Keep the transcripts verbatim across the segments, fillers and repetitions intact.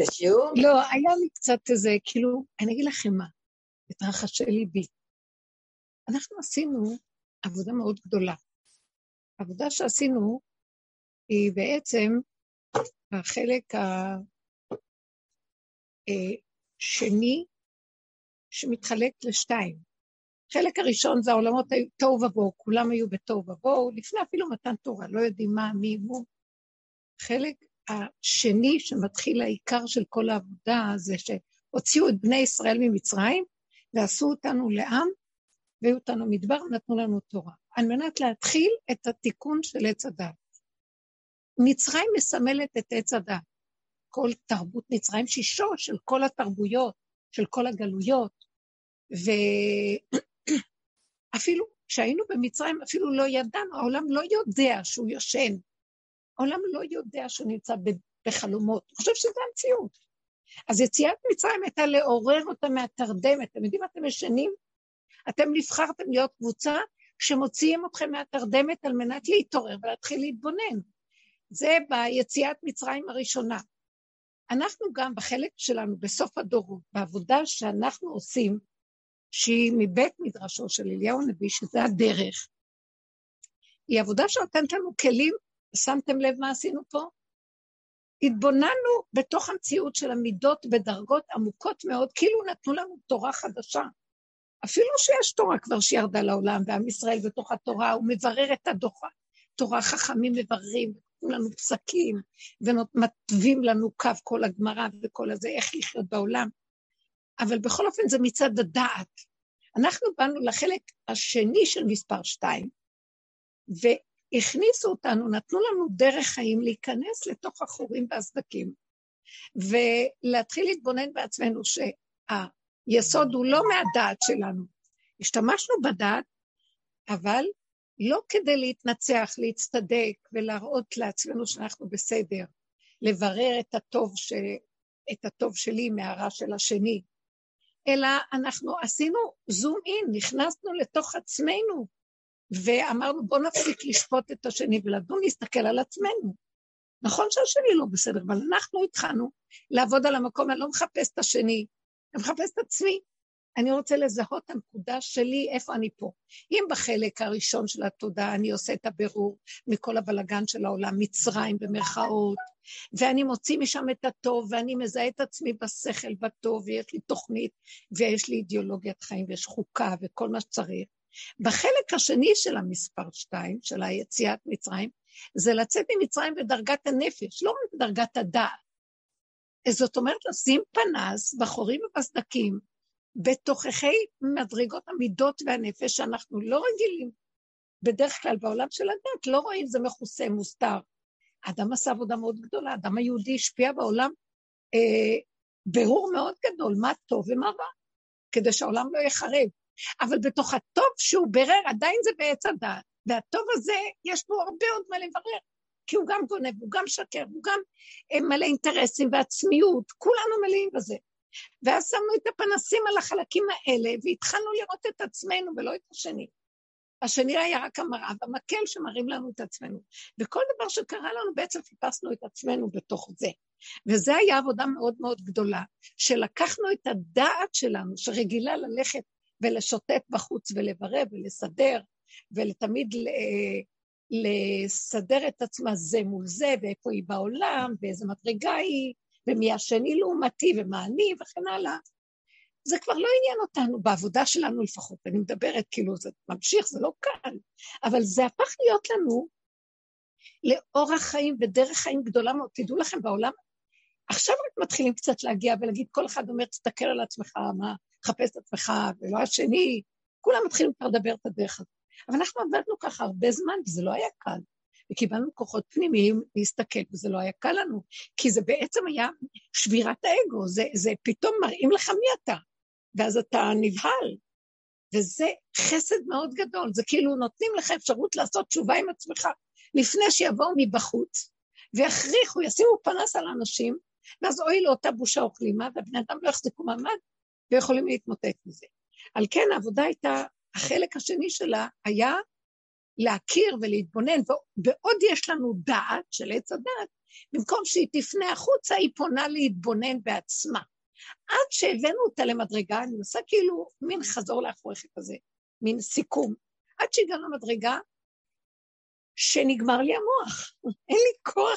בשיעור? לא, היה לי קצת איזה, כאילו, אני אגיד לכם מה, את רחשי ליבי. אנחנו עשינו עבודה מאוד גדולה. העבודה שעשינו היא בעצם החלק השני שמתחלק לשתיים. חלק הראשון זה העולמות תוהו ובוהו, כולם היו בתוהו ובוהו, לפני אפילו מתן תורה, לא יודעים מה, מי הוא. חלק השני שמתחיל העיקר של כל העבודה זה שהוציאו את בני ישראל ממצרים, ועשו אותנו לעם, והיו אותנו מדבר, נתנו לנו תורה. על מנת להתחיל את התיקון של עץ הדת. מצרים מסמלת את עץ הדת. כל תרבות מצרים שישו של כל התרבויות, של כל הגלויות, ואפילו כשהיינו במצרים, אפילו לא ידענו, העולם לא יודע שהוא ישן, העולם לא יודע שהוא נמצא בחלומות, הוא חושב שזה המציאות. אז יציאת מצרים הייתה לעורר אותה מהתרדמת, אתם יודעים, אתם ישנים, אתם נבחרתם להיות קבוצה, שמוציאים אתכם מהתרדמת על מנת להתעורר ולהתחיל להתבונן. זה ביציאת מצרים הראשונה. אנחנו גם בחלק שלנו, בסוף הדורות, בעבודה שאנחנו עושים, שהיא מבית מדרשו של אליהו הנביא, שזה הדרך, היא עבודה שנותנת לנו כלים, שמתם לב מה עשינו פה? התבוננו בתוך המציאות של המידות בדרגות עמוקות מאוד, כאילו נתנו לנו תורה חדשה. אפילו שיש תורה כבר שירדה לעולם, ועם ישראל בתוך התורה, הוא מברר את הדוחה. תורה חכמים מבררים, לנו פסקים, ומטבים לנו קו כל הגמרא וכל הזה, איך לחיות בעולם. אבל בכל אופן זה מצד הדעת. אנחנו באנו לחלק השני של מספר שתיים, והכניסו אותנו, נתנו לנו דרך חיים להיכנס לתוך החורים והסדקים, ולהתחיל להתבונן בעצמנו שהיסוד הוא לא מהדעת שלנו. השתמשנו בדעת, אבל לא כדי להתנצח, להצטדק ולהראות לעצמנו שאנחנו בסדר, לברר את הטוב, ש... את הטוב שלי מהרע של השני, אלא אנחנו עשינו זום אין, נכנסנו לתוך עצמנו, ואמרנו בוא נפסיק לשפוט את השני ולדון להסתכל על עצמנו. נכון שהשני לא בסדר, אבל אנחנו התחלנו לעבוד על המקום, אני לא מחפש את השני, אני מחפש את עצמי. אני רוצה לזהות את הנקודה שלי, איפה אני פה. אם בחלק הראשון של התודעה אני עושה את הבירור מכל הבלגן של העולם, מצרים במרכאות, ואני מוציא משם את הטוב, ואני מזהה את עצמי בשכל בטוב, ויש לי תוכנית, ויש לי אידיאולוגיית חיים, ויש חוקה, וכל מה שצריך. בחלק השני של המספר שתיים, של היציאת מצרים, זה לצאת ממצרים בדרגת הנפש, לא רק בדרגת הדעת. זאת אומרת, לשים פנס בחורים ובסדקים, בתוככי מדרגות המידות והנפש, שאנחנו לא רגילים, בדרך כלל בעולם של הדת, לא רואים זה מכוסה, מוסתר. האדם עשה עבודה מאוד גדולה, האדם היהודי השפיע בעולם, אה, ברור מאוד גדול, מה טוב ומה רע, כדי שהעולם לא יחרב. אבל בתוך הטוב שהוא ברר, עדיין זה בעץ הדעת, והטוב הזה יש בו הרבה עוד מה לברר, כי הוא גם גונב, הוא גם שקר, הוא גם אה, מלא אינטרסים ועצמיות, כולנו מלאים בזה. ואז שמנו את הפנסים על החלקים האלה, והתחלנו לראות את עצמנו ולא את השני. השני היה רק המראה, והמקל שמראים לנו את עצמנו. וכל דבר שקרה לנו, בעצם חיפשנו את עצמנו בתוך זה. וזה היה עבודה מאוד מאוד גדולה, שלקחנו את הדעת שלנו, שרגילה ללכת ולשוטט בחוץ ולברר ולסדר, ולתמיד לסדר את עצמה זה מול זה, ואיפה היא בעולם, ואיזה מדרגה היא, ומי השני לעומתי, ומה אני, וכן הלאה. זה כבר לא עניין אותנו, בעבודה שלנו לפחות, אני מדברת כאילו, זה ממשיך, זה לא קל, אבל זה הפך להיות לנו, לאורח חיים ודרך חיים גדולה מאוד, תדעו לכם בעולם, עכשיו רק מתחילים קצת להגיע, ולהגיד, כל אחד אומר, תסתכל על עצמך, מה, חפש את עצמך, ולא השני, כולם מתחילים כבר לדבר את הדרך הזאת, אבל אנחנו עבדנו ככה הרבה זמן, וזה לא היה קל, וקיבלנו כוחות פנימיים להסתכל, וזה לא היה קל לנו, כי זה בעצם היה שבירת האגו, זה, זה פתאום מראים לך מי אתה, ואז אתה נבהל, וזה חסד מאוד גדול, זה כאילו נותנים לך אפשרות לעשות תשובה עם עצמך, לפני שיבואו מבחוץ, ויכריחו, ישימו פנס על אנשים, ואז אוי לו אותה בושה אוכלימה, והבני אדם לא יחזיקו מעמד, ויכולים להתמוטט מזה. על כן העבודה הייתה, החלק השני שלה היה להכיר ולהתבונן, ובעוד יש לנו דעת של עץ הדעת, במקום שהיא תפנה החוצה, היא פונה להתבונן בעצמה. עד שהבאנו אותה למדרגה, אני עושה כאילו מין חזור לאחוריך כזה, מין סיכום, עד שהגענו למדרגה, שנגמר לי המוח, אין לי כוח,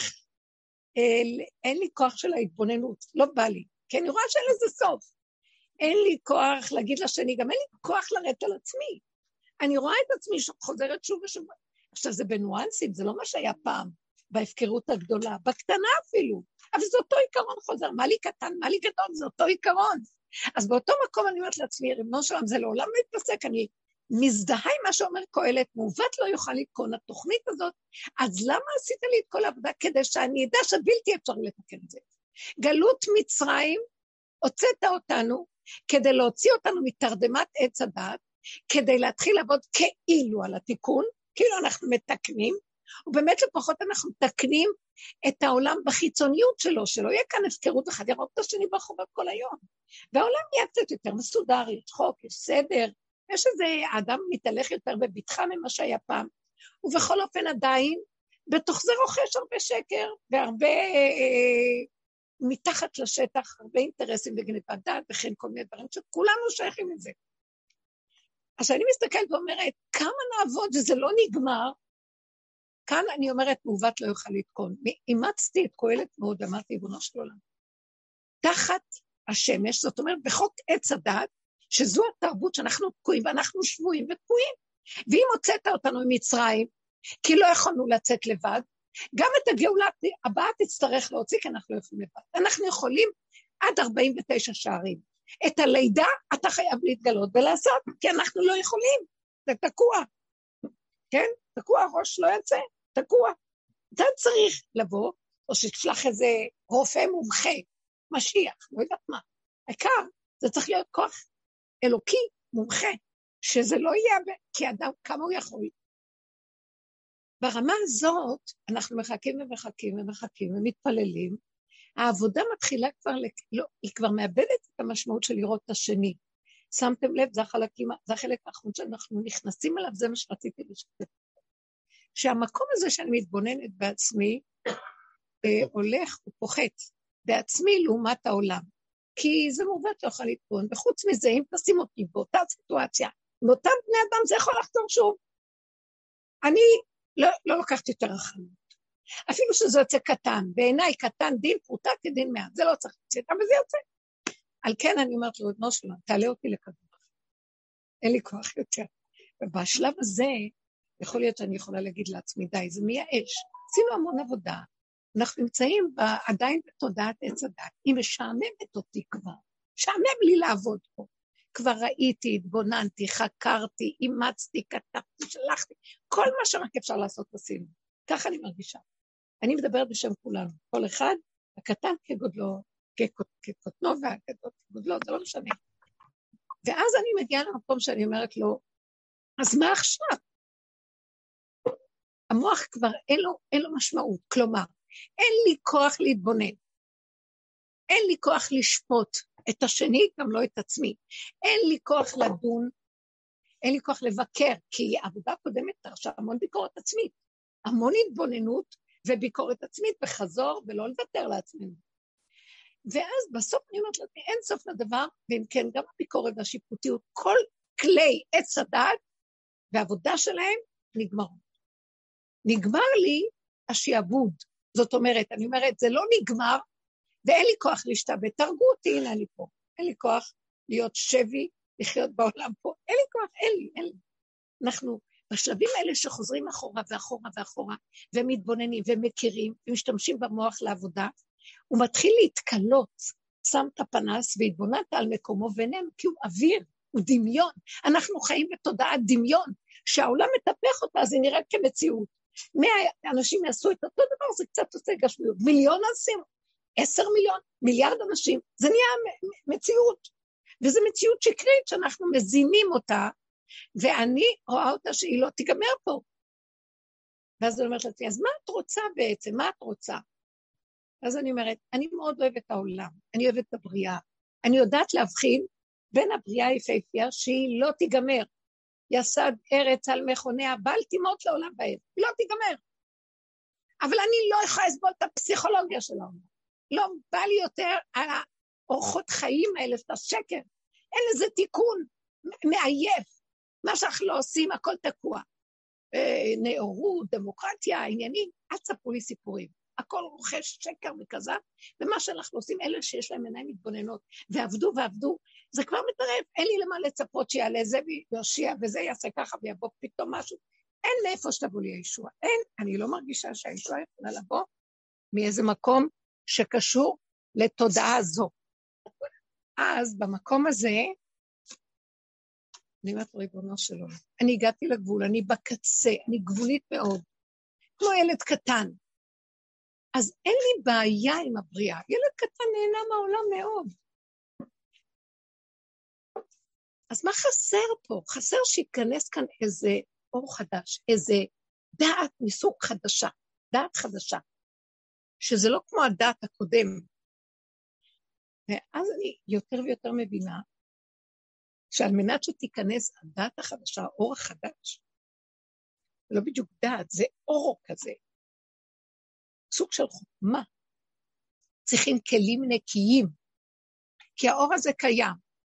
אין לי כוח של ההתבוננות, לא בא לי, כי אני רואה שאין לזה סוף. אין לי כוח להגיד לשני, גם אין לי כוח לרדת על עצמי. אני רואה את עצמי שחוזרת שוב ושוב. עכשיו זה בנואנסים, זה לא מה שהיה פעם, בהפקרות הגדולה, בקטנה אפילו, אבל זה אותו עיקרון חוזר, מה לי קטן, מה לי גדול, זה אותו עיקרון. אז באותו מקום אני אומרת לעצמי, ריבונו של עולם, זה לעולם לא יתפסק, אני מזדהה עם מה שאומר קהלת, מעוות לא יוכל לתקון התוכנית הזאת, אז למה עשית לי את כל העבודה כדי שאני אדע שבלתי אפשר לתקן את זה? גלות מצרים, הוצאת אותנו, כדי להוציא אותנו מתרדמת עץ הדת, כדי להתחיל לעבוד כאילו על התיקון, כאילו אנחנו מתקנים, ובאמת לפחות אנחנו מתקנים את העולם בחיצוניות שלו, שלא יהיה כאן הפקרות אחד, ירוק את השני ברחובות כל היום. והעולם יהיה קצת יותר מסודר, יש חוק, יש סדר, יש איזה אדם מתהלך יותר בביטחה ממה שהיה פעם, ובכל אופן עדיין, בתוך זה רוכש הרבה שקר, והרבה אה, מתחת לשטח, הרבה אינטרסים וגניבת דעת, וכן כל מיני דברים שכולנו שייכים את זה. אז אני מסתכלת ואומרת, כמה נעבוד וזה לא נגמר, כאן אני אומרת, מעוות לא יוכל לתקון. אימצתי את קהלת מאוד, אמרתי, ריבונו של עולם. תחת השמש, זאת אומרת, בחוק עץ הדת, שזו התרבות שאנחנו תקועים, ואנחנו שבויים ותקועים. ואם הוצאת אותנו ממצרים, כי לא יכולנו לצאת לבד, גם את הגאולה הבאה תצטרך להוציא, כי אנחנו לא יכולים לבד. אנחנו יכולים עד ארבעים ותשע שערים. את הלידה אתה חייב להתגלות ולעשות, כי אנחנו לא יכולים. זה תקוע. כן? תקוע, הראש לא יצא. תקוע. אתה צריך לבוא, או שתשלח איזה רופא מומחה, משיח, לא יודעת מה. העיקר, זה צריך להיות כוח אלוקי, מומחה, שזה לא יהיה, כי אדם, כמה הוא יכול. ברמה הזאת, אנחנו מחכים ומחכים ומחכים ומתפללים, העבודה מתחילה כבר, לא, היא כבר מאבדת את המשמעות של לראות את השני. שמתם לב, זה החלקים, זה החלק האחרון שאנחנו נכנסים אליו, זה מה שרציתי לשתף. שהמקום הזה שאני מתבוננת בעצמי, אה, הולך ופוחת בעצמי לעומת העולם. כי זה מעוות לא יכול להתבון, וחוץ מזה, אם תשים אותי באותה סיטואציה, באותם בני אדם, זה יכול לחזור שוב. אני לא, לא לקחתי יותר אחריות. אפילו שזה יוצא קטן, בעיניי קטן דין, פרוטה כדין מעט, זה לא צריך לצאת, אבל זה יוצא. על כן אני אומרת לו, בנו שלנו, תעלה אותי לכדור. אין לי כוח יותר. ובשלב הזה, יכול להיות שאני יכולה להגיד לעצמי, די, זה מייאש. עשינו המון עבודה. אנחנו נמצאים עדיין בתודעת עץ הדת. היא משעממת אותי כבר. משעמם לי לעבוד פה. כבר ראיתי, התבוננתי, חקרתי, אימצתי, כתבתי, שלחתי. כל מה שרק אפשר לעשות עשינו. ככה אני מרגישה. אני מדברת בשם כולנו. כל אחד, הקטן כגודלו, כקוטנו והגדול כגודלו, זה לא משנה. ואז אני מגיעה למקום שאני אומרת לו, אז מה עכשיו? המוח כבר אין לו, אין לו משמעות, כלומר, אין לי כוח להתבונן, אין לי כוח לשפוט את השני, גם לא את עצמי, אין לי כוח לדון, אין לי כוח לבקר, כי העבודה קודמת תרשה המון ביקורת עצמית, המון התבוננות וביקורת עצמית בחזור ולא לוותר לעצמנו. ואז בסוף אני אומרת לי, אין סוף לדבר, ואם כן גם הביקורת והשיפוטיות, כל כלי עץ הדעת והעבודה שלהם נגמרות. נגמר לי השיעבוד, זאת אומרת, אני אומרת, זה לא נגמר, ואין לי כוח להשתבט, תרגו אותי, הנה אני פה, אין לי כוח להיות שבי, לחיות בעולם פה, אין לי כוח, אין לי, אין לי. אנחנו בשלבים האלה שחוזרים אחורה ואחורה ואחורה, ומתבוננים ומכירים, ומשתמשים במוח לעבודה, הוא מתחיל להתקלות, שם את הפנס והתבוננת על מקומו ונם, כי הוא אוויר, הוא דמיון. אנחנו חיים בתודעת דמיון, שהעולם מטפח אותה, אז היא נראית כמציאות. מאה אנשים יעשו את אותו דבר, זה קצת עושה גשמיות. מיליון אנשים, עשר מיליון, מיליארד אנשים, זה נהיה מציאות. וזו מציאות שקרית שאנחנו מזינים אותה, ואני רואה אותה שהיא לא תיגמר פה. ואז אני אומרת לעצמי, אז מה את רוצה בעצם? מה את רוצה? אז אני אומרת, אני מאוד אוהבת את העולם, אני אוהבת את הבריאה, אני יודעת להבחין בין הבריאה היפהפייה שהיא לא תיגמר, יסד ארץ על מכוניה, בל תימות לעולם בעת, היא לא תיגמר. אבל אני לא יכולה לסבול את הפסיכולוגיה שלנו. לא בא לי יותר על האורחות חיים האלה, את השקר. אין לזה תיקון, מעייף. מה שאנחנו לא עושים, הכל תקוע. נאורות, דמוקרטיה, עניינים, אל תספרו לי סיפורים. הכל רוכש שקר וכזב, ומה שאנחנו עושים, אלה שיש להם עיניים מתבוננות, ועבדו ועבדו, זה כבר מטרף, אין לי למה לצפות שיעלה זה ויושיע, וזה יעשה ככה ויבוא פתאום משהו, אין מאיפה שתבוא לי הישוע, אין, אני לא מרגישה שהישוע יכולה לבוא, מאיזה מקום שקשור לתודעה זו. אז במקום הזה, אני אומרת ריבונו שלו, אני הגעתי לגבול, אני בקצה, אני גבולית מאוד, כמו ילד קטן, אז אין לי בעיה עם הבריאה, ילד קטן נהנה מהעולם מאוד. אז מה חסר פה? חסר שיכנס כאן איזה אור חדש, איזה דעת מסוג חדשה, דעת חדשה, שזה לא כמו הדעת הקודם. ואז אני יותר ויותר מבינה, שעל מנת שתיכנס הדעת החדשה, האור החדש, לא בדיוק דעת, זה אור כזה, סוג של חוכמה, צריכים כלים נקיים, כי האור הזה קיים,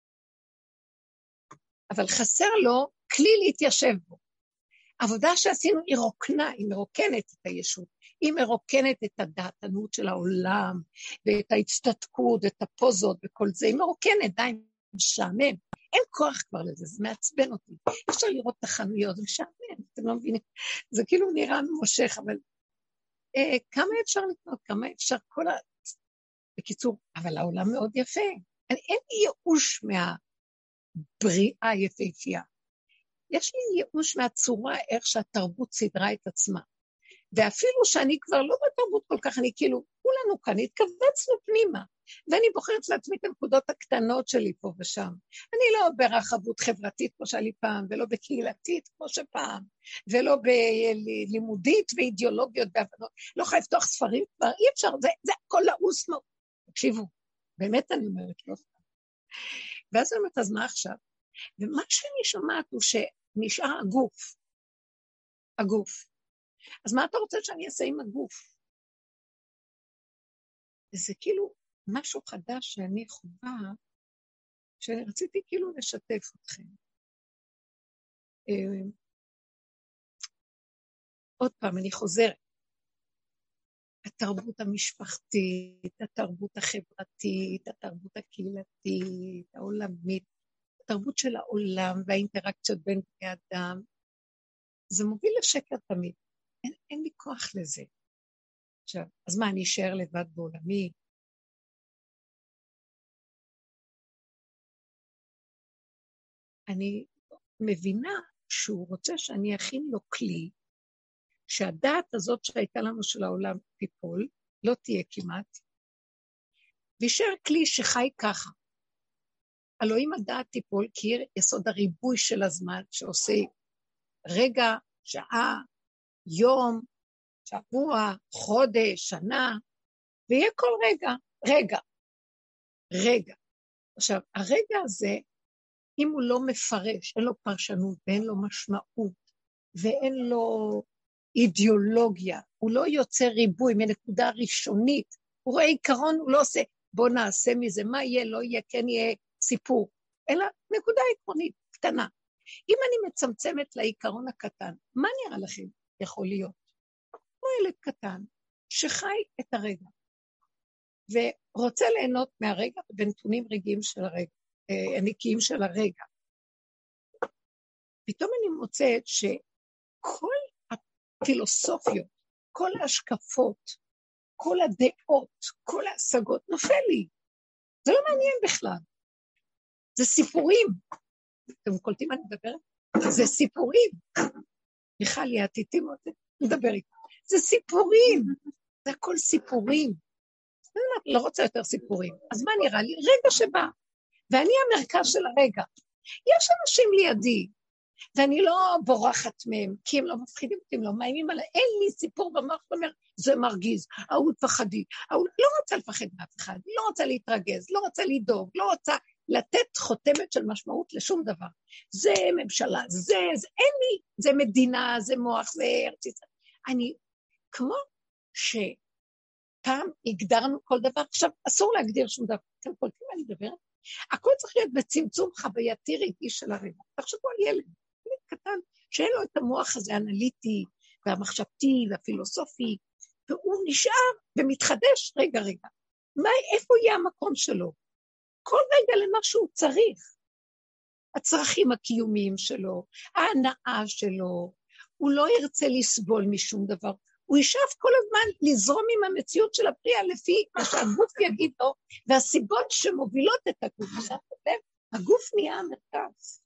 אבל חסר לו כלי להתיישב בו. עבודה שעשינו היא רוקנה, היא מרוקנת את הישות, היא מרוקנת את הדעתנות של העולם, ואת ההצטדקות, את הפוזות וכל זה, היא מרוקנת, די משעמם, אין כוח כבר לזה, זה מעצבן אותי, אפשר לראות את החנויות, זה משעמם, אתם לא מבינים, זה כאילו נראה מושך, אבל אה, כמה אפשר לקנות, כמה אפשר כל ה... בקיצור, אבל העולם מאוד יפה, אני, אין לי ייאוש מהבריאה היפהפייה, יש לי ייאוש מהצורה איך שהתרבות סדרה את עצמה, ואפילו שאני כבר לא בתרבות כל כך, אני כאילו, כולנו כאן, התכווצנו פנימה, ואני בוחרת לעצמי את הנקודות הקטנות שלי פה ושם. אני לא ברחבות חברתית כמו שהיה לי פעם, ולא בקהילתית כמו שפעם, ולא בלימודית ואידיאולוגיות והבנות, לא יכולה לפתוח ספרים כבר, אי אפשר, זה, זה הכל לעוס מאוד. תקשיבו, באמת אני אומרת, לא סתם. ואז אני אומרת, אז מה עכשיו? ומה שאני שומעת הוא שנשאר הגוף, הגוף. אז מה אתה רוצה שאני אעשה עם הגוף? זה כאילו משהו חדש שאני חובה, שאני רציתי כאילו לשתף אתכם. עוד פעם, אני חוזרת. התרבות המשפחתית, התרבות החברתית, התרבות הקהילתית, העולמית, התרבות של העולם והאינטראקציות בין בני אדם, זה מוביל לשקר תמיד. אין, אין לי כוח לזה. עכשיו, אז מה, אני אשאר לבד בעולמי? אני מבינה שהוא רוצה שאני אכין לו כלי, שהדעת הזאת שהייתה לנו של העולם תיפול, לא תהיה כמעט, וישאר כלי שחי ככה. הלוא אם הדעת תיפול, כי יסוד הריבוי של הזמן, שעושה רגע, שעה, יום, שבוע, חודש, שנה, ויהיה כל רגע, רגע, רגע. עכשיו, הרגע הזה, אם הוא לא מפרש, אין לו פרשנות, ואין לו משמעות, ואין לו אידיאולוגיה, הוא לא יוצא ריבוי מנקודה ראשונית, הוא רואה עיקרון, הוא לא עושה, בוא נעשה מזה, מה יהיה, לא יהיה, כן יהיה סיפור, אלא נקודה עקרונית, קטנה. אם אני מצמצמת לעיקרון הקטן, מה נראה לכם יכול להיות? כמו ילד קטן, שחי את הרגע, ורוצה ליהנות מהרגע, בנתונים רגעים של הרגע, הנקיים של הרגע. פתאום אני מוצאת שכל הפילוסופיות, כל ההשקפות, כל הדעות, כל ההשגות, נופל לי. זה לא מעניין בכלל. זה סיפורים. אתם קולטים מה אני מדברת? זה סיפורים. מיכל, יעתיתים אותי, נדבר איתה. זה סיפורים. זה הכל סיפורים. לא רוצה יותר סיפורים. אז מה נראה לי? רגע שבא. ואני המרכז של הרגע. יש אנשים לידי, ואני לא בורחת מהם, כי הם לא מפחידים אותי, הם לא מאיימים עליי, אין לי סיפור במוח, אומר, זה מרגיז, ההוא פחדי, ההוא לא רוצה לפחד מאף אחד, לא רוצה להתרגז, לא רוצה לדאוג, לא רוצה לתת חותמת של משמעות לשום דבר. זה ממשלה, זה, זה, אין לי, זה מדינה, זה מוח, זה ארץ ישראל. אני כמו שפעם הגדרנו כל דבר, עכשיו אסור להגדיר שום דבר, אתם קולטים מה אני מדברת? הכל צריך להיות בצמצום חווייתי רגעי של הרגע. תחשבו על ילד, ילד קטן, שאין לו את המוח הזה האנליטי והמחשבתי והפילוסופי, והוא נשאר ומתחדש רגע רגע. מה, איפה יהיה המקום שלו? כל רגע למה שהוא צריך. הצרכים הקיומיים שלו, ההנאה שלו, הוא לא ירצה לסבול משום דבר. הוא ישאף כל הזמן לזרום עם המציאות של הבריאה לפי מה שהגוף יגיד לו, והסיבות שמובילות את הגוף. הגוף נהיה המרכז.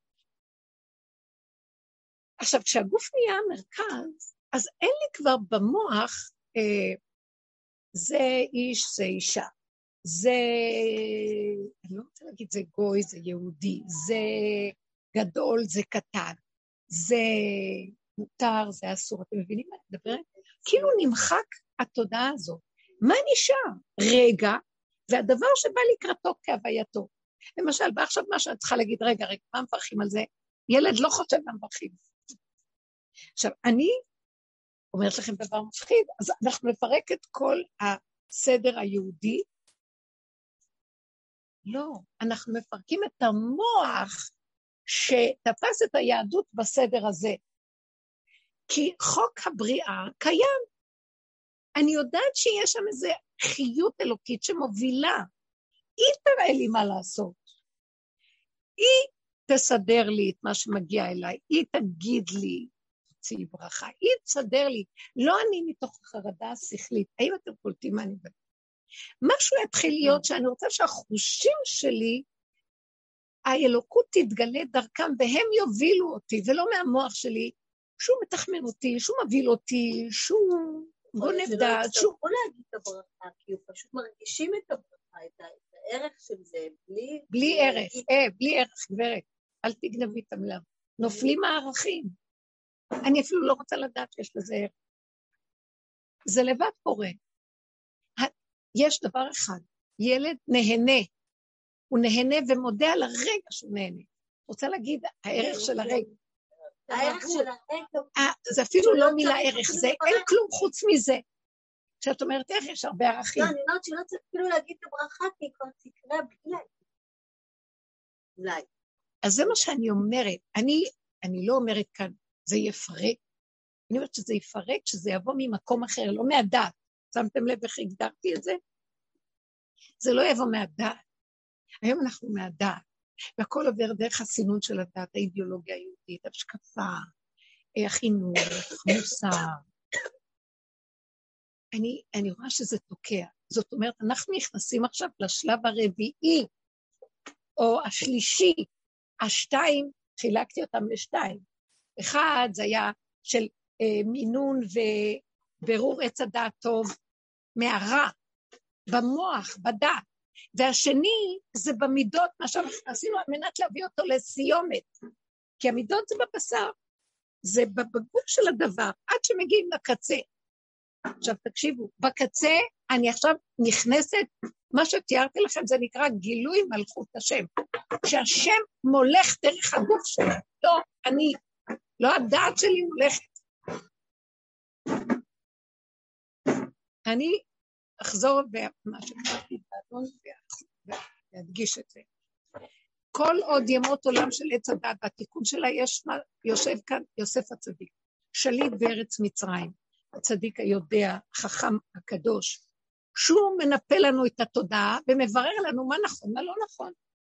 עכשיו, כשהגוף נהיה המרכז, אז אין לי כבר במוח, אה, זה איש, זה אישה, זה, אני לא רוצה להגיד, זה גוי, זה יהודי, זה גדול, זה קטן, זה מותר, זה אסור, אתם מבינים מה אני מדברת? כאילו נמחק התודעה הזאת. מה נשאר? רגע, והדבר שבא לקראתו כהווייתו. למשל, ועכשיו מה שאת צריכה להגיד, רגע, רגע, מה מברכים על זה? ילד לא חושב מה מברכים. עכשיו, אני אומרת לכם דבר מפחיד, אז אנחנו נפרק את כל הסדר היהודי. לא, אנחנו מפרקים את המוח שתפס את היהדות בסדר הזה. כי חוק הבריאה קיים. אני יודעת שיש שם איזו חיות אלוקית שמובילה. היא תראה לי מה לעשות. היא תסדר לי את מה שמגיע אליי. היא תגיד לי, תוציאי ברכה. היא תסדר לי. לא אני מתוך החרדה השכלית. האם אתם קולטים מה אני מדבר? משהו יתחיל להיות שאני רוצה שהחושים שלי, האלוקות תתגלה דרכם, והם יובילו אותי, ולא מהמוח שלי, שהוא מתחמן אותי, שהוא מוביל אותי, שהוא גונב דעת, שהוא... הוא להגיד את הברכה, כי הוא פשוט מרגישים את הברכה, את הערך של זה, בלי... בלי ערך, אה, בלי ערך, גברת, אל תגנבי את המילה. נופלים הערכים. אני אפילו לא רוצה לדעת שיש לזה ערך. זה לבד קורה. יש דבר אחד, ילד נהנה, הוא נהנה ומודה על הרגע שהוא נהנה. רוצה להגיד, הערך של הרגע. הערך של הרגע. זה אפילו לא מילה ערך, זה אין כלום חוץ מזה. כשאת אומרת איך יש הרבה ערכים. לא, אני אומרת שלא צריך אפילו להגיד את הברכה, כי כבר תקרה בלי. אולי. אז זה מה שאני אומרת, אני לא אומרת כאן, זה יפרק. אני אומרת שזה יפרק, שזה יבוא ממקום אחר, לא מהדעת. שמתם לב איך הגדרתי את זה? זה לא יבוא מהדעת. היום אנחנו מהדעת, והכל עובר דרך הסינון של הדעת, האידיאולוגיה היהודית, השקפה, החינוך, מוסר. אני, אני רואה שזה תוקע. זאת אומרת, אנחנו נכנסים עכשיו לשלב הרביעי, או השלישי, השתיים, חילקתי אותם לשתיים. אחד זה היה של אה, מינון וברור עץ הדעת טוב, מהרע, במוח, בדעת. והשני זה במידות, מה שאנחנו עשינו על מנת להביא אותו לסיומת. כי המידות זה בבשר, זה בגוף של הדבר, עד שמגיעים לקצה. עכשיו תקשיבו, בקצה אני עכשיו נכנסת, מה שתיארתי לכם זה נקרא גילוי מלכות השם. שהשם מולך דרך הגוף שלי, לא אני, לא הדעת שלי מולכת. אני אחזור במה שקראתי באדון להדגיש את זה. כל עוד ימות עולם של עץ הדת, והתיקון שלה יש, יושב כאן יוסף הצדיק, שליט בארץ מצרים, הצדיק היודע, חכם הקדוש, שהוא מנפה לנו את התודעה ומברר לנו מה נכון, מה לא נכון.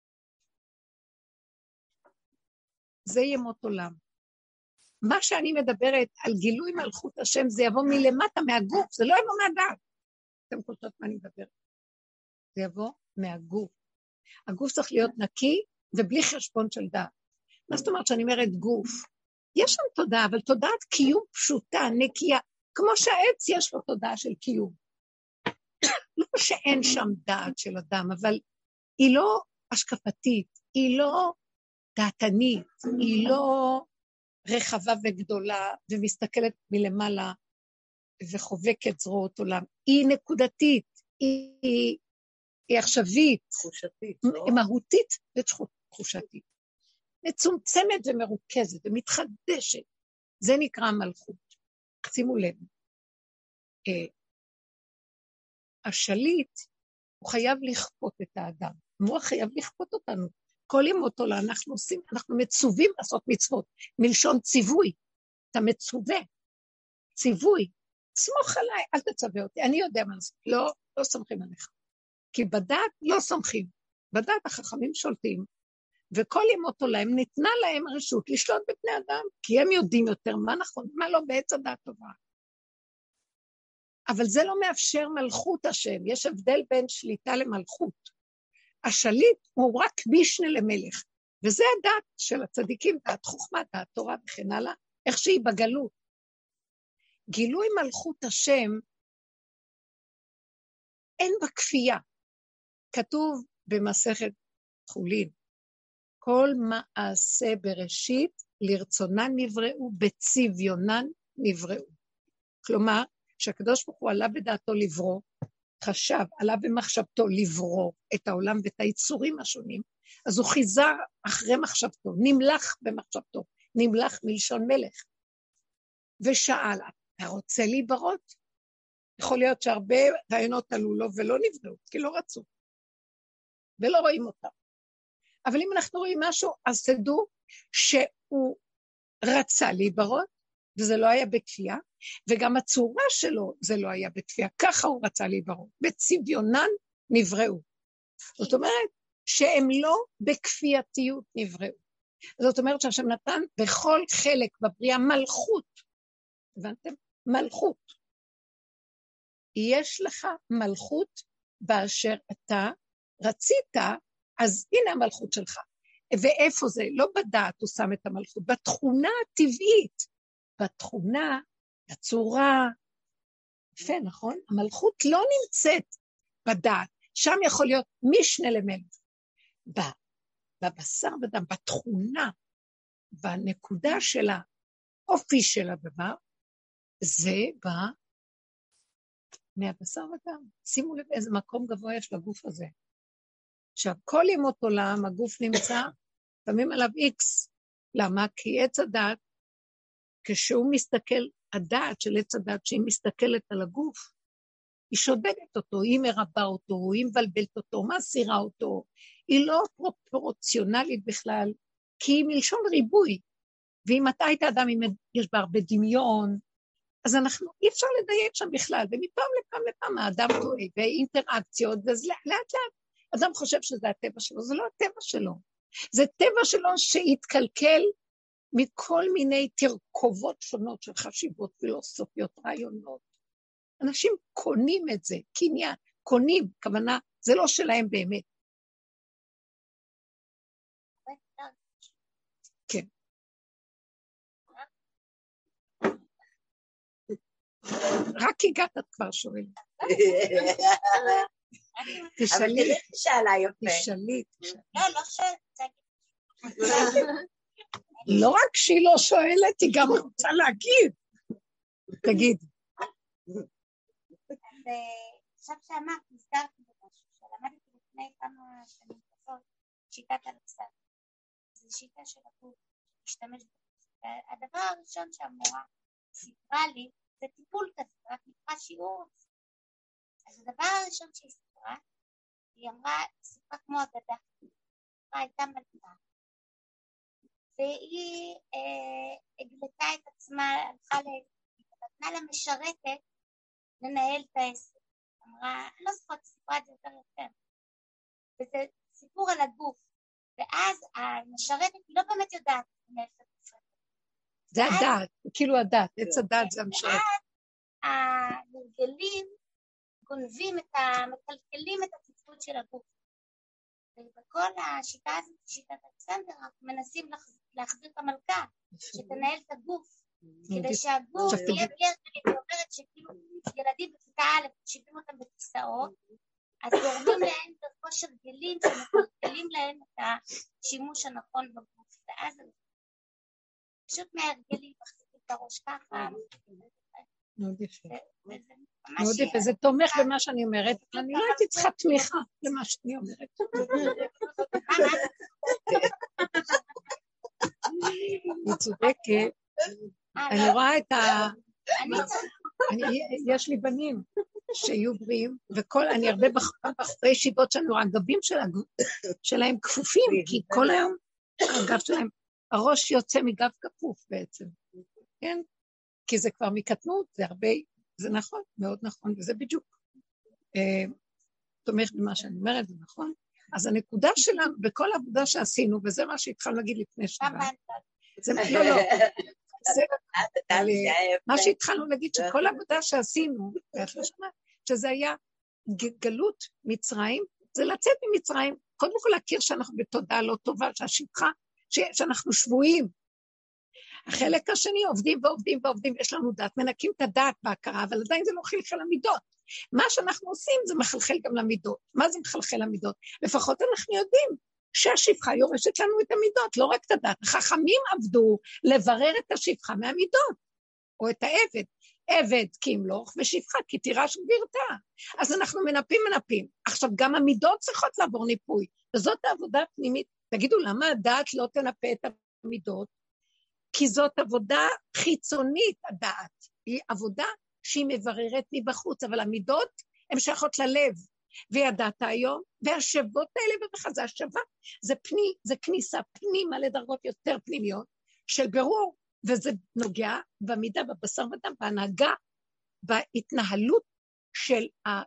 זה ימות עולם. מה שאני מדברת על גילוי מלכות השם, זה יבוא מלמטה, מהגוף, זה לא יבוא מהדעת. אתם קולטות מה אני מדברת. זה יבוא מהגוף. הגוף צריך להיות נקי ובלי חשבון של דעת. מה זאת אומרת שאני אומרת גוף? יש שם תודעה, אבל תודעת קיום פשוטה, נקייה, כמו שהעץ יש לו תודעה של קיום. לא שאין שם דעת של אדם, אבל היא לא השקפתית, היא לא דעתנית, היא לא רחבה וגדולה ומסתכלת מלמעלה וחובקת זרועות עולם. היא נקודתית, היא, היא, היא עכשווית, תחושתית, לא? היא מהותית ותחושתית. מצומצמת ומרוכזת ומתחדשת. זה נקרא מלכות. שימו לב. השליט, הוא חייב לכפות את האדם. המוח חייב לכפות אותנו. כל ימות עולה אנחנו עושים, אנחנו מצווים לעשות מצוות, מלשון ציווי. אתה מצווה, ציווי. סמוך עליי, אל תצווה אותי, אני יודע מה לעשות. לא, לא סומכים עליך. כי בדעת לא סומכים. בדעת החכמים שולטים, וכל ימות עולה, הם ניתנה להם רשות לשלוט בבני אדם, כי הם יודעים יותר מה נכון, מה לא בעץ הדעת טובה. אבל זה לא מאפשר מלכות השם, יש הבדל בין שליטה למלכות. השליט הוא רק משנה למלך, וזה הדעת של הצדיקים, דעת חוכמה, דעת תורה וכן הלאה, איך שהיא בגלות. גילוי מלכות השם, אין בכפייה. כתוב במסכת חולין, כל מעשה בראשית לרצונן נבראו, בצביונן נבראו. כלומר, שהקדוש ברוך הוא עלה בדעתו לברוא, חשב, עלה במחשבתו לברוא את העולם ואת היצורים השונים, אז הוא חיזר אחרי מחשבתו, נמלך במחשבתו, נמלך מלשון מלך, ושאל, אתה רוצה להיברות? יכול להיות שהרבה רעיונות עלו לו ולא נבראו, כי לא רצו, ולא רואים אותם. אבל אם אנחנו רואים משהו, אז תדעו שהוא רצה להיברות, וזה לא היה בכפייה, וגם הצורה שלו זה לא היה בכפייה, ככה הוא רצה להיברות, בצביונן נבראו. זאת אומרת שהם לא בכפייתיות נבראו. זאת אומרת שהשם נתן בכל חלק בבריאה מלכות, הבנתם? מלכות. יש לך מלכות באשר אתה רצית, אז הנה המלכות שלך. ואיפה זה? לא בדעת הוא שם את המלכות, בתכונה הטבעית, בתכונה, בצורה, יפה, נכון? המלכות לא נמצאת בדעת, שם יכול להיות משנה למלך. בבשר ודם, בתכונה, בנקודה של האופי של הדבר, זה בא מהבשר ודם. שימו לב איזה מקום גבוה יש לגוף הזה. עכשיו, כל ימות עולם הגוף נמצא, שמים עליו איקס. למה? כי עץ הדעת, כשהוא מסתכל, הדעת של עץ הדעת, שהיא מסתכלת על הגוף, היא שודדת אותו, היא מרבה אותו, היא מבלבלת אותו, מסירה אותו, היא לא פרופורציונלית בכלל, כי היא מלשון ריבוי, ואם אתה היית אדם, יש בה הרבה דמיון, אז אנחנו, אי אפשר לדייק שם בכלל, ומפעם לפעם לפעם האדם טועה, ואינטראקציות, וזה לאט לאט, אדם חושב שזה הטבע שלו, זה לא הטבע שלו, זה טבע שלו שהתקלקל מכל מיני תרכובות שונות של חשיבות, פילוסופיות, רעיונות. אנשים קונים את זה, קניין, קונים, כוונה, זה לא שלהם באמת. כן. רק הגעת את כבר שואלת. תשאלי. שאלה יפה. תשאלי. לא, לא שואלת. לא רק שהיא לא שואלת, היא גם רוצה להגיד. תגיד. עכשיו שאמרת, נזכרתי במשהו, שלמדתי לפני כמה שנים כזאת, שיטת אלכסנדר. זו שיטה של הגוף, להשתמש בזה. הדבר הראשון שהמורה סיפרה לי, זה טיפול כזה, רק נקרא שיעור. אז הדבר הראשון שהיא סיפרה, היא אמרה, סיפרה כמו אגדה. הייתה מלכה. והיא אה, הגלתה את עצמה, הלכה נתנה לה משרתת לנהל את העסק. אמרה, אני לא זוכרת, סיפרה את זה יותר יותר. וזה סיפור על הגוף. ואז המשרתת היא לא באמת יודעת לנהל את הגוף. זה הדעת, כאילו הדעת, עץ הדעת זה המשרת. ואז ההרגלים גונבים את ה... מקלקלים את התפקוד של הגוף. ובכל השיטה הזאת, שיטת אלכסנדר, אנחנו מנסים להחזיר את המלכה, שתנהל את הגוף, כדי שהגוף יהיה בלי הרגלים. היא אומרת שכאילו ילדים בכיתה א', שיבים אותם בכיסאות, אז גורמים להם דרכו הרגלים, שמקלקלים להם את השימוש הנכון בגוף. ואז פשוט מההרגלים מחזיקים את הראש ככה. מאוד יפה. מאוד יפה, זה תומך במה שאני אומרת, אני לא הייתי צריכה תמיכה למה שאני אומרת. היא צודקת, אני רואה את ה... יש לי בנים, שיהיו בריאים, וכל, אני הרבה בחורי ישיבות שלנו, הגבים שלהם כפופים, כי כל היום הגב שלהם, הראש יוצא מגב כפוף בעצם, כן? כי זה כבר מקטנות, זה הרבה, זה נכון, מאוד נכון, וזה בדיוק תומך במה שאני אומרת, זה נכון. אז הנקודה שלנו, בכל העבודה שעשינו, וזה מה שהתחלנו להגיד לפני שבוע, זה לא, לא, מה שהתחלנו להגיד שכל העבודה שעשינו, שזה היה גלות מצרים, זה לצאת ממצרים, קודם כל להכיר שאנחנו בתודעה לא טובה, שהשפחה, שאנחנו שבויים. החלק השני עובדים ועובדים ועובדים, יש לנו דעת, מנקים את הדעת בהכרה, אבל עדיין זה לא חלחל למידות. מה שאנחנו עושים זה מחלחל גם למידות. מה זה מחלחל למידות? לפחות אנחנו יודעים שהשפחה יורשת לנו את המידות, לא רק את הדעת. חכמים עבדו לברר את השפחה מהמידות, או את העבד. עבד כי ימלוך ושפחה כי תירש גבירתה. אז אנחנו מנפים מנפים. עכשיו גם המידות צריכות לעבור ניפוי, וזאת העבודה הפנימית. תגידו, למה הדעת לא תנפה את המידות? כי זאת עבודה חיצונית, הדעת. היא עבודה שהיא מבררת מבחוץ, אבל המידות הן שייכות ללב. וידעת היום, והשבות האלה ובחזה השבה, זה, פני, זה כניסה פנימה לדרגות יותר פנימיות, של ברור, וזה נוגע במידה, בבשר ודם, בהנהגה, בהתנהלות של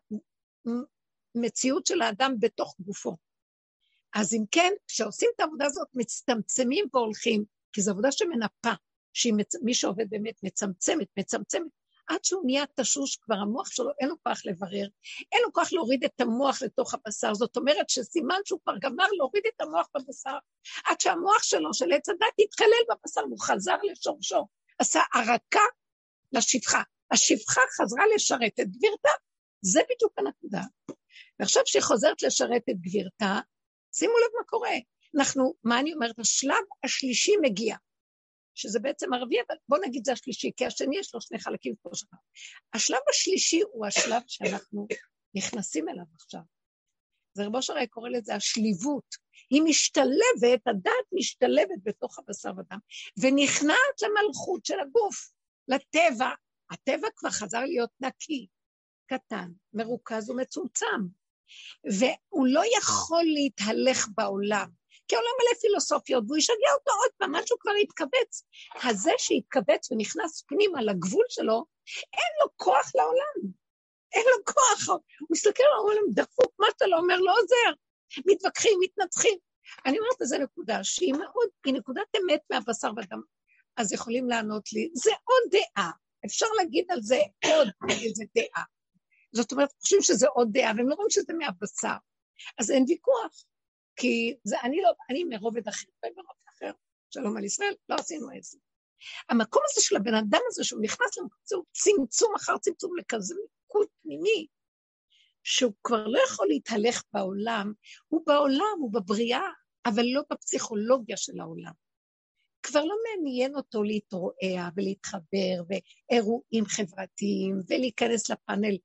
המציאות של האדם בתוך גופו. אז אם כן, כשעושים את העבודה הזאת, מצטמצמים והולכים, כי זו עבודה שמנפה, שמי שעובד באמת מצמצמת, מצמצמת, עד שהוא נהיה תשוש, כבר המוח שלו אין לו כוח לברר, אין לו כוח להוריד את המוח לתוך הבשר, זאת אומרת שסימן שהוא כבר גמר להוריד את המוח בבשר, עד שהמוח שלו של עץ הדת התחלל בבשר, הוא חזר לשורשו, עשה ערקה לשפחה, השפחה חזרה לשרת את גבירתה, זה בדיוק הנקודה. ועכשיו שהיא חוזרת לשרת את גבירתה, שימו לב מה קורה, אנחנו, מה אני אומרת, השלב השלישי מגיע, שזה בעצם הרביעי, אבל בוא נגיד זה השלישי, כי השני יש לו שני חלקים כמו שלך. השלב השלישי הוא השלב שאנחנו נכנסים אליו עכשיו. זה רבו שרי קורא לזה השליבות. היא משתלבת, הדעת משתלבת בתוך הבשר ודם, ונכנעת למלכות של הגוף, לטבע. הטבע כבר חזר להיות נקי, קטן, מרוכז ומצומצם, והוא לא יכול להתהלך בעולם, כי העולם מלא פילוסופיות, והוא ישגע אותו עוד פעם, משהו כבר יתקבץ. הזה שהתקבץ ונכנס פנימה לגבול שלו, אין לו כוח לעולם. אין לו כוח. הוא מסתכל על העולם דפוק, מה שאתה לא אומר לא עוזר. מתווכחים, מתנצחים. אני אומרת, זו נקודה שהיא מאוד, היא נקודת אמת מהבשר ודם. אז יכולים לענות לי, זה עוד דעה. אפשר להגיד על זה עוד איזה דעה. זאת אומרת, חושבים שזה עוד דעה, והם לא רואים שזה מהבשר. אז אין ויכוח. כי זה, אני לא, אני מרובד אחר, ומרובד אחר, שלום על ישראל, לא עשינו איזה. המקום הזה של הבן אדם הזה, שהוא נכנס למקום, צמצום אחר צמצום לכזה מיקוד פנימי, שהוא כבר לא יכול להתהלך בעולם, הוא בעולם, הוא בבריאה, אבל לא בפסיכולוגיה של העולם. כבר לא מעניין אותו להתרועע ולהתחבר, ואירועים חברתיים, ולהיכנס לפאנל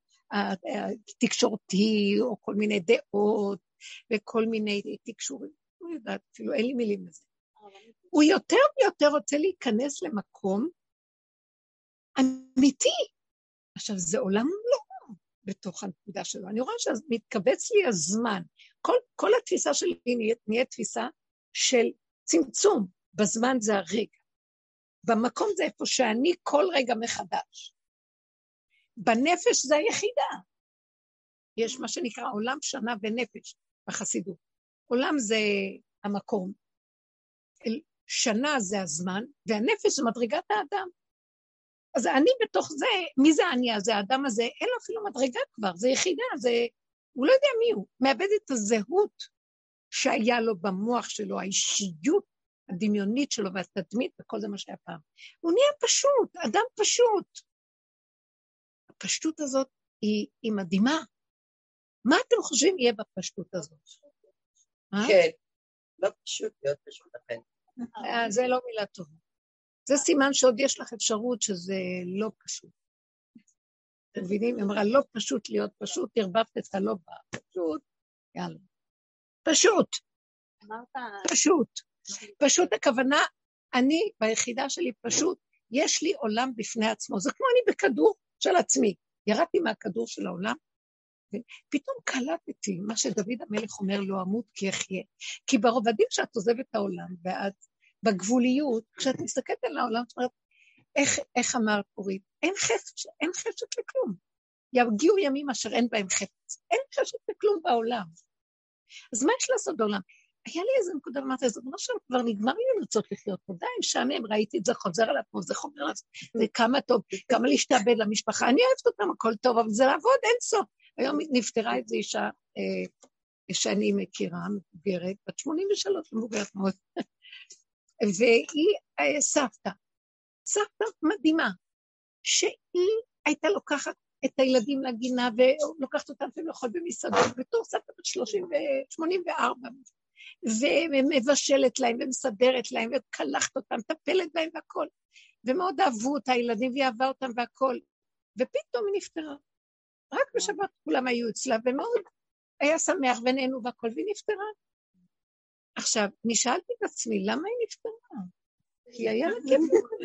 התקשורתי, או כל מיני דעות, וכל מיני תקשורים, לא יודעת, אפילו אין לי מילים לזה. הוא יותר ויותר רוצה להיכנס למקום אמיתי. עכשיו, זה עולם לא בתוך הנקודה שלו. אני רואה שמתקבץ לי הזמן. כל, כל התפיסה שלי נהיה, נהיה תפיסה של צמצום. בזמן זה הרגע. במקום זה איפה שאני כל רגע מחדש. בנפש זה היחידה. יש מה שנקרא עולם שנה ונפש. בחסידות. עולם זה המקום, שנה זה הזמן, והנפש זה מדרגת האדם. אז אני בתוך זה, מי זה אני הזה? האדם הזה, אין לו אפילו מדרגה כבר, זה יחידה, זה, הוא לא יודע מי הוא, מאבד את הזהות שהיה לו במוח שלו, האישיות הדמיונית שלו והתדמית, וכל זה מה שהיה פעם. הוא נהיה פשוט, אדם פשוט. הפשטות הזאת היא, היא מדהימה. מה אתם חושבים יהיה בפשטות הזאת? כן, לא פשוט, להיות פשוט לכן. זה לא מילה טובה. זה סימן שעוד יש לך אפשרות שזה לא פשוט. אתם מבינים? היא אמרה, לא פשוט להיות פשוט, תרבבת את הלא פשוט, יאללה. פשוט. פשוט. פשוט הכוונה, אני ביחידה שלי פשוט, יש לי עולם בפני עצמו. זה כמו אני בכדור של עצמי. ירדתי מהכדור של העולם, ופתאום קלטתי מה שדוד המלך אומר, לא אמות כי אחיה. כי ברובדים שאת עוזבת את העולם, ואת בגבוליות, כשאת מסתכלת על העולם, את אומרת, איך, איך אמר קורית? אין חפץ, אין חפץ לכלום. יגיעו ימים אשר אין בהם חפץ. אין חפץ לכלום בעולם. אז מה יש לעשות בעולם? היה לי איזה נקודה, אמרתי, זה לא שם כבר נגמר לי לרצות לחיות פה, די, משעמם, ראיתי את זה חוזר על עצמו, זה חומר על עצמו, זה כמה טוב, כמה להשתעבד למשפחה, אני אוהבת אותם, הכל טוב, אבל זה לעבוד, אין סוף. היום נפטרה איזו אישה אה, שאני מכירה, מבוגרת, בת שמונים ושלוש, מבוגרת מאוד, והיא אה, סבתא, סבתא מדהימה, שהיא הייתה לוקחת את הילדים לגינה, ולוקחת אותם לאכול במסעדות, בתור סבתא בת שלושים ושמונים וארבע, ומבשלת להם, ומסדרת להם, וקלחת אותם, טפלת בהם והכל, ומאוד אהבו את הילדים, והיא אהבה אותם והכל, ופתאום היא נפטרה. רק בשבת כולם היו אצלה, ומאוד היה שמח ונהנו והכל, והיא נפטרה. עכשיו, נשאלתי את עצמי, למה היא נפטרה? כי היה לה כיף.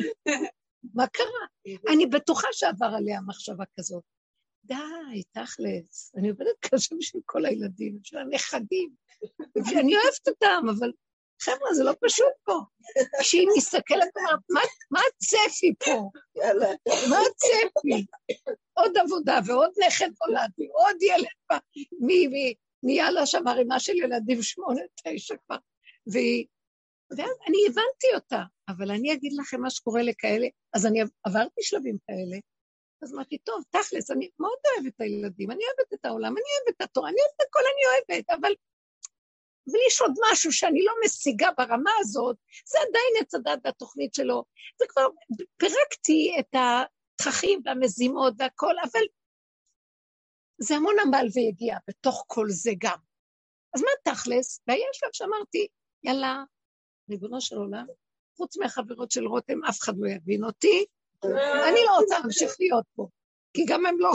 מה קרה? אני בטוחה שעבר עליה מחשבה כזאת. די, תכלס, אני עובדת קשה בשביל כל הילדים, בשביל הנכדים, ואני אוהבת אותם, אבל חבר'ה, זה לא פשוט פה. כשהיא מסתכלת, מה, מה הצפי פה? מה הצפי? עוד עבודה ועוד נכד נולד, ועוד ילד בה, מי, מי, נהיה לה שם הרימה של ילדים שמונה, תשע כבר, והיא, ואז אני הבנתי אותה, אבל אני אגיד לכם מה שקורה לכאלה, אז אני עברתי שלבים כאלה, אז אמרתי, טוב, תכלס, אני מאוד אוהבת את הילדים, אני אוהבת את העולם, אני אוהבת את התורה, אני אוהבת את הכל, אני אוהבת, אבל ויש עוד משהו שאני לא משיגה ברמה הזאת, זה עדיין יצדת בתוכנית שלו, וכבר פירקתי את התככים והמזימות והכל, אבל זה המון עמל ויגיע בתוך כל זה גם. אז מה תכלס? והיה שלב שאמרתי, יאללה, ריבונו של עולם, חוץ מהחברות של רותם, אף אחד לא יבין אותי, אני לא רוצה להמשיך להיות פה, כי גם הם לא.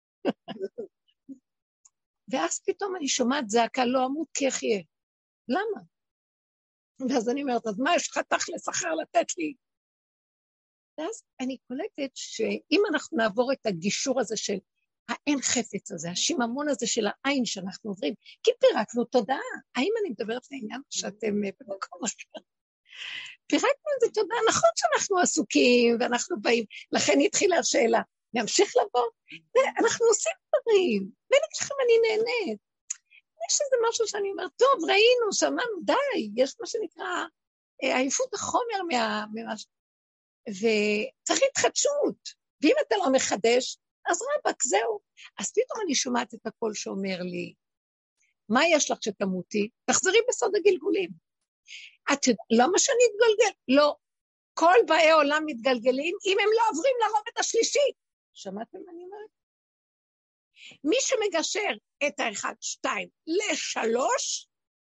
ואז פתאום אני שומעת זעקה, לא אמות כי אחיה. למה? ואז אני אומרת, אז מה יש לך תכלס אחר לתת לי? ואז אני קולטת שאם אנחנו נעבור את הגישור הזה של האין חפץ הזה, השיממון הזה של העין שאנחנו עוברים, כי פירקנו תודעה, האם אני מדברת לעניין שאתם במקום אחר? פירקנו את זה תודעה, נכון שאנחנו עסוקים ואנחנו באים, לכן התחילה השאלה, נמשיך לבוא? אנחנו עושים דברים, ואני לכם אני נהנית, יש איזה משהו שאני אומרת, טוב, ראינו, שמענו, די, יש מה שנקרא, עייפות החומר מה... וצריך התחדשות, ואם אתה לא מחדש, אז רבק, זהו. אז פתאום אני שומעת את הקול שאומר לי, מה יש לך שתמותי? תחזרי בסוד הגלגולים. את לא מה שאני אתגלגל? לא. כל באי עולם מתגלגלים, אם הם לא עוברים לרובד השלישי. שמעתם מה אני אומרת? מי שמגשר את האחד, שתיים, לשלוש,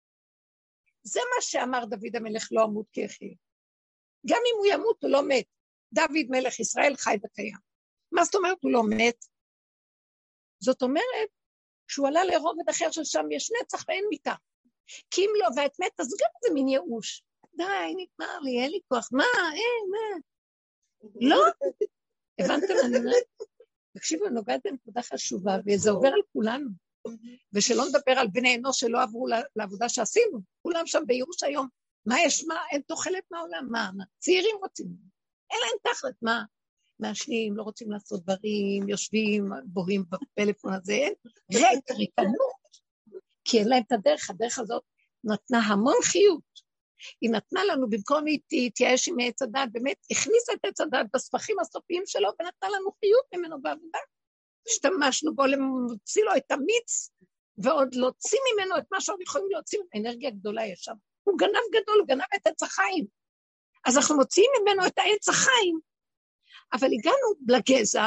זה מה שאמר דוד המלך, לא אמות כי אחיה. גם אם הוא ימות, הוא לא מת. דוד מלך ישראל חי וקיים. מה זאת אומרת? הוא לא מת. זאת אומרת, שהוא עלה לרובד אחר ששם יש נצח ואין מיטה. כי אם לא, ואת מת, אז גם זה מין ייאוש. די, נגמר לי, אין לי כוח. מה? אין, מה? לא? הבנתם? אני אומרת? תקשיבו, נוגעת בנקודה חשובה, וזה עובר על כולנו. ושלא נדבר על בני אנוש שלא עברו לעבודה שעשינו. כולם שם בייאוש היום. מה יש? מה? אין תוחלת מהעולם. מה? מה? צעירים רוצים. אין להם תכלת. מה? מעשנים, לא רוצים לעשות דברים, יושבים, בוהים בפלאפון הזה. ריק, ריקנות. כי אין להם את הדרך. הדרך הזאת נתנה המון חיות. היא נתנה לנו, במקום היא תתייאש עם עץ הדת, באמת הכניסה את עץ הדת בספחים הסופיים שלו, ונתנה לנו חיות ממנו בעבודה. השתמשנו בו להוציא לו את המיץ, ועוד להוציא ממנו את מה שעוד יכולים להוציא, אנרגיה גדולה יש שם. הוא גנב גדול, הוא גנב את עץ החיים. אז אנחנו מוציאים ממנו את העץ החיים, אבל הגענו לגזע,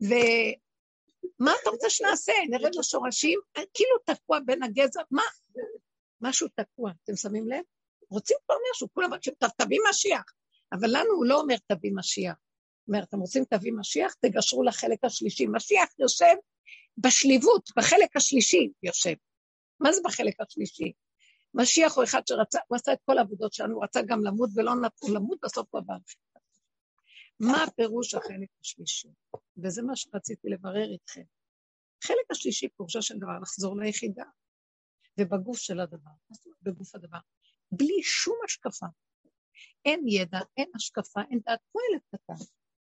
ומה אתה רוצה שנעשה? נרד לשורשים, כאילו תקוע בין הגזע, מה? משהו תקוע, אתם שמים לב? רוצים כבר משהו, כולם תביא משיח, אבל לנו הוא לא אומר תביא משיח, הוא אומר, אתם רוצים תביא משיח, תגשרו לחלק השלישי, משיח יושב בשליבות, בחלק השלישי יושב, מה זה בחלק השלישי? משיח הוא אחד שרצה, הוא עשה את כל העבודות שלנו, הוא רצה גם למות ולא נתנו למות, בסוף הוא עבר. מה פירוש החלק השלישי? וזה מה שרציתי לברר איתכם. החלק השלישי פירושו של דבר לחזור ליחידה, ובגוף של הדבר, בגוף הדבר, בלי שום השקפה. אין ידע, אין השקפה, אין דעת, כמו ילד קטן.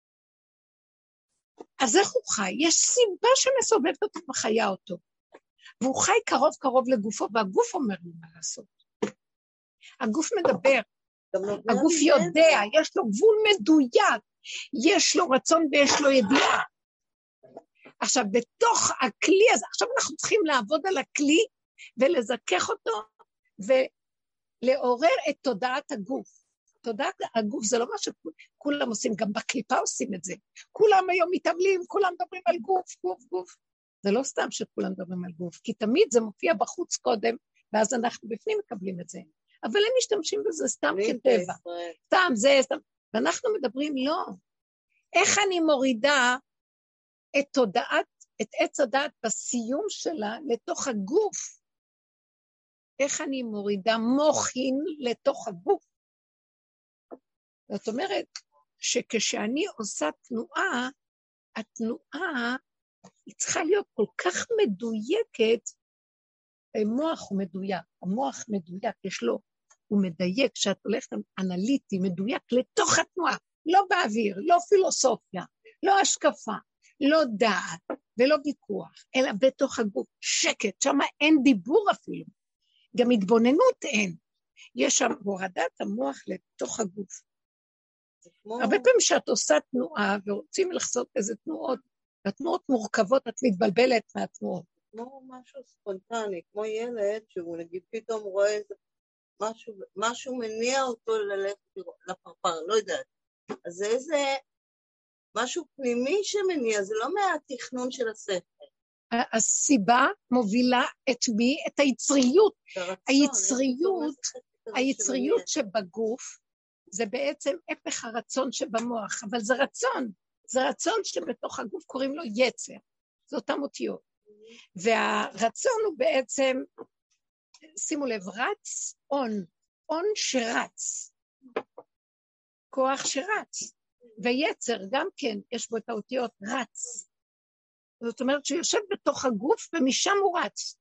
אז איך הוא חי? יש סיבה שמסובבת אותו וחיה אותו. והוא חי קרוב קרוב לגופו, והגוף אומר לו מה לעשות. הגוף מדבר, הגוף יודע, יש לו גבול מדויק, יש לו רצון ויש לו ידיעה. עכשיו, בתוך הכלי הזה, עכשיו אנחנו צריכים לעבוד על הכלי, ולזכך אותו, ולעורר את תודעת הגוף. תודעת הגוף זה לא מה שכולם עושים, גם בקליפה עושים את זה. כולם היום מתעמלים, כולם מדברים על גוף, גוף, גוף. זה לא סתם שכולם מדברים על גוף, כי תמיד זה מופיע בחוץ קודם, ואז אנחנו בפנים מקבלים את זה. אבל הם משתמשים בזה סתם כטבע. סתם זה, סתם. ואנחנו מדברים לא. איך אני מורידה את תודעת, את עץ הדעת בסיום שלה לתוך הגוף? איך אני מורידה מוחין לתוך הגוף? זאת אומרת, שכשאני עושה תנועה, התנועה היא צריכה להיות כל כך מדויקת, המוח הוא מדויק, המוח מדויק, יש לו, הוא מדייק, כשאת הולכת אנליטי, מדויק לתוך התנועה, לא באוויר, לא פילוסופיה, לא השקפה, לא דעת ולא ויכוח, אלא בתוך הגוף, שקט, שם אין דיבור אפילו, גם התבוננות אין, יש שם הורדת המוח לתוך הגוף. כמו... הרבה פעמים שאת עושה תנועה ורוצים לחסות איזה תנועות, התנועות מורכבות, את מתבלבלת מהתנועות. כמו משהו ספונטני, כמו ילד שהוא נגיד פתאום רואה איזה משהו, משהו מניע אותו ללכת לפרפר, לא יודעת. אז זה איזה משהו פנימי שמניע, זה לא מהתכנון של השכל. הסיבה מובילה את מי? את היצריות. היצריות, היצריות שבגוף, זה בעצם הפך הרצון שבמוח, אבל זה רצון. זה רצון שבתוך הגוף קוראים לו יצר. זה אותם אותיות. והרצון הוא בעצם, שימו לב, רץ, און, און שרץ. כוח שרץ. ויצר גם כן, יש בו את האותיות רץ. זאת אומרת שיושב בתוך הגוף ומשם הוא רץ.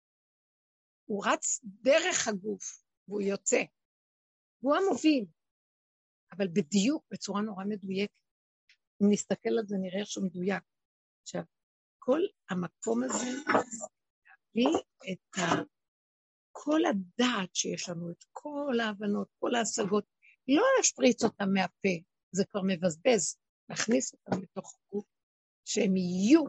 הוא רץ דרך הגוף והוא יוצא. הוא המוביל. אבל בדיוק בצורה נורא מדויקת. אם נסתכל על זה נראה שהוא מדויק. עכשיו, כל המקום הזה להביא את ה... כל הדעת שיש לנו, את כל ההבנות, כל ההשגות, לא להשפריץ אותם מהפה, זה כבר מבזבז, להכניס אותם לתוך הגוף, שהם יהיו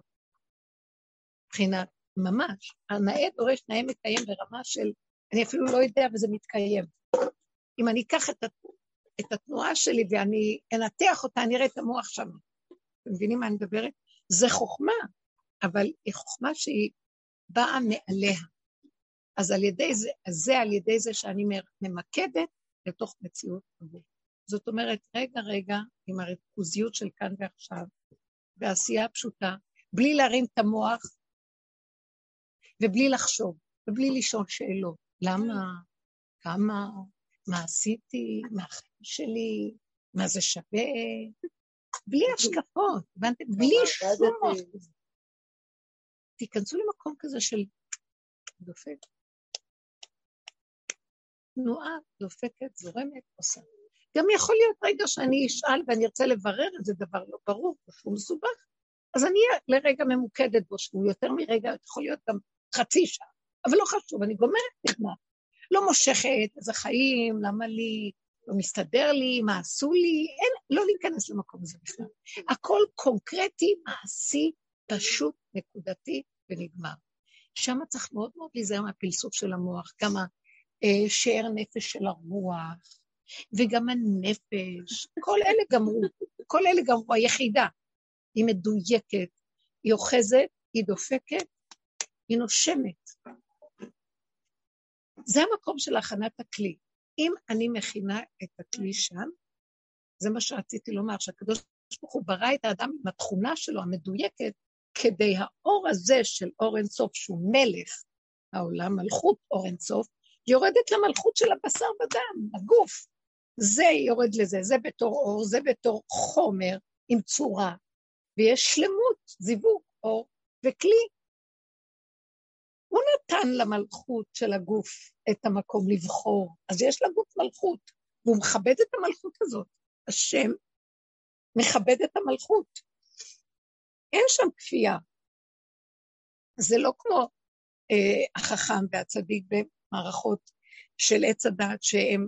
מבחינת ממש. הנאה דורש נאה מקיים ברמה של, אני אפילו לא יודע וזה מתקיים. אם אני אקח את, את התנועה שלי ואני אנתח אותה, אני אראה את המוח שם. אתם מבינים מה אני מדברת? זה חוכמה, אבל היא חוכמה שהיא באה מעליה. אז על ידי זה, זה על ידי זה שאני ממקדת לתוך מציאות הגוף. זאת אומרת, רגע רגע, עם הריכוזיות של כאן ועכשיו, בעשייה פשוטה, בלי להרים את המוח, ובלי לחשוב, ובלי לשאול שאלות. למה? כמה? מה עשיתי? מה החיים שלי? מה זה שווה? בלי השקפות, בלי שום מוח. תיכנסו למקום כזה של דופק. תנועה דופקת, זורמת, עושה. גם יכול להיות רגע שאני אשאל ואני ארצה לברר איזה דבר לא ברור, שהוא מסובך, אז אני אהיה לרגע ממוקדת בו, שהוא יותר מרגע, יכול להיות גם חצי שעה, אבל לא חשוב, אני גומרת נגמר. לא מושכת, איזה חיים, למה לי, לא מסתדר לי, מה עשו לי, אין, לא להיכנס למקום הזה בכלל. הכל קונקרטי, מעשי, פשוט, נקודתי ונגמר. שם צריך מאוד מאוד להיזהר מהפלסוף של המוח, גם השאר נפש של הרוח, וגם הנפש, כל אלה גמרו, כל אלה גמרו, היחידה, היא מדויקת, היא אוחזת, היא דופקת, היא נושמת. זה המקום של הכנת הכלי. אם אני מכינה את הכלי שם, זה מה שרציתי לומר, שהקדוש ברוך הוא ברא את האדם עם התכונה שלו המדויקת, כדי האור הזה של אור אינסוף, שהוא מלך העולם, מלכות אור אינסוף, יורדת למלכות של הבשר בדם, הגוף. זה יורד לזה, זה בתור אור, זה בתור חומר עם צורה, ויש שלמות, זיווג, אור וכלי. הוא נתן למלכות של הגוף את המקום לבחור, אז יש לגוף מלכות, והוא מכבד את המלכות הזאת. השם מכבד את המלכות. אין שם כפייה. זה לא כמו אה, החכם והצדיק במערכות של עץ הדת, שהם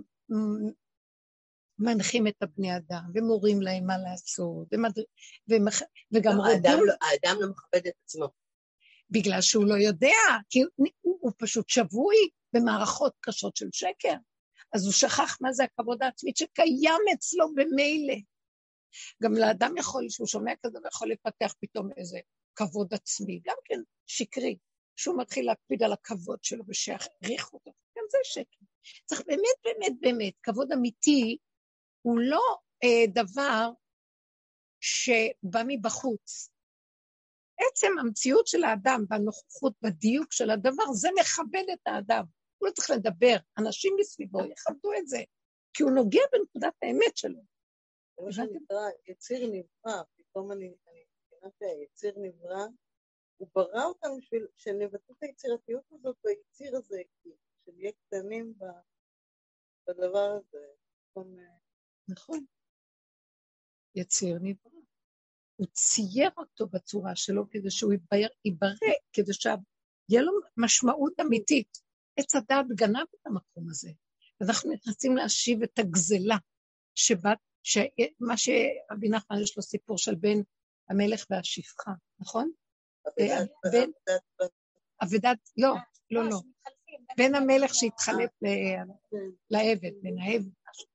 מנחים את הבני אדם, ומורים להם מה לעשות, ומד... ומח... וגם לא, רודים... האדם, לא, האדם לא מכבד את עצמו. בגלל שהוא לא יודע, כי הוא, הוא, הוא פשוט שבוי במערכות קשות של שקר. אז הוא שכח מה זה הכבוד העצמית שקיים אצלו במילא. גם לאדם יכול, שהוא שומע כזה, ויכול לפתח פתאום איזה כבוד עצמי, גם כן שקרי, שהוא מתחיל להקפיד על הכבוד שלו ושיעריך אותו. גם זה שקר. צריך באמת, באמת, באמת, כבוד אמיתי, הוא לא אה, דבר שבא מבחוץ. עצם המציאות של האדם, בנוכחות, בדיוק של הדבר, זה מכבד את האדם. הוא לא צריך לדבר, אנשים מסביבו יכבדו את זה, כי הוא נוגע בנקודת האמת שלו. זה מה שנקרא, יציר נברא, פתאום אני מבינה שהיציר נברא, הוא ברא אותם בשביל שנבטא את היצירתיות הזאת ביציר הזה, שנהיה קטנים בדבר הזה. נכון. יציר נברא. הוא צייר אותו בצורה שלו כדי שהוא ייברא, כדי שיהיה לו משמעות אמיתית. עץ הדעת גנב את המקום הזה. אנחנו נכנסים להשיב את הגזלה, שבת, שמה שרבי נחמן יש לו סיפור של בין המלך והשפחה, נכון? בין, עבדת, לא, לא, לא. בין המלך שהתחלף לעבד, בין העבד.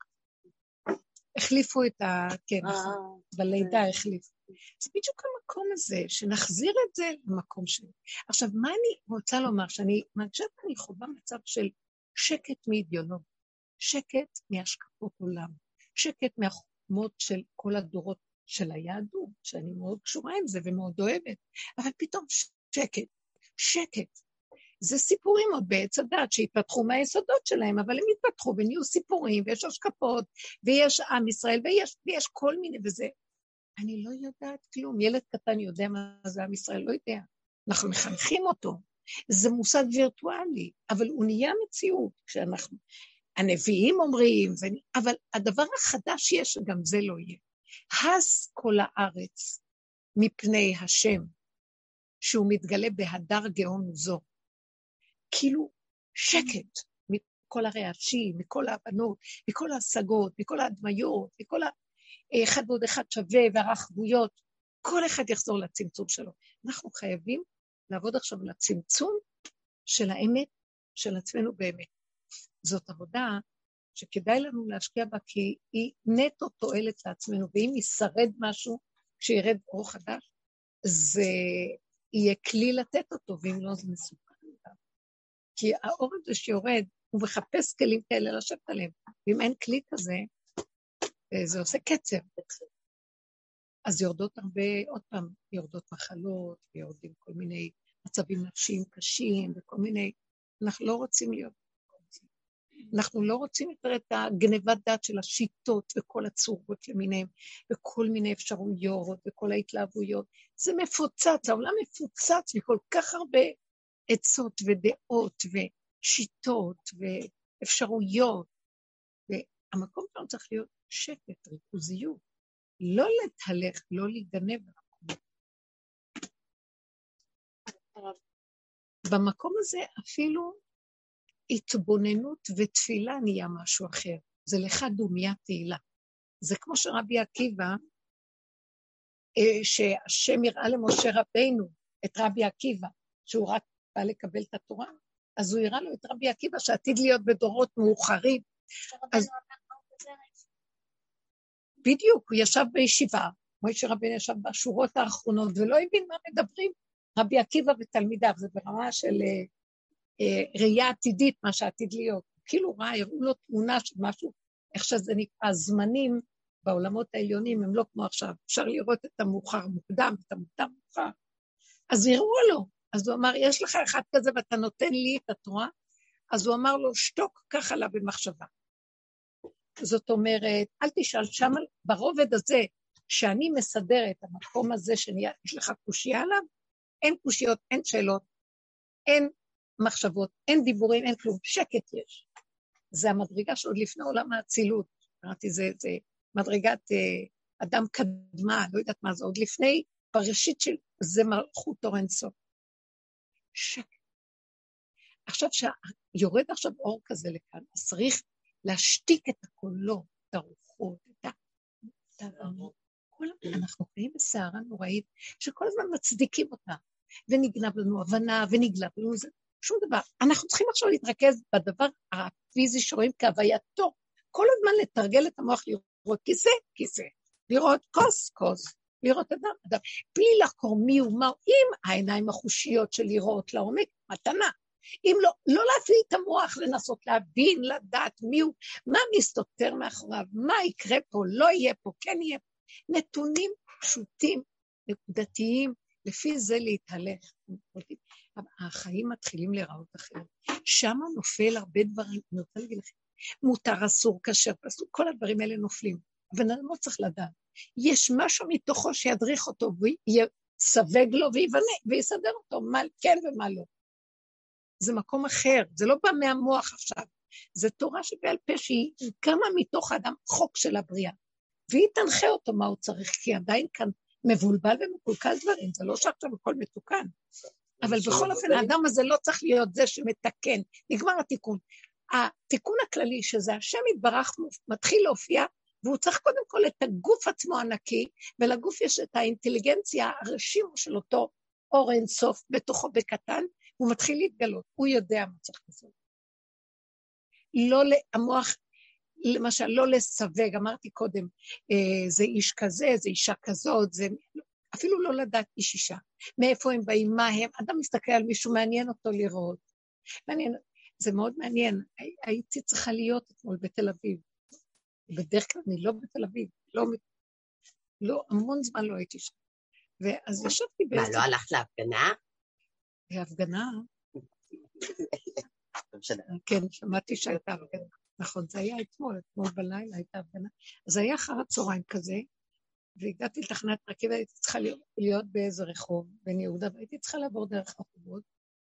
החליפו את ה... כן, בלידה החליפו. זה בדיוק המקום הזה, שנחזיר את זה למקום שלי. עכשיו, מה אני רוצה לומר? שאני מרגישה שאני חווה מצב של שקט מאידיאולוגיה, שקט מהשקפות עולם, שקט מהחוכמות של כל הדורות של היהדות, שאני מאוד קשורה עם זה ומאוד אוהבת, אבל פתאום שקט, שקט. זה סיפורים עוד בעץ הדת שהתפתחו מהיסודות שלהם, אבל הם התפתחו ונהיו סיפורים, ויש השקפות, ויש עם ישראל, ויש, ויש כל מיני, וזה... אני לא יודעת כלום, ילד קטן יודע מה זה עם ישראל, לא יודע. אנחנו מחנכים אותו, זה מושג וירטואלי, אבל הוא נהיה מציאות, כשאנחנו, הנביאים אומרים, ו... אבל הדבר החדש יש, גם זה לא יהיה. הס כל הארץ מפני השם, שהוא מתגלה בהדר גאון וזו, כאילו שקט מכל הרעשים, מכל ההבנות, מכל ההשגות, מכל ההדמיות, מכל אחד ועוד אחד שווה והרחבויות, כל אחד יחזור לצמצום שלו. אנחנו חייבים לעבוד עכשיו לצמצום של האמת של עצמנו באמת. זאת עבודה שכדאי לנו להשקיע בה, כי היא נטו תועלת לעצמנו, ואם ישרד משהו, כשירד אור חדש, זה יהיה כלי לתת אותו, ואם לא זה מסוכן. כי האור הזה שיורד, הוא מחפש כלים כאלה לשבת עליהם, ואם אין כלי כזה, זה עושה קצר. אז יורדות הרבה, עוד פעם, יורדות מחלות, ויורדים כל מיני מצבים נפשיים קשים, וכל מיני, אנחנו לא רוצים להיות, אנחנו לא רוצים יותר את הגנבת דת של השיטות, וכל הצורות למיניהם, וכל מיני אפשרויות, וכל ההתלהבויות. זה מפוצץ, העולם מפוצץ מכל כך הרבה עצות ודעות, ושיטות, ואפשרויות, והמקום שלנו צריך להיות שקט, ריכוזיות, לא להתהלך, לא להיגנב במקום. במקום הזה אפילו התבוננות ותפילה נהיה משהו אחר. זה לך דומיה תהילה. זה כמו שרבי עקיבא, שהשם יראה למשה רבינו את רבי עקיבא, שהוא רק בא לקבל את התורה, אז הוא יראה לו את רבי עקיבא שעתיד להיות בדורות מאוחרים. אז בדיוק, הוא ישב בישיבה, משה רבינו ישב בשורות האחרונות, ולא הבין מה מדברים רבי עקיבא ותלמידיו, זה ברמה של אה, אה, ראייה עתידית, מה שעתיד להיות. כאילו ראה, הראו לו תמונה של משהו, איך שזה נקרא, הזמנים בעולמות העליונים, הם לא כמו עכשיו, אפשר לראות את המאוחר מוקדם, את המוקדם מאוחר. אז הראו לו, אז הוא אמר, יש לך אחד כזה ואתה נותן לי את התורה, אז הוא אמר לו, שתוק, קח עליו במחשבה. זאת אומרת, אל תשאל שם ברובד הזה, שאני מסדר את המקום הזה שיש לך קושיה עליו, אין קושיות, אין שאלות, אין מחשבות, אין דיבורים, אין כלום, שקט יש. זה המדרגה שעוד לפני עולם האצילות, אמרתי, זה, זה מדרגת אה, אדם קדמה, לא יודעת מה זה, עוד לפני, בראשית של זה מלכות אור אין סוף. שקט. עכשיו שיורד עכשיו אור כזה לכאן, אז צריך להשתיק את הקולות, את הרוחות, את ה... אנחנו חיים בסערה נוראית, שכל הזמן מצדיקים אותה, ונגנב לנו הבנה, ונגנב לנו זה, שום דבר. אנחנו צריכים עכשיו להתרכז בדבר הפיזי שרואים כהווייתו, כל הזמן לתרגל את המוח לראות כיסא, כיסא, לראות כוס, כוס, לראות אדם, אדם, בלי לחקור מי הוא, מה הוא, עם העיניים החושיות של לראות לעומק, מתנה. אם לא, לא להפעיל את המוח, לנסות להבין, לדעת מי הוא, מה מסתותר מאחוריו, מה יקרה פה, לא יהיה פה, כן יהיה פה. נתונים פשוטים, נקודתיים, לפי זה להתהלך. החיים מתחילים להיראות אחרת. שם נופל הרבה דברים, אני רוצה להגיד לכם, מותר, אסור, כשר, פסוק, כל הדברים האלה נופלים, אבל אני לא צריך לדעת. יש משהו מתוכו שידריך אותו, ויסווג לו ויבנה, ויסדר אותו, מה כן ומה לא. זה מקום אחר, זה לא בא מהמוח עכשיו, זה תורה שבעל פה שהיא קמה מתוך האדם חוק של הבריאה, והיא תנחה אותו מה הוא צריך, כי עדיין כאן מבולבל ומקולקל דברים, זה לא שעכשיו הכל מתוקן, אבל בכל אופן האדם הזה לא צריך להיות זה שמתקן, נגמר התיקון. התיקון הכללי שזה השם יתברך מתחיל להופיע, והוא צריך קודם כל את הגוף עצמו הנקי, ולגוף יש את האינטליגנציה, הרשימו של אותו אור אין סוף בתוכו בקטן, הוא מתחיל להתגלות, הוא יודע מה צריך לעשות. לא המוח, למשל, לא לסווג, אמרתי קודם, אה, זה איש כזה, זה אישה כזאת, זה, אפילו לא לדעת איש אישה. מאיפה הם באים, מה הם, אדם מסתכל על מישהו, מעניין אותו לראות. מעניין, זה מאוד מעניין, הי, הייתי צריכה להיות אתמול בתל אביב. בדרך כלל אני לא בתל אביב, לא, לא, המון זמן לא הייתי שם. ואז ישבתי מה, לא הלכת להפגנה? ההפגנה, כן, שמעתי שהייתה הפגנה, נכון, זה היה אתמול, אתמול בלילה הייתה הפגנה, אז היה אחר הצהריים כזה, והגעתי לתחנת רכבת, הייתי צריכה להיות, להיות באיזה רחוב, בן יהודה, והייתי צריכה לעבור דרך הרחובות,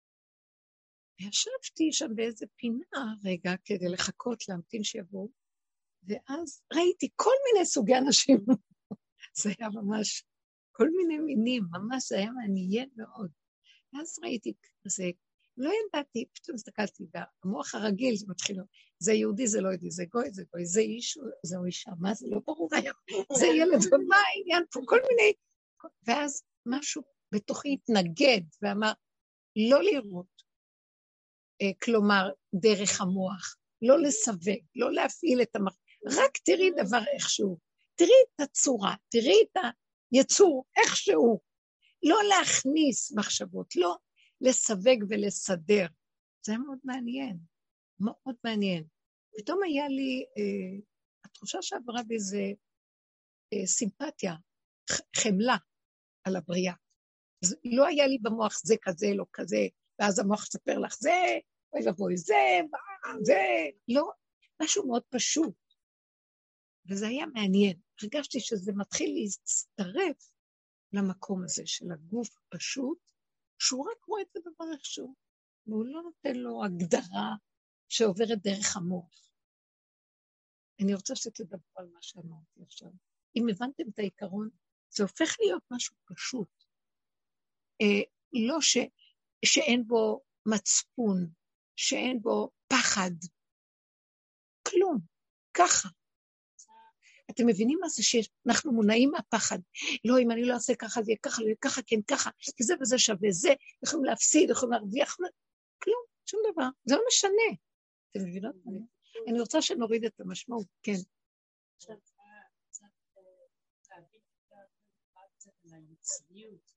וישבתי שם באיזה פינה רגע, כדי לחכות, להמתין שיבואו, ואז ראיתי כל מיני סוגי אנשים, זה היה ממש, כל מיני מינים, ממש זה היה מעניין מאוד, ואז ראיתי כזה, לא ידעתי, פתאום הסתכלתי, והמוח הרגיל זה מתחיל, זה יהודי, זה לא יהודי, זה גוי, זה גוי, זה איש, זה אישה, מה זה לא ברור היה, זה ילד, ומה העניין פה, כל מיני, ואז משהו בתוכי התנגד, ואמר, לא לראות, כלומר, דרך המוח, לא לסווג, לא להפעיל את המח... רק תראי דבר איכשהו, תראי את הצורה, תראי את היצור איכשהו, לא להכניס מחשבות, לא לסווג ולסדר. זה היה מאוד מעניין, מאוד מעניין. פתאום היה לי, אה, התחושה שעברה באיזה אה, סימפתיה, חמלה על הבריאה. אז לא היה לי במוח זה כזה, לא כזה, ואז המוח ספר לך זה, אוי לבוי זה, זה, לא, משהו מאוד פשוט. וזה היה מעניין. הרגשתי שזה מתחיל להצטרף למקום הזה של הגוף הפשוט, שהוא רק רואה את הדבר איכשהו, והוא לא נותן לו הגדרה שעוברת דרך המוח. אני רוצה שתדברו על מה שאמרתי עכשיו. אם הבנתם את העיקרון, זה הופך להיות משהו פשוט. אה, לא ש, שאין בו מצפון, שאין בו פחד, כלום, ככה. אתם מבינים מה זה שאנחנו מונעים מהפחד? לא, אם אני לא אעשה ככה, זה יהיה ככה, ככה, כן, ככה, כי זה וזה שווה, זה, יכולים להפסיד, יכולים להרוויח, כלום, שום דבר, זה לא משנה. אתם מבינות? אני רוצה שנוריד את המשמעות, כן. עכשיו, קצת להבין קצת על היצריות,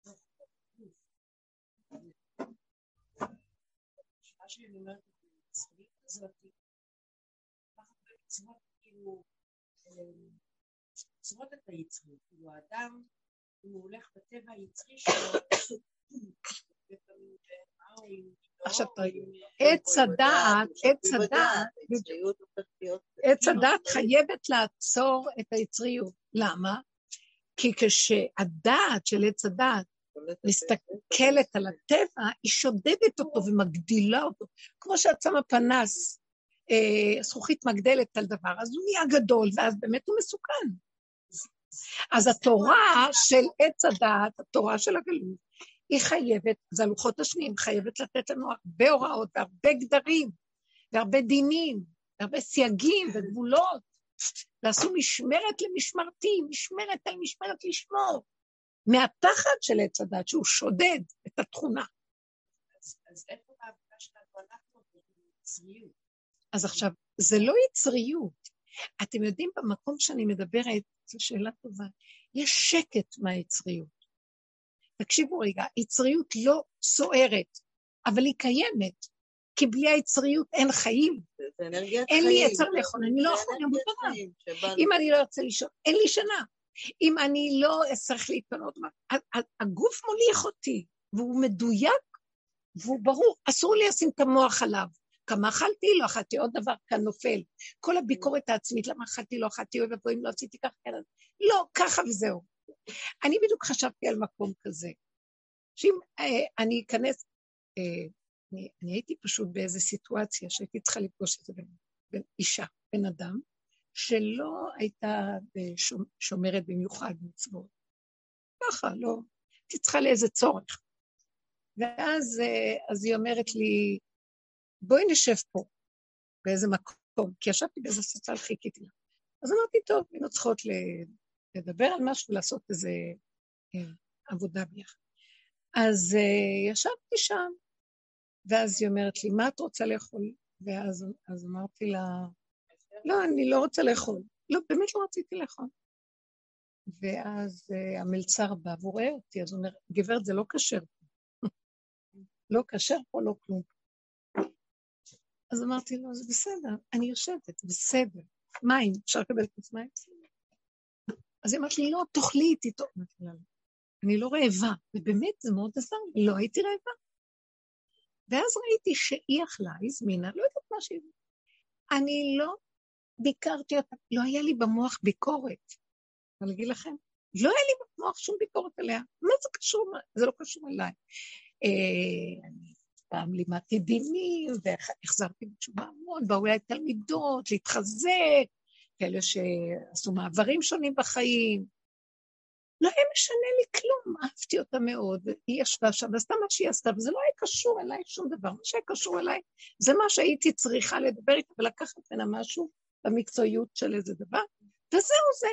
מה שאני אומרת, היצריות הזאת, אנחנו בעצמות כאילו, עוצרות את היצריות, כאילו האדם, אם הוא הולך בטבע היצרי שלו, עכשיו עץ הדעת, עץ הדעת, עץ הדעת חייבת לעצור את היצריות. למה? כי כשהדעת של עץ הדעת מסתכלת על הטבע, היא שודדת אותו ומגדילה אותו, כמו שאת שמה פנס, אה, זכוכית מגדלת על דבר, אז הוא נהיה גדול, ואז באמת הוא מסוכן. אז התורה של עץ הדעת, התורה של הגלות, היא חייבת, אז הלוחות השניים חייבת לתת לנו הרבה הוראות, והרבה גדרים, והרבה דינים, והרבה סייגים וגבולות, ועשו משמרת למשמרתי, משמרת על משמרת לשמור, מהפחד של עץ הדת, שהוא שודד את התכונה. אז, אז איפה העבודה שלנו אנחנו ביצריות? אז עכשיו, זה לא יצריות. אתם יודעים, במקום שאני מדברת, זו שאלה טובה, יש שקט מהיצריות. תקשיבו רגע, יצריות לא סוערת, אבל היא קיימת, כי בלי היצריות אין חיים. אין לי יצר לאכול, אני לא יכול למות דבר. אם אני לא ארצה לישון, אין לי שנה. אם אני לא אצטרך להתפנות, הגוף מוליך אותי, והוא מדויק, והוא ברור, אסור לי לשים את המוח עליו. כמה אכלתי, לא אכלתי, עוד דבר כאן נופל. כל הביקורת העצמית, למה אכלתי, לא אכלתי, אוי ובוא, אם לא עשיתי ככה, כן, לא, ככה וזהו. אני בדיוק חשבתי על מקום כזה, שאם אה, אני אכנס, אה, אני, אני הייתי פשוט באיזו סיטואציה, שהייתי צריכה לפגוש את זה בין, בין אישה, בין אדם, שלא הייתה שומרת במיוחד מצוות. ככה, לא, הייתי צריכה לאיזה צורך. ואז אז היא אומרת לי, בואי נשב פה, באיזה מקום, כי ישבתי באיזה ספסל, חיכיתי לה. אז אמרתי, טוב, היינו צריכות לדבר על משהו, לעשות איזה עבודה ביחד. אז ישבתי שם, ואז היא אומרת לי, מה את רוצה לאכול? ואז אז אמרתי לה, לא, אני לא רוצה לאכול. לא, באמת לא רציתי לאכול. ואז המלצר בא, והוא רואה אותי, אז הוא אומר, גברת, זה לא קשר פה. לא קשר פה, לא כלום. אז אמרתי לו, זה בסדר, אני יושבת, בסדר. מים, אפשר לקבל כוס מים? אז היא אמרת לי, לא, תאכלי איתי, טוב. אני לא רעבה, ובאמת זה מאוד עזר, לא הייתי רעבה. ואז ראיתי שהיא אכלה, הזמינה, לא יודעת מה שהיא. אני לא ביקרתי אותה, לא היה לי במוח ביקורת. אני אגיד לכם, לא היה לי במוח שום ביקורת עליה. מה זה קשור? זה לא קשור אליי. אני פעם לימדתי דינים, והחזרתי בתשובה המון, באו אליי תלמידות, להתחזק, כאלה שעשו מעברים שונים בחיים. לא היה משנה לי כלום, אהבתי אותה מאוד, והיא ישבה שם, ועשתה מה שהיא עשתה, וזה לא היה קשור אליי שום דבר, מה שהיה קשור אליי, זה מה שהייתי צריכה לדבר איתה, ולקחת ממנה משהו במקצועיות של איזה דבר, וזהו זה.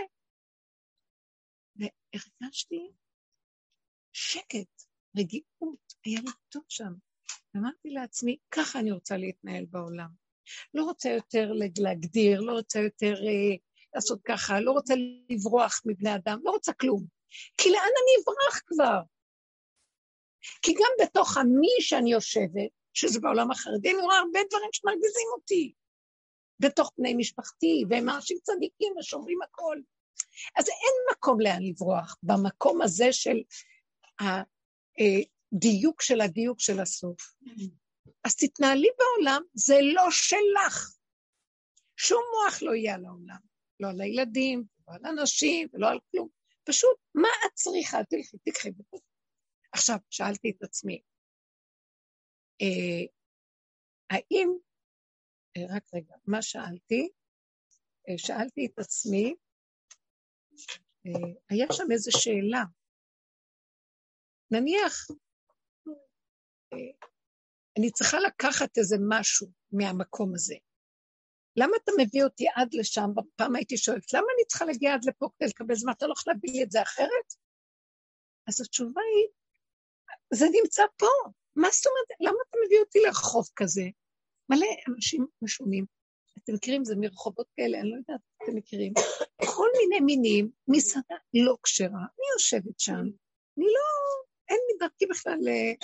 והרגשתי שקט, רגיעות, היה לי טוב שם. אמרתי לעצמי, ככה אני רוצה להתנהל בעולם. לא רוצה יותר להגדיר, לא רוצה יותר אה, לעשות ככה, לא רוצה לברוח מבני אדם, לא רוצה כלום. כי לאן אני אברח כבר? כי גם בתוך המי שאני יושבת, שזה בעולם החרדי, אני רואה הרבה דברים שמרגיזים אותי. בתוך בני משפחתי, והם אנשים צדיקים ושומרים הכל. אז אין מקום לאן לברוח, במקום הזה של הדיוק של הדיוק של הסוף. אז תתנהלי בעולם, זה לא שלך. שום מוח לא יהיה על העולם. לא על הילדים, לא על אנשים, ולא על כלום. פשוט, מה את צריכה? תלכי, תקחי בזה. עכשיו, שאלתי את עצמי, אה, האם, אה, רק רגע, מה שאלתי? אה, שאלתי את עצמי, אה, היה שם איזו שאלה. נניח, אה, אני צריכה לקחת איזה משהו מהמקום הזה. למה אתה מביא אותי עד לשם? בפעם הייתי שואלת, למה אני צריכה להגיע עד לפה כדי לקבל זמן? אתה לא יכול להביא לי את זה אחרת? אז התשובה היא, זה נמצא פה. מה זאת אומרת? למה אתה מביא אותי לרחוב כזה? מלא אנשים משונים. אתם מכירים, זה מרחובות כאלה, אני לא יודעת, אתם מכירים. כל מיני מינים, מסעדה לא כשרה. אני יושבת שם. אני לא, אין לי דרכי בכלל.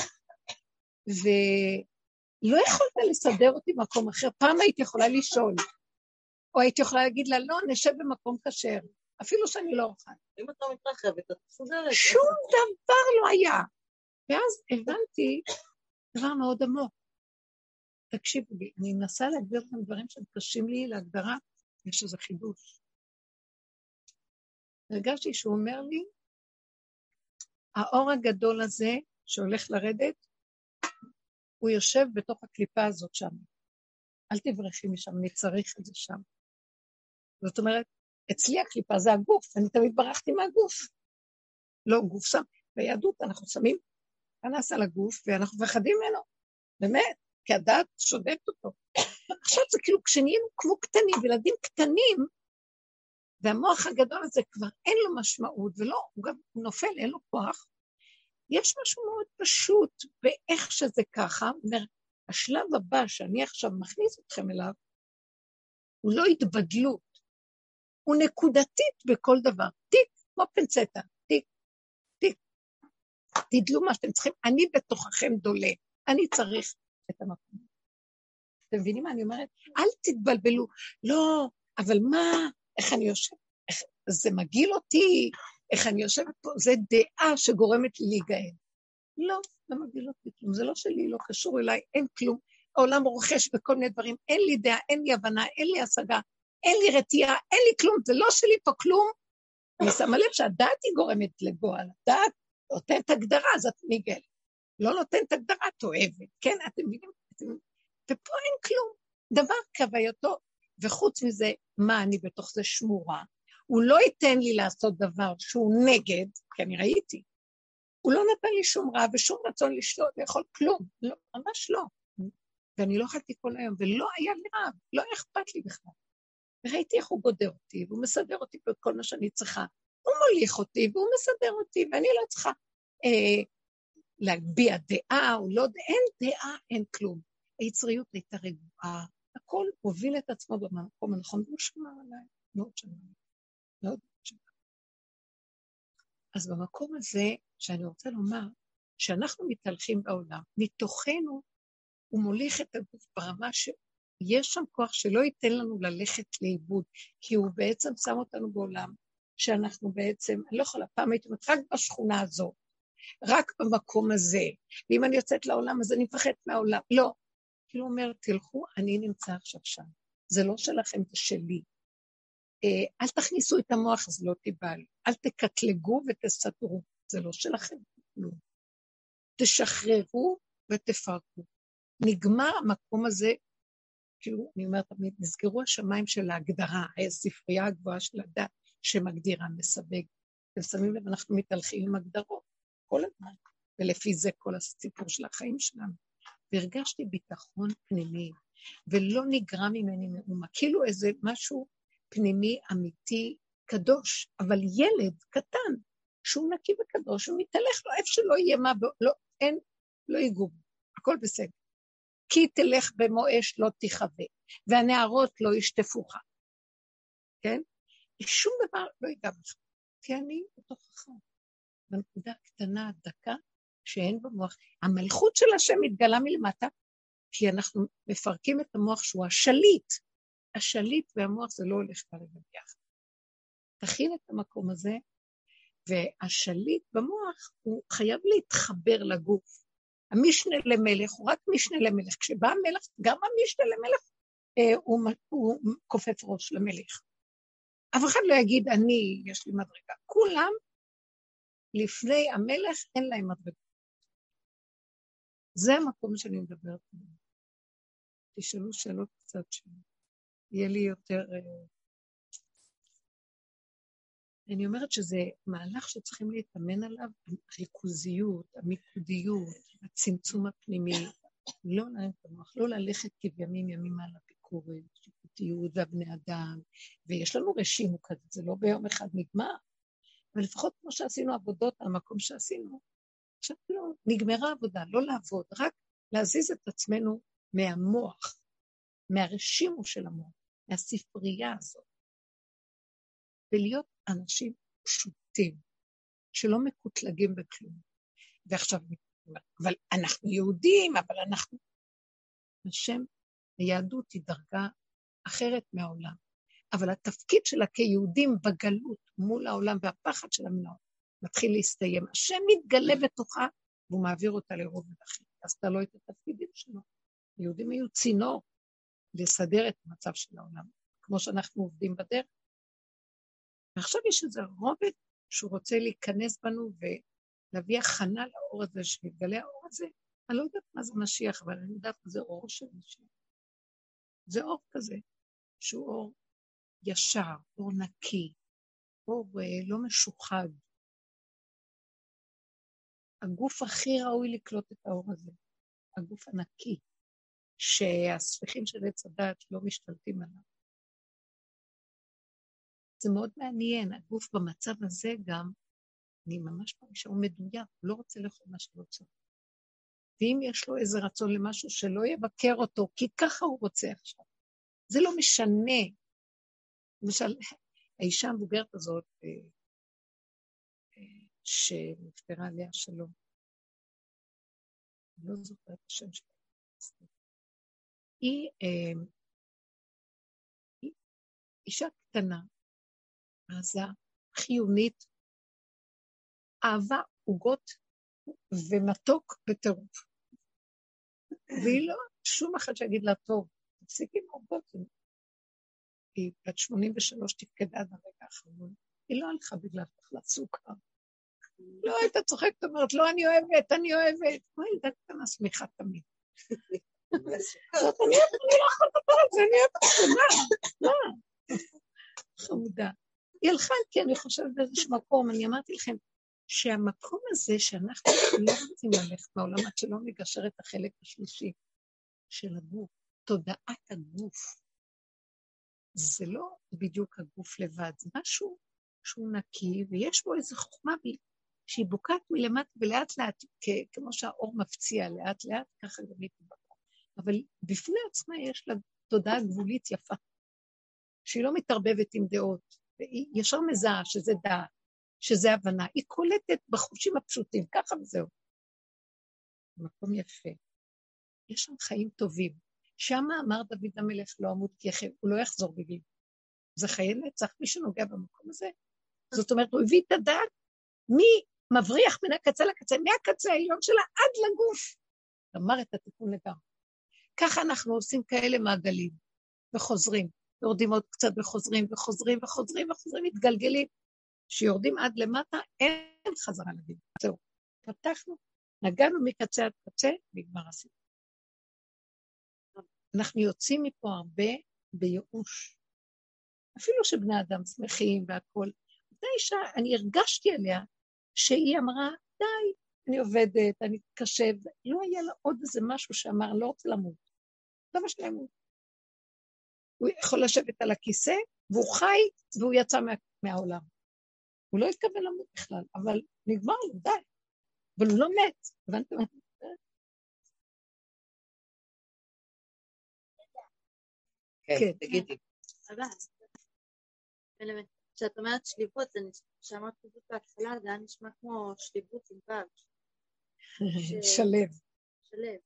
ולא יכולת לסדר אותי במקום אחר. פעם הייתי יכולה לשאול. או הייתי יכולה להגיד לה, לא, נשב במקום כשר. אפילו שאני לא אוכל. אם אתה מתרחבת, אתה סוגרת. שום דבר לא היה. ואז הבנתי דבר מאוד עמוק. תקשיבו לי, אני מנסה להגדיר לכם דברים שהם קשים לי להגדרה, יש איזה חידוש. הרגשתי שהוא אומר לי, האור הגדול הזה שהולך לרדת, הוא יושב בתוך הקליפה הזאת שם. אל תברחי משם, אני צריך את זה שם. זאת אומרת, אצלי הקליפה זה הגוף, אני תמיד ברחתי מהגוף. לא גוף שם. ביהדות אנחנו שמים פנס על הגוף, ואנחנו מפחדים ממנו. באמת, כי הדעת שודדת אותו. עכשיו זה כאילו, כשנהיינו כמו קטנים, ילדים קטנים, והמוח הגדול הזה כבר אין לו משמעות, ולא, הוא גם נופל, אין לו כוח. יש משהו מאוד פשוט, באיך שזה ככה, אומר, השלב הבא שאני עכשיו מכניס אתכם אליו, הוא לא התבדלות, הוא נקודתית בכל דבר, טיק, כמו פנצטה, טיק, טיק, תדלו מה שאתם צריכים, אני בתוככם דולה, אני צריך את המקום. אתם מבינים מה אני אומרת? אל תתבלבלו, לא, אבל מה, איך אני יושבת, איך, זה מגיל אותי, איך אני יושבת פה, זה דעה שגורמת לי להיגאל. לא, לא מגיל אותי כלום, זה לא שלי, לא קשור אליי, אין כלום, העולם רוכש בכל מיני דברים, אין לי דעה, אין לי הבנה, אין לי השגה, אין לי רתיעה, אין לי כלום, זה לא שלי פה כלום. אני שמה לב שהדעת היא גורמת לגועל, הדעת נותנת הגדרה, אז את ניגלת. לא נותנת הגדרה, את אוהבת, כן? אתם מבינים? ופה אין כלום, דבר כווייתו, וחוץ מזה, מה אני בתוך זה שמורה? הוא לא ייתן לי לעשות דבר שהוא נגד, כי אני ראיתי, הוא לא נתן לי שום רע ושום רצון לשלוט, לאכול כלום, לא, ממש לא. ואני לא אכלתי כל היום, ולא היה לי רב, לא אכפת לי בכלל. וראיתי איך הוא גודר אותי, והוא מסדר אותי בכל מה שאני צריכה. הוא מוליך אותי, והוא מסדר אותי, ואני לא צריכה אה, להגביע דעה, או לא, אין דעה, אין כלום. היצריות הייתה רגועה, הכל הוביל את עצמו במקום הנכון, והוא שמע עליי, מאוד שמע עליי, מאוד שמע. אז במקום הזה, שאני רוצה לומר, שאנחנו מתהלכים בעולם, מתוכנו הוא מוליך את הגוף ברמה שיש שם כוח שלא ייתן לנו ללכת לאיבוד, כי הוא בעצם שם אותנו בעולם, שאנחנו בעצם, אני לא יכולה, פעם הייתי אומרת, רק בשכונה הזו, רק במקום הזה, ואם אני יוצאת לעולם, אז אני מפחד מהעולם, לא. כאילו אומר, תלכו, אני נמצא עכשיו שם, זה לא שלכם, זה שלי. אל תכניסו את המוח, אז לא תיבל, אל תקטלגו ותסתרו, זה לא שלכם, לא. תשחררו ותפרקו. נגמר המקום הזה, כאילו, אני אומרת, נסגרו השמיים של ההגדרה, הספרייה הגבוהה של הדת, שמגדירה, מסווג. אתם שמים לב, אנחנו מתהלכים עם הגדרות, כל הזמן, ולפי זה כל הסיפור של החיים שלנו. והרגשתי ביטחון פנימי, ולא נגרע ממני מאומה, כאילו איזה משהו פנימי, אמיתי, קדוש, אבל ילד קטן, שהוא נקי וקדוש, הוא מתהלך לו איפה שלא יהיה מה, לא, אין, לא ייגעו, הכל בסדר. כי תלך במו אש לא תחווה, והנערות לא ישטפוך, כן? שום דבר לא ייגע בך, כי אני בתוכך, בנקודה קטנה, דקה, שאין במוח. המלכות של השם מתגלה מלמטה, כי אנחנו מפרקים את המוח שהוא השליט. השליט והמוח זה לא הולך כרגע ביחד. תכין את המקום הזה, והשליט במוח הוא חייב להתחבר לגוף. המשנה למלך הוא רק משנה למלך. כשבא המלך, גם המשנה למלך אה, הוא, הוא כופף ראש למלך. אף אחד לא יגיד, אני, יש לי מדרגה. כולם לפני המלך אין להם מדרגה. זה המקום שאני מדברת. תשאלו שאלות קצת שיהיה לי יותר... אני אומרת שזה מהלך שצריכים להתאמן עליו, הריכוזיות, המיקודיות, הצמצום הפנימי, לא להם כמוך, לא ללכת כבימים ימים על הביקורת, שיפוטיות והבני אדם, ויש לנו רשימו כזה, זה לא ביום אחד נגמר, אבל לפחות כמו שעשינו עבודות על המקום שעשינו, עכשיו לא, נגמרה עבודה, לא לעבוד, רק להזיז את עצמנו מהמוח, מהרשימו של המוח, מהספרייה הזאת, ולהיות אנשים פשוטים, שלא מקוטלגים בכלום. ועכשיו, אבל אנחנו יהודים, אבל אנחנו... השם, היהדות היא דרגה אחרת מהעולם, אבל התפקיד שלה כיהודים בגלות מול העולם, והפחד של המנוע, מתחיל להסתיים. השם מתגלה בתוכה והוא מעביר אותה לרובד אחר. אז אתה לא את התפקידים שלו. יהודים היו צינור לסדר את המצב של העולם, כמו שאנחנו עובדים בדרך. ועכשיו יש איזה רובד שהוא רוצה להיכנס בנו ולהביא הכנה לאור הזה, שיתגלה האור הזה. אני לא יודעת מה זה משיח, אבל אני יודעת מה זה אור של משיח. זה אור כזה, שהוא אור ישר, אור נקי, אור לא משוחד. הגוף הכי ראוי לקלוט את האור הזה, הגוף הנקי, שהספיחים של עץ הדת לא משתלטים עליו. זה מאוד מעניין, הגוף במצב הזה גם, אני ממש מרגישה, הוא מדויק, הוא לא רוצה לאכול מה שלא צריך. ואם יש לו איזה רצון למשהו שלא יבקר אותו, כי ככה הוא רוצה עכשיו. זה לא משנה. למשל, האישה המבוגרת הזאת, שנפטרה עליה שלום, אני לא זוכרת את השם שלה. היא, היא אישה קטנה, עזה, חיונית, אהבה, עוגות ומתוק בטירוף. והיא לא, שום אחד שיגיד לה, טוב, תפסיקי עם עוגות. היא בת שמונים ושלוש תפקדה עד הרגע האחרון. היא לא הלכה בגלל תחלת סוכר. לא הייתה צוחקת, אומרת, לא, אני אוהבת, אני אוהבת. מה ילדה קטנה שמחה תמיד? זאת אני אוהבת, אני לא יכולה לדבר על זה, אני אוהבת את זה, מה? מה? חמודה. היא הלכה, כי אני חושבת באיזשהו מקום, אני אמרתי לכם, שהמקום הזה שאנחנו לא רוצים ללכת בעולם, עד שלא נגשר את החלק השלישי של הגוף, תודעת הגוף, זה לא בדיוק הגוף לבד, זה משהו שהוא נקי, ויש בו איזו חוכמה שהיא בוקעת מלמטה ולאט לאט, כמו שהאור מפציע לאט לאט, ככה גם היא תבקע. אבל בפני עצמה יש לה תודעה גבולית יפה, שהיא לא מתערבבת עם דעות, והיא ישר מזהה שזה דעת, שזה הבנה, היא קולטת בחושים הפשוטים, ככה וזהו. מקום יפה. יש שם חיים טובים. שמה אמר דוד המלך לא אמות כי יחל, הוא לא יחזור בגיל. זה חיי נצח, מי שנוגע במקום הזה. זאת אומרת, הוא הביא את הדעת, מי מבריח מן הקצה לקצה, מהקצה העליון שלה עד לגוף. אמר את התיקון לגמרי. ככה אנחנו עושים כאלה מעגלים, וחוזרים, יורדים עוד קצת וחוזרים, וחוזרים, וחוזרים, וחוזרים, מתגלגלים. שיורדים עד למטה, אין חזרה לגיל. זהו, פתחנו, נגענו מקצה עד קצה, נגמר הסיפור. אנחנו יוצאים מפה הרבה בייאוש. אפילו שבני אדם שמחים והכל. אותה אישה, אני הרגשתי עליה, שהיא אמרה, די, אני עובדת, אני קשה, לא היה לה עוד איזה משהו שאמר, לא רוצה למות. לא מה שלמות. הוא יכול לשבת על הכיסא, והוא חי, והוא יצא מה, מהעולם. הוא לא התכוון למות בכלל, אבל נגמר לו, די. אבל הוא לא מת, הבנתם? כן, תגידי. כשאת אומרת שליבות, זה שאמרת שליבות בהתחלה, זה היה נשמע כמו שליבות עם פעם. שלב. שלב.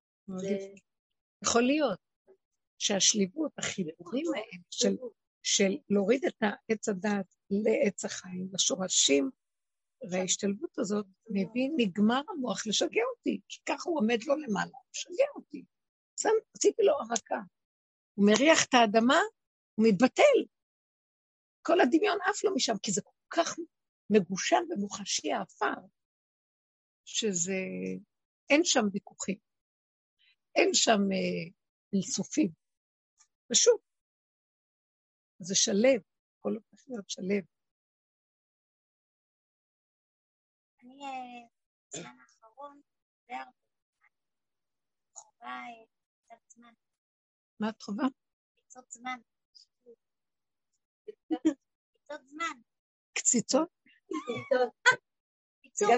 יכול להיות שהשליבות, החיבורים האלה של... של להוריד את העץ הדעת לעץ החיים, לשורשים, וההשתלבות הזאת מביא, נגמר המוח לשגע אותי, כי ככה הוא עומד לו למעלה, הוא שגע אותי. שם, עשיתי לו הרקה. הוא מריח את האדמה, הוא מתבטל. כל הדמיון אף לא משם, כי זה כל כך מגושם ומוחשי האפר, שזה, אין שם ויכוחים, אין שם אה, איסופים. פשוט. זה שלב, כל הופך להיות שלב. אני, בזמן האחרון, זה הרבה חובה קצת זמן. מה את חובה? קצות זמן. קצות זמן. קציצות? קיצור.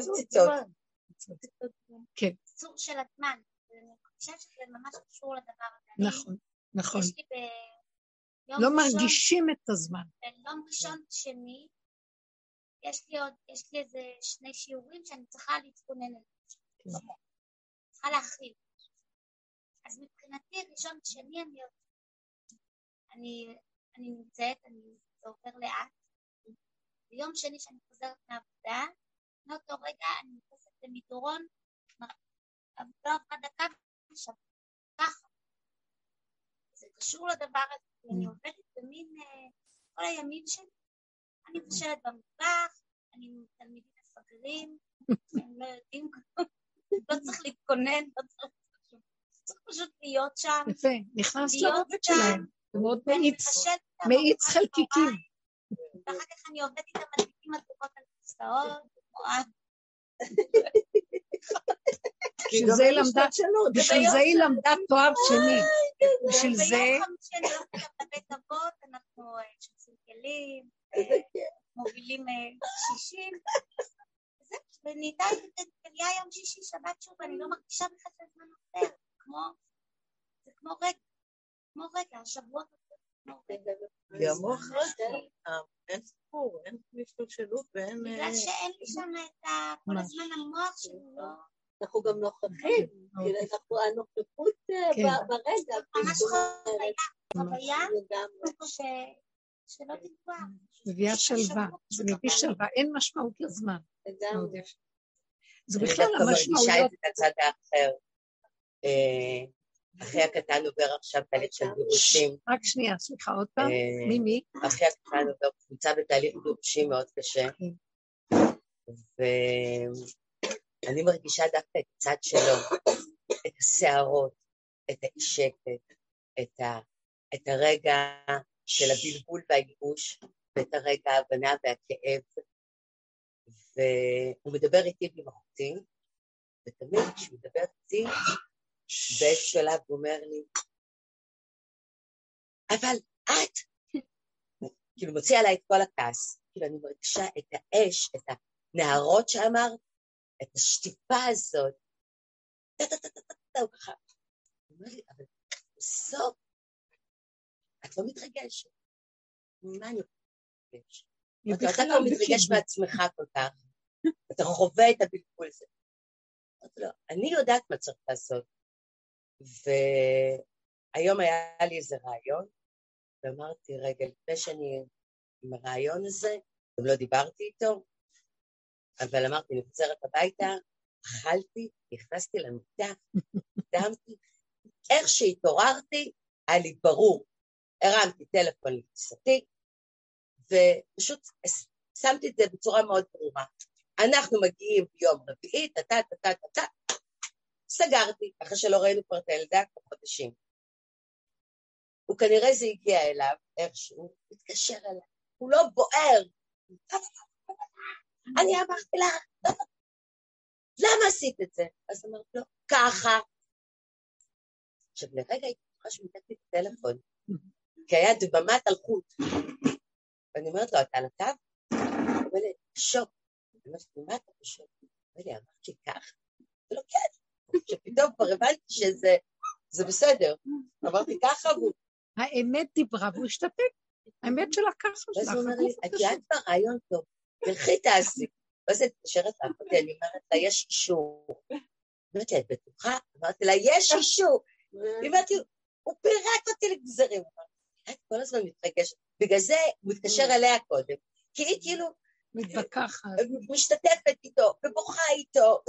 כן. קיצור של הזמן. אני חושבת שזה ממש קשור לדבר הזה. נכון, נכון. יש לי ב... לא מרגישים את הזמן. ביום ראשון שני, יש לי עוד, יש לי איזה שני שיעורים שאני צריכה להתכונן אליהם. צריכה להכריב. אז מבחינתי, ראשון שני אני עוד, אני, אני נמצאת, אני, זה עובר לאט. ביום שני שאני חוזרת מהעבודה, מאותו רגע אני נכנסת למדרון אבל לא עברה דקה ושם ככה. זה קשור לדבר הזה, כי אני עובדת במין, כל הימים שלי, אני מבשלת במטבח, אני עם תלמידים מפגרים, הם לא יודעים, לא צריך להתכונן, לא צריך, צריך פשוט להיות שם. יפה, נכנס לעובד שלהם, זה מאוד מאיץ, מאיץ חלקיקים. ואחר כך אני עובדת איתם מדליקים מדליקות על כיסאות, בשביל זה היא למדה, בשביל זה היא למדה תואר שני. בשביל זה... ביום חמישי אני הולכת איתם לבית אבות, אנחנו שוצאים כלים, מובילים שישים, ונהייתה תליה יום שישי, שבת שוב, אני לא מרגישה בכלל שהזמן עובר, זה כמו רגע, כמו רגע, השבועות כמו רגע. יום אחרי, אין סיפור, אין משתלשלות ואין... בגלל שאין לי שם את כל הזמן המוח שלו לא... אנחנו גם נוכחים, הנוכחות ברגע. ממש חוויה, חוויה שלא תקבע. מביאה שלווה, זה מביא שלווה, אין משמעות לזמן. זה בכלל המשמעויות. אני דווקא מרגישה את הצד האחר. אחי הקטן עובר עכשיו תהליך של גירושים. רק שנייה, סליחה, עוד פעם, מי מי? אחי הקטן עובר קבוצה בתהליך גירושים מאוד קשה, ואני מרגישה דווקא את הצד שלו, את השערות, את האי-שקט, את הרגע של הבלבול והייאוש, ואת הרגע ההבנה והכאב, והוא מדבר איתי במחותי, ותמיד כשהוא מדבר איתי, בעת שלב הוא אומר לי, אבל את, כאילו מוציא עליי את כל הכעס, כאילו אני מרגישה את האש, את הנערות שאמרת, את השטיפה הזאת, הוא ככה, הוא אומר לי, אבל בסוף, את לא מתרגשת, מה אני מתרגש? אתה לא מתרגש מעצמך כל כך, אתה חווה את הבלבול הזה. אני יודעת מה צריך לעשות, והיום היה לי איזה רעיון, ואמרתי, רגע, לפני שאני עם הרעיון הזה, גם לא דיברתי איתו, אבל אמרתי, אני חוזרת הביתה, אכלתי, נכנסתי למיטה, דמתי, איך שהתעוררתי, היה לי ברור, הרמתי טלפון לגיסתי, ופשוט שמתי את זה בצורה מאוד ברורה. אנחנו מגיעים ביום רביעי, תתה, תתה, תתה, סגרתי, אחרי שלא ראינו כבר את הילדה כבר חודשים. הוא כנראה זה הגיע אליו, איכשהו, מתקשר אליו, הוא לא בוער. אני אמרתי לה, למה עשית את זה? אז אמרתי לו, ככה. עכשיו לרגע הייתי בטוחה שמתקתי את הטלפון, כי היה דממת על חוט. ואני אומרת לו, אתה על הקו? הוא אומר לי, שוק. אני אומרת לו, מה אתה בשוק? הוא אומר לי, אמרתי ככה. זה לא כן. שפתאום כבר הבנתי שזה בסדר. אמרתי ככה, והוא... האמת דיברה והוא השתתק. האמת שלה ככה שלך. ואז הוא אומר לי, את יודעת כבר רעיון טוב, תלכי תעשי. ואז את נשארת לאחותי, אני אומרת לה, יש אישור. אמרתי, את בטוחה? אמרתי לה, יש אישור. אמרתי, הוא פירק אותי לגזרים. את כל הזמן מתרגשת. בגלל זה הוא מתקשר אליה קודם. כי היא כאילו... מתווכחת. משתתפת איתו, ובוכה איתו.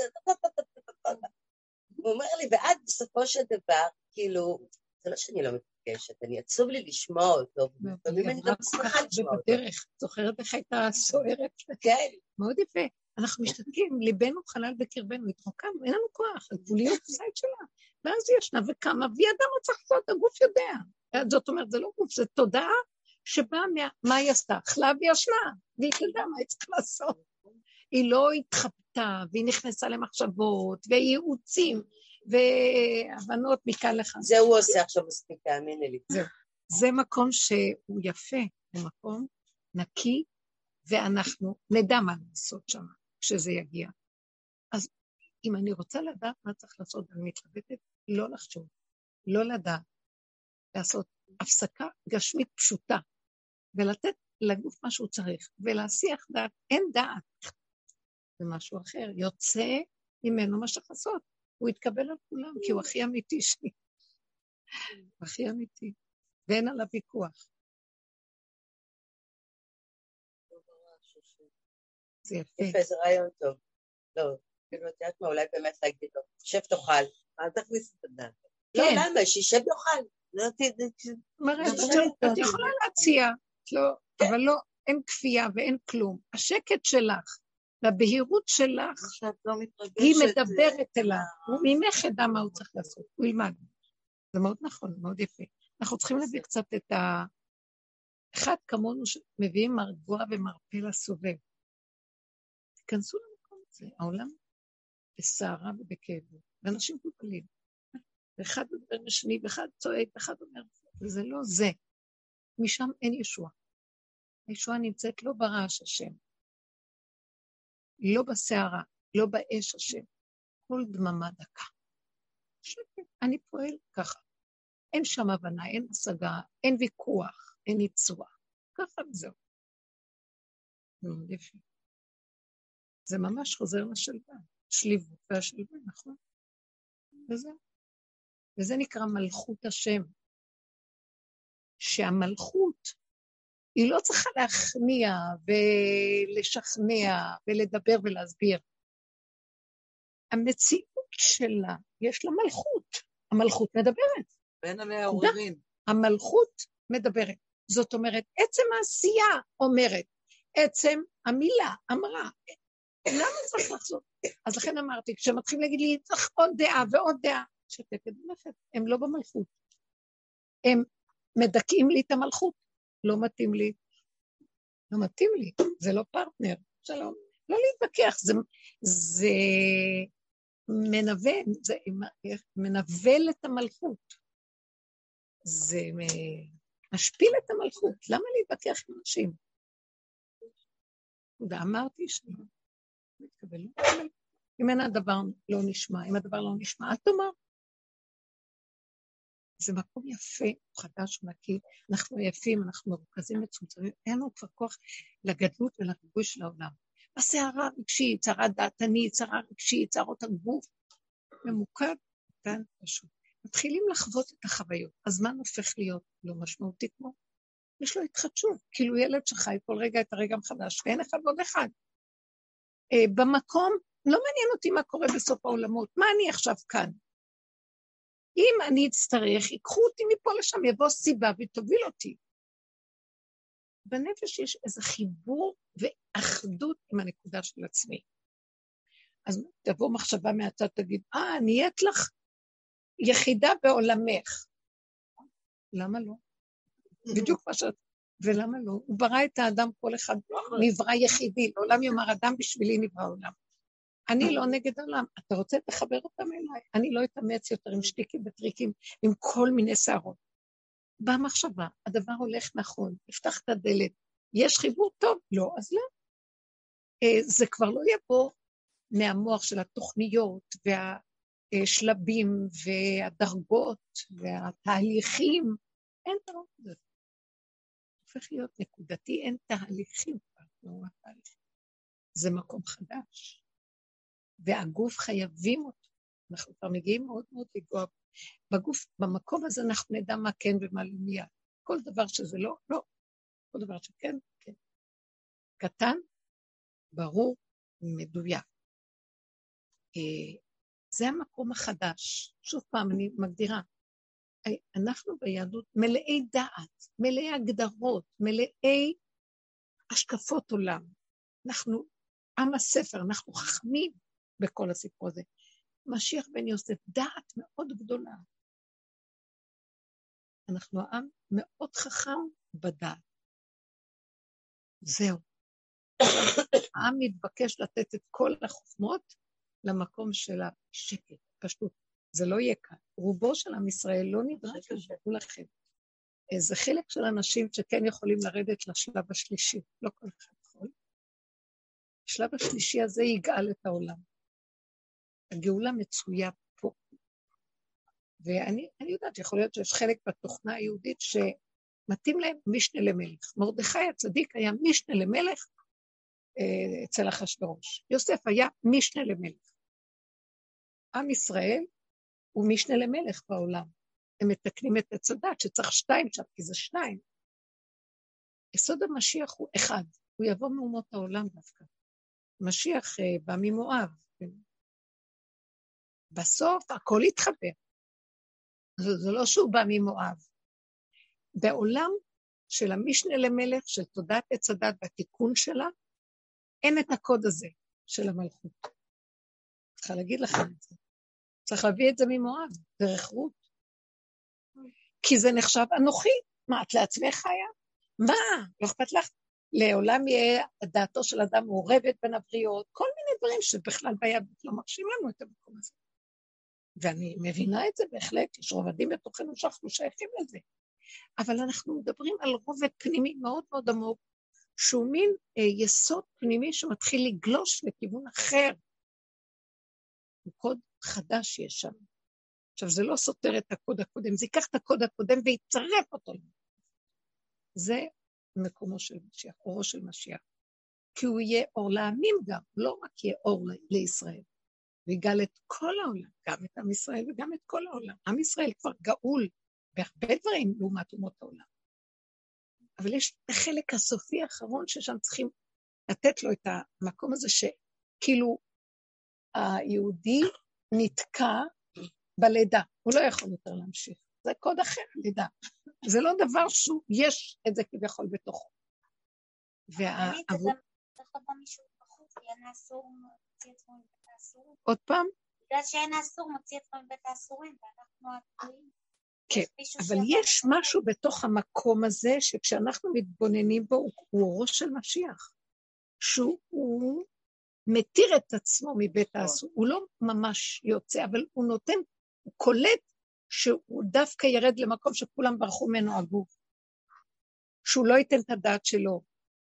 הוא אומר לי, ועד בסופו של דבר, כאילו, זה לא שאני לא מתרגשת, אני עצוב לי לשמוע אותו, ולפעמים אני גם שמחה לשמוע אותו. ובדרך, זוכרת איך הייתה סוערת? כן. מאוד יפה. אנחנו משתתקים, ליבנו חלל בקרבנו, התרוקנו, אין לנו כוח, הגבוליות עושה את שלה. ואז היא ישנה וקמה, והיא אדם לא צריך לעשות, הגוף יודע. זאת אומרת, זה לא גוף, זה תודעה שבאה מה היא עשתה, אכלה וישנה, והיא תדע מה היא צריכה לעשות. היא לא התחבטה, והיא נכנסה למחשבות, וייעוצים, והבנות מכאן לך. זה הוא עושה עכשיו מספיק, תאמיני לי. זהו. זה מקום שהוא יפה, הוא מקום נקי, ואנחנו נדע מה לעשות שם, כשזה יגיע. אז אם אני רוצה לדעת מה צריך לעשות, אני מתלבטת, לא לחשוב, לא לדעת, לעשות הפסקה גשמית פשוטה, ולתת לגוף מה שהוא צריך, ולהסיח דעת, אין דעת, זה משהו אחר, יוצא ממנו מה שחסות, הוא יתקבל על כולם, כי הוא הכי אמיתי שלי, הוא הכי אמיתי, ואין עליו ויכוח. זה יפה. יפה, זה רעיון טוב. לא, כאילו, את יודעת מה, אולי באמת להגיד לו, שב תאכל. אל תכניס את הדעת. לא, למה? שישב תאכל. לא תדעי, את יכולה להציע, אבל לא, אין כפייה ואין כלום. השקט שלך, והבהירות שלך, היא מדברת אליו. הוא ממך ידע מה הוא צריך לעשות, הוא ילמד. זה מאוד נכון, מאוד יפה. אנחנו צריכים להביא קצת את ה... אחד כמונו שמביאים מרגוע ומרפא לסובב. תיכנסו למקום הזה, העולם בסערה ובכאב, ואנשים מבולבלים. ואחד מדבר משני, ואחד צועק, ואחד אומר, וזה לא זה. משם אין ישוע. הישועה נמצאת לא ברעש השם, לא בסערה, לא באש השם. כל דממה דקה. שקט, אני פועל ככה. אין שם הבנה, אין השגה, אין ויכוח, אין ניצוח. ככה וזהו. מאוד יפה. זה ממש חוזר לשלווה, שליבות והשלווה, נכון? וזהו. וזה נקרא מלכות השם. שהמלכות היא לא צריכה להכניע ולשכנע ולדבר ולהסביר. המציאות שלה, יש לה מלכות. המלכות מדברת. בין עליה עוררין. המלכות מדברת. זאת אומרת, עצם העשייה אומרת, עצם המילה אמרה. למה צריך לחזור? אז לכן אמרתי, כשמתחילים להגיד לי, צריך עוד דעה ועוד דעה, שתקד מלכת, הם לא במלכות. הם מדכאים לי את המלכות. לא מתאים לי. לא מתאים לי. זה לא פרטנר. שלום. לא להתווכח. זה, זה מנבל, זה מנבל את המלכות. זה משפיל את המלכות. למה להתווכח עם אנשים? אמרתי שאני מתקבל. אם אין הדבר לא נשמע, אם הדבר לא נשמע, אל תאמר. זה מקום יפה, חדש, נקי, אנחנו יפים, אנחנו מרוכזים מצומצמים, אין לנו כבר כוח לגדלות ולריבוי של העולם. הסערה רגשית, צרה דעתנית, צרה רגשית, צרות הגוף, ממוקד, כאן פשוט. מתחילים לחוות את החוויות, הזמן הופך להיות לא משמעותי כמו, יש לו התחדשות, כאילו ילד שחי כל רגע את הרגע מחדש, ואין אחד ועוד אחד. אה, במקום, לא מעניין אותי מה קורה בסוף העולמות, מה אני עכשיו כאן? אם אני אצטרך, ייקחו אותי מפה לשם, יבוא סיבה ותוביל אותי. בנפש יש איזה חיבור ואחדות עם הנקודה של עצמי. אז תבוא מחשבה מהצד, תגיד, אה, נהיית לך יחידה בעולמך. למה לא? בדיוק מה שאת... ולמה לא? הוא ברא את האדם, כל אחד נברא יחידי, לעולם יאמר אדם בשבילי נברא עולם. אני לא נגד עולם, אתה רוצה תחבר אותם אליי, אני לא אתאמץ יותר עם שטיקים וטריקים, עם כל מיני שערות. במחשבה, הדבר הולך נכון, יפתח את הדלת, יש חיבור טוב? לא, אז לא. זה כבר לא יבוא מהמוח של התוכניות, והשלבים, והדרגות, והתהליכים, אין דבר כזה. הופך להיות נקודתי, אין תהליכים כבר, לא התהליכים. זה מקום חדש. והגוף חייבים אותו. אנחנו כבר מגיעים מאוד מאוד לגוע בגוף, במקום הזה אנחנו נדע מה כן ומה לא מיד. כל דבר שזה לא, לא. כל דבר שכן, כן. קטן, ברור, מדויק. זה המקום החדש. שוב פעם, אני מגדירה. אנחנו ביהדות מלאי דעת, מלאי הגדרות, מלאי השקפות עולם. אנחנו עם הספר, אנחנו חכמים בכל הסיפור הזה. משיח בן יוסף, דעת מאוד גדולה. אנחנו עם מאוד חכם בדעת. זהו. העם מתבקש לתת את כל החוכמות למקום של השקט, פשוט. זה לא יהיה כאן. רובו של עם ישראל לא נדרש לשקו לכם. זה חלק של אנשים שכן יכולים לרדת לשלב השלישי. לא כל אחד יכול. השלב השלישי הזה יגאל את העולם. הגאולה מצויה פה. ואני אני יודעת שיכול להיות שיש חלק בתוכנה היהודית שמתאים להם משנה למלך. מרדכי הצדיק היה משנה למלך אה, אצל אחשוורוש. יוסף היה משנה למלך. עם ישראל הוא משנה למלך בעולם. הם מתקנים את הצדת שצריך שתיים שם, כי זה שניים. יסוד המשיח הוא אחד. הוא יבוא מאומות העולם דווקא. משיח אה, בא ממואב. בסוף הכל יתחבר. זה, זה לא שהוא בא ממואב. בעולם של המשנה למלך, של תודעת עץ הדת והתיקון שלה, אין את הקוד הזה של המלכות. צריכה להגיד לכם את זה. צריך להביא את זה ממואב, דרך רות. כי זה נחשב אנוכי. מה, את לעצמך חיה? מה? לא אכפת לך? לעולם יהיה דעתו של אדם מעורבת בין הבריות, כל מיני דברים שבכלל ביהדות לא מרשים לנו את המקום הזה. ואני מבינה את זה בהחלט, יש רובדים בתוכנו שאנחנו שייכים לזה. אבל אנחנו מדברים על רובד פנימי מאוד מאוד עמוק, שהוא מין אה, יסוד פנימי שמתחיל לגלוש לכיוון אחר. הוא קוד חדש יש שם. עכשיו, זה לא סותר את הקוד הקודם, זה ייקח את הקוד הקודם ויצרף אותו. זה מקומו של משיח, אורו של משיח. כי הוא יהיה אור לעמים גם, לא רק יהיה אור לישראל. ויגל את כל העולם, גם את עם ישראל וגם את כל העולם. עם ישראל כבר גאול בהרבה דברים לעומת אומות העולם. אבל יש את החלק הסופי האחרון ששם צריכים לתת לו את המקום הזה שכאילו היהודי נתקע בלידה, הוא לא יכול יותר להמשיך. זה קוד אחר, לידה. זה לא דבר שהוא, יש את זה כביכול בתוכו. והעבוד... צריך לבוא מישהו בחוץ, יהיה אסור מוציא עצמו מבית האסורים. עוד פעם? בגלל שאין אסור מוציא עצמו מבית האסורים, ואנחנו התקועים. כן, אבל יש משהו בתוך המקום הזה, שכשאנחנו מתבוננים בו, הוא אורו של משיח. שהוא מתיר את עצמו מבית האסור. הוא לא ממש יוצא, אבל הוא נותן, הוא קולט, שהוא דווקא ירד למקום שכולם ברחו ממנו הגוף. שהוא לא ייתן את הדעת שלו,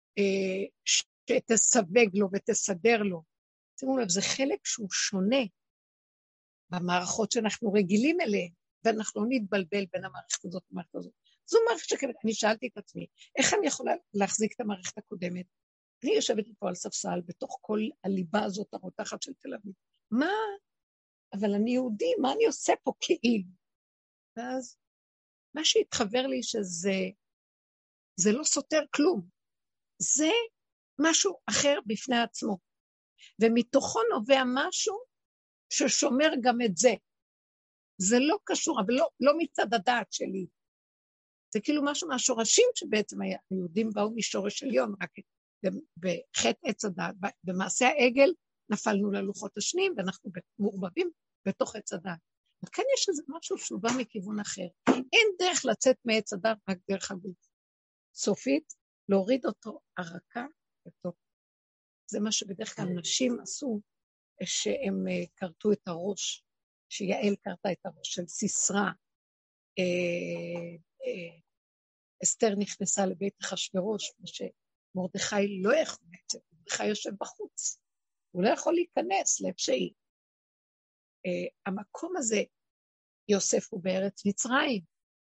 שתסווג לו ותסדר לו. שימו לב, זה חלק שהוא שונה במערכות שאנחנו רגילים אליהן, ואנחנו לא נתבלבל בין המערכת הזאת למערכת הזאת. זו מערכת שכאלה, אני שאלתי את עצמי, איך אני יכולה להחזיק את המערכת הקודמת? אני יושבת פה על ספסל, בתוך כל הליבה הזאת הרותחת של תל אביב. מה? אבל אני יהודי, מה אני עושה פה כאילו? ואז, מה שהתחבר לי שזה, זה לא סותר כלום. זה משהו אחר בפני עצמו. ומתוכו נובע משהו ששומר גם את זה. זה לא קשור, אבל לא, לא מצד הדעת שלי. זה כאילו משהו מהשורשים שבעצם היהודים באו משורש עליון, רק בחטא עץ הדעת. במעשה העגל נפלנו ללוחות השניים, ואנחנו מורבבים בתוך עץ הדעת. וכאן יש איזה משהו שהוא בא מכיוון אחר. אין דרך לצאת מעץ הדעת רק דרך הגוף. סופית, להוריד אותו הרכה בתוך. זה מה שבדרך כלל נשים עשו, שהם קרתו את הראש, שיעל קרתה את הראש של סיסרא. אה, אה, אסתר נכנסה לבית אחשוורוש, ושמרדכי לא יכול לצאת, מרדכי יושב בחוץ, הוא לא יכול להיכנס לאפשעי. Uh, המקום הזה, יוסף הוא בארץ מצרים,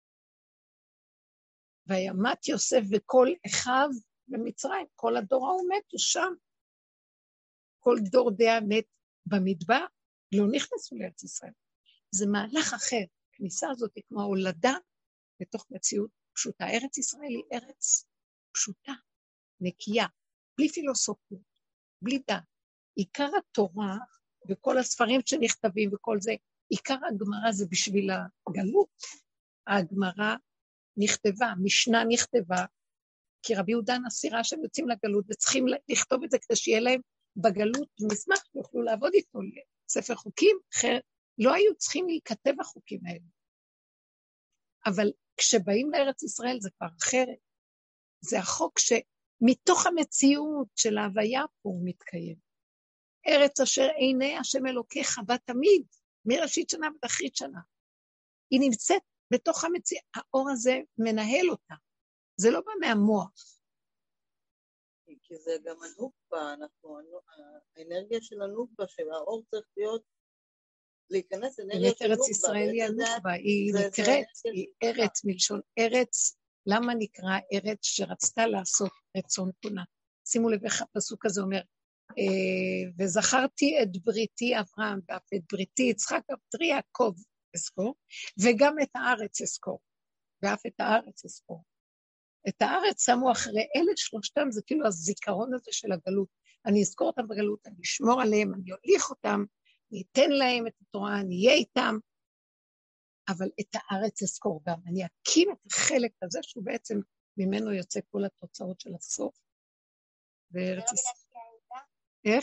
וימת יוסף וכל אחיו במצרים, כל הדור ההוא מתו שם, כל דור דעה מת במדבר, לא נכנסו לארץ ישראל. זה מהלך אחר, הכניסה הזאת היא כמו ההולדה, בתוך מציאות פשוטה. ארץ ישראל היא ארץ פשוטה, נקייה, בלי פילוסופיות, בלי דת. עיקר התורה, וכל הספרים שנכתבים וכל זה, עיקר הגמרא זה בשביל הגלות. הגמרא נכתבה, משנה נכתבה, כי רבי יהודה הנשיא ראה שהם יוצאים לגלות, וצריכים לכתוב את זה כדי שיהיה להם בגלות מסמך, ויוכלו לעבוד איתו לספר חוקים, אחר לא היו צריכים להיכתב החוקים האלה. אבל כשבאים לארץ ישראל זה כבר אחרת. זה החוק שמתוך המציאות של ההוויה פה הוא מתקיים. ארץ אשר עיני השם אלוקיך בה תמיד, מראשית שנה ועד אחרית שנה. היא נמצאת בתוך המציאות, האור הזה מנהל אותה. זה לא בא מהמוח. כי זה גם הנוקבה, אנחנו, האנרגיה של הנוקבה, של האור צריך להיות, להיכנס אנרגיה של נוקבה. ארץ ישראל היא הנוקבה, היא נקראת, היא ארץ מלשון ארץ, למה נקרא ארץ שרצתה לעשות רצון קונה? שימו לב איך הפסוק הזה אומר, וזכרתי את בריתי אברהם, ואף את בריתי יצחק, את יעקב אזכור, וגם את הארץ אזכור, ואף את הארץ אזכור. את הארץ שמו אחרי אלה שלושתם, זה כאילו הזיכרון הזה של הגלות. אני אזכור אותם בגלות, אני אשמור עליהם, אני אוליך אותם, ניתן להם את התורה, נהיה איתם, אבל את הארץ אזכור גם. אני אקים את החלק הזה, שהוא בעצם ממנו יוצא כל התוצאות של הסוף. וארץ ישראל. איך?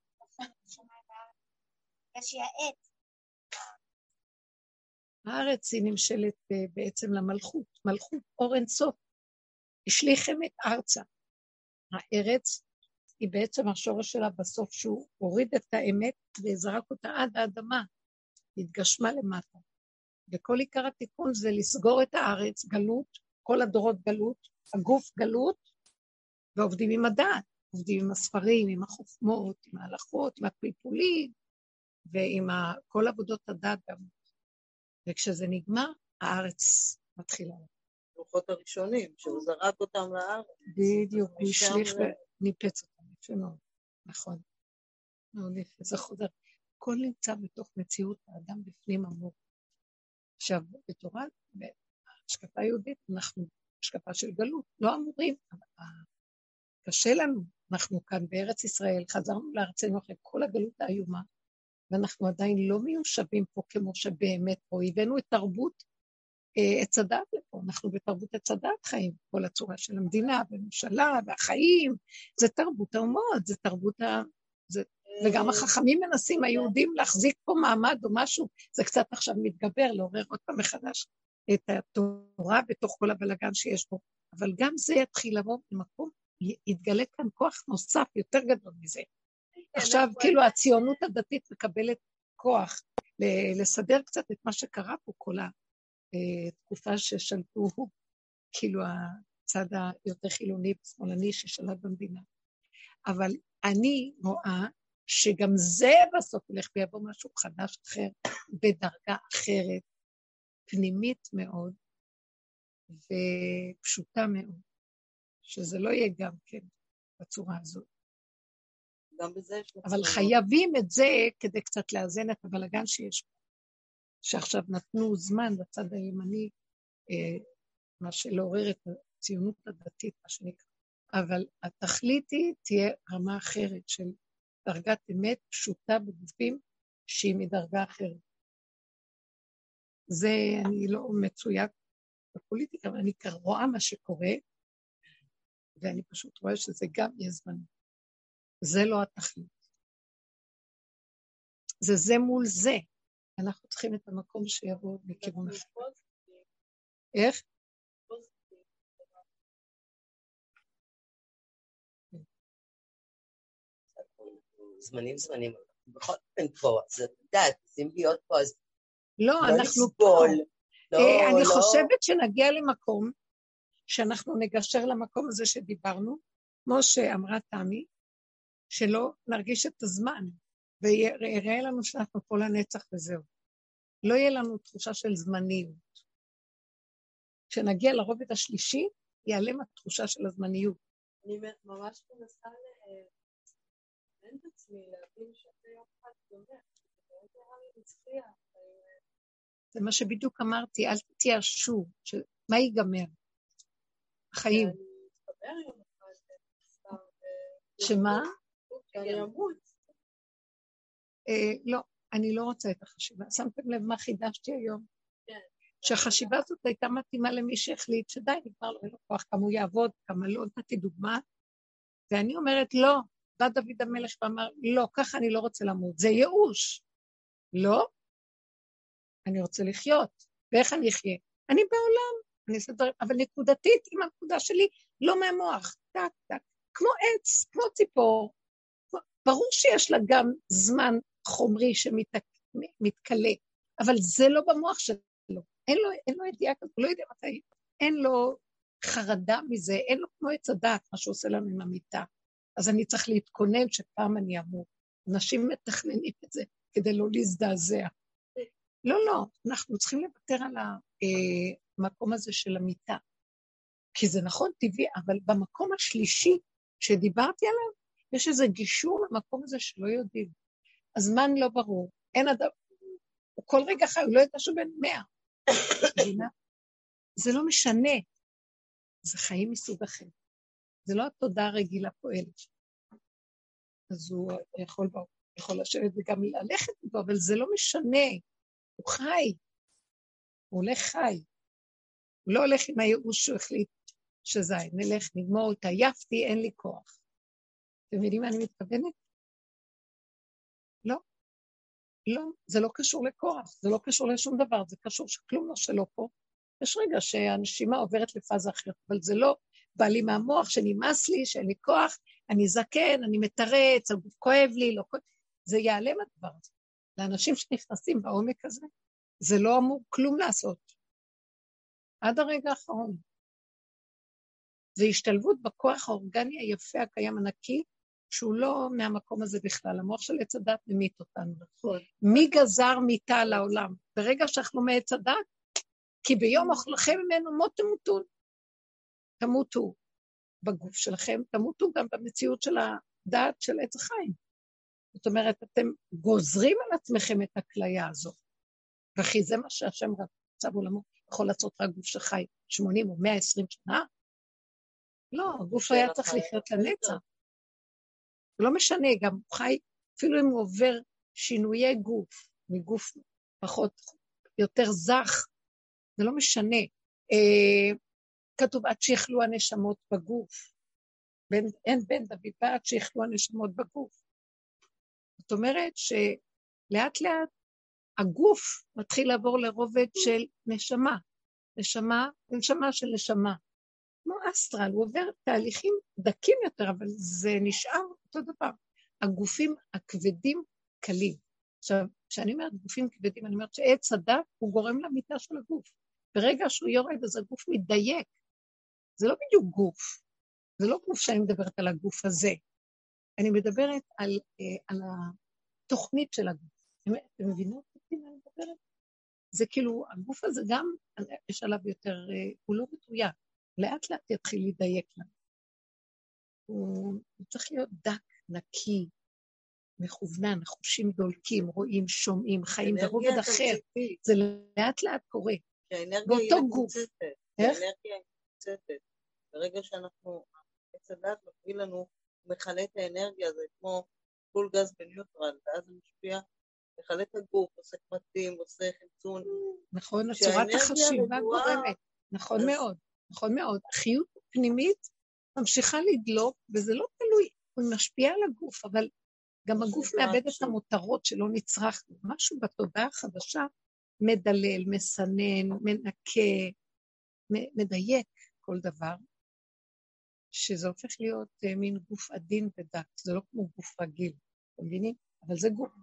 שהעץ. הארץ היא נמשלת בעצם למלכות, מלכות אור אין סוף. השליכם את ארצה. הארץ היא בעצם השורש שלה בסוף, שהוא הוריד את האמת וזרק אותה עד האדמה, התגשמה למטה. וכל עיקר התיקון זה לסגור את הארץ, גלות, כל הדורות גלות, הגוף גלות, ועובדים עם הדעת, עובדים עם הספרים, עם החוכמות, עם ההלכות, עם הפלפולים, ועם כל עבודות הדעת גם. וכשזה נגמר, הארץ מתחילה. לוחות הראשונים, שהוא זרק אותם לארץ. בדיוק, הוא השליך וניפץ אותם, יפה מאוד, נכון. זה חוזר. הכל נמצא בתוך מציאות האדם בפנים עמוק. עכשיו, בתורה, בהשקפה היהודית, אנחנו השקפה של גלות, לא אמורים, אבל קשה לנו. אנחנו כאן בארץ ישראל, חזרנו לארצנו אחרי כל הגלות האיומה, ואנחנו עדיין לא מיושבים פה כמו שבאמת פה, הבאנו את תרבות עץ הדת לפה, אנחנו בתרבות עץ הדת חיים, כל הצורה של המדינה, והממשלה, והחיים, זה תרבות האומות, זה תרבות ה... זה... וגם החכמים מנסים, היהודים, להחזיק פה מעמד או משהו, זה קצת עכשיו מתגבר, לעורר עוד פעם מחדש את התורה בתוך כל הבלגן שיש פה, אבל גם זה יתחיל לבוא במקום, יתגלה כאן כוח נוסף יותר גדול מזה. עכשיו, כאילו הציונות הדתית מקבלת כוח לסדר קצת את מה שקרה פה כל התקופה ששלטו, כאילו הצד היותר חילוני ושמאלני ששלט במדינה. אבל אני רואה שגם זה בסוף הולך ויבוא משהו חדש אחר, בדרגה אחרת, פנימית מאוד ופשוטה מאוד, שזה לא יהיה גם כן בצורה הזאת. גם בזה יש אבל חייבים את זה כדי קצת לאזן את הבלגן שיש פה. שעכשיו נתנו זמן לצד הימני, אה, מה שלעורר את הציונות הדתית, מה שנקרא. אבל התכלית היא תהיה רמה אחרת של דרגת אמת פשוטה בגופים שהיא מדרגה אחרת. זה אני לא מצויה בפוליטיקה, אבל אני רואה מה שקורה, ואני פשוט רואה שזה גם יהיה זמן. זה לא התכלית. זה זה מול זה. אנחנו צריכים את המקום שיבוא מכיוון אחר. איך? זמנים זמנים, בכל אופן פה, אז את יודעת, צריכים להיות פה, אז לא, לא אנחנו לסבול. פה. לא, אני לא. חושבת שנגיע למקום, שאנחנו נגשר למקום הזה שדיברנו, כמו שאמרה תמי, שלא נרגיש את הזמן, ויראה לנו שאנחנו פה לנצח וזהו. לא יהיה לנו תחושה של זמניות. כשנגיע לרובד השלישי, ייעלם התחושה של הזמניות. אני ממש מנסה להבין את עצמי, להבין שזה יום אחד דומה, שזה מאוד נראה לי מצליח. זה מה שבדיוק אמרתי, אל תתייאשו, מה ייגמר? החיים. אני אתחבר יום אחד לסתם. שמה? שאני אמות. לא, אני לא רוצה את החשיבה. שמתם לב מה חידשתי היום? כן. שהחשיבה הזאת הייתה מתאימה למי שהחליט שדי, נגמר לו, אין לו כוח, כמה הוא יעבוד, כמה לא, נתתי דוגמה. ואני אומרת, לא, בא דוד המלך ואמר, לא, ככה אני לא רוצה למות, זה ייאוש. לא, אני רוצה לחיות. ואיך אני אחיה? אני בעולם, אני אעשה דברים, אבל נקודתית עם הנקודה שלי, לא מהמוח, טק, טק, כמו עץ, כמו ציפור. ברור שיש לה גם זמן חומרי שמתקלה, אבל זה לא במוח שלו. אין לו, אין לו ידיעה כזאת, הוא לא יודע מתי, אין לו חרדה מזה, אין לו כמו עץ הדעת, מה שעושה לנו עם המיטה. אז אני צריך להתכונן שפעם אני אמור. אנשים מתכננים את זה כדי לא להזדעזע. לא, לא, אנחנו צריכים לוותר על המקום הזה של המיטה. כי זה נכון טבעי, אבל במקום השלישי שדיברתי עליו, יש איזה גישור למקום הזה שלא יודעים. הזמן לא ברור, אין אדם, הוא כל רגע חי, הוא לא יודע שהוא בן מאה. זה לא משנה, זה חיים מסוג אחר. זה לא התודעה הרגילה פועלת. אז הוא יכול ברור. יכול לשבת וגם ללכת איתו, אבל זה לא משנה, הוא חי, הוא הולך חי, הוא לא הולך עם הייאוש שהוא החליט שזה, נלך, נגמור אותה, יפתי, אין לי כוח. אתם יודעים מה אני מתכוונת? לא, לא, זה לא קשור לכוח, זה לא קשור לשום דבר, זה קשור שכלום לא שלא פה. יש רגע שהנשימה עוברת לפאזה אחרת, אבל זה לא בא לי מהמוח שנמאס לי, שאין לי כוח, אני זקן, אני מתרץ, הגוף כואב לי, לא כואב, זה ייעלם הדבר הזה. לאנשים שנכנסים בעומק הזה, זה לא אמור כלום לעשות. עד הרגע האחרון. זה השתלבות בכוח האורגני היפה הקיים הנקי, שהוא לא מהמקום הזה בכלל. המוח של עץ הדת ממית אותנו. מי גזר מיתה על העולם? ברגע שאנחנו מעץ הדת, כי ביום אוכלכם ממנו מות תמותון. תמותו בגוף שלכם, תמותו גם במציאות של הדעת של עץ החיים. זאת אומרת, אתם גוזרים על עצמכם את הכליה הזו. וכי זה מה שהשם רצה בעולמו, יכול לעשות רק גוף שחי שמונים או מאה ועשרים שנה? לא, הגוף היה צריך לחיות לנצח. זה לא משנה, גם הוא חי, אפילו אם הוא עובר שינויי גוף, מגוף פחות, יותר זך, זה לא משנה. אה, כתוב עד שיחלו הנשמות בגוף. בין, אין בן דוד ועד שיחלו הנשמות בגוף. זאת אומרת שלאט לאט הגוף מתחיל לעבור לרובד של נשמה. נשמה, נשמה של נשמה. כמו אסטרל, הוא עובר תהליכים דקים יותר, אבל זה נשאר אותו דבר. הגופים הכבדים קלים. עכשיו, כשאני אומרת גופים כבדים, אני אומרת שעץ הדת הוא גורם למיטה של הגוף. ברגע שהוא יורד, אז הגוף מתדייק. זה לא בדיוק גוף. זה לא גוף שאני מדברת על הגוף הזה. אני מדברת על, על התוכנית של הגוף. אתם מבינות אותי מה אני מדברת? זה כאילו, הגוף הזה גם, יש עליו יותר, הוא לא מטויה. לאט לאט יתחיל להידייק לנו. הוא, הוא צריך להיות דק, נקי, מכוונן, חושים דולקים, רואים, שומעים, חיים ברובד אחר. זה לאט לאט קורה. באותו גוף. איך? האנרגיה היא מוצצת. ברגע שאנחנו, עץ הדת מביא לנו, מכלה את האנרגיה, זה כמו פול גז בניוטרל, ואז זה משפיע, מכלה את הגוף, עושה קמטים, עושה חמצון. נכון, הצורת החשיבה גורמת. נכון מאוד. נכון מאוד, החיות פנימית ממשיכה לדלוק, וזה לא תלוי, הוא משפיע על הגוף, אבל גם הגוף מאבד את המותרות שלא נצרך, משהו בתודעה החדשה מדלל, מסנן, מנקה, מדייק כל דבר, שזה הופך להיות מין גוף עדין ודק, זה לא כמו גוף רגיל, אתם מבינים? אבל זה גוף.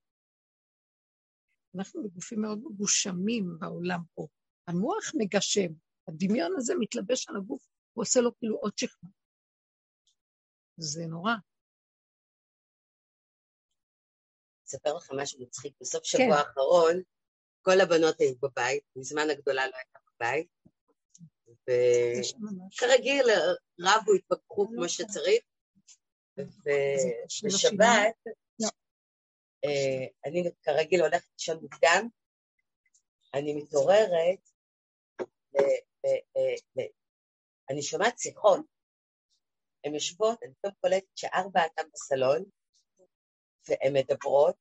אנחנו בגופים מאוד מגושמים בעולם פה, המוח מגשם, הדמיון הזה מתלבש על הגוף, הוא עושה לו כאילו עוד שכבה. זה נורא. אספר לך משהו מצחיק, בסוף שבוע האחרון, כל הבנות היו בבית, מזמן הגדולה לא הייתה בבית, וכרגיל רבו התפקחו כמו שצריך, ובשבת, אני כרגיל הולכת לישון מוקדם, אני מתעוררת, אני שומעת שיחות, הן יושבות, אני פתאום קולטת שארבעתן בסלון, והן מדברות,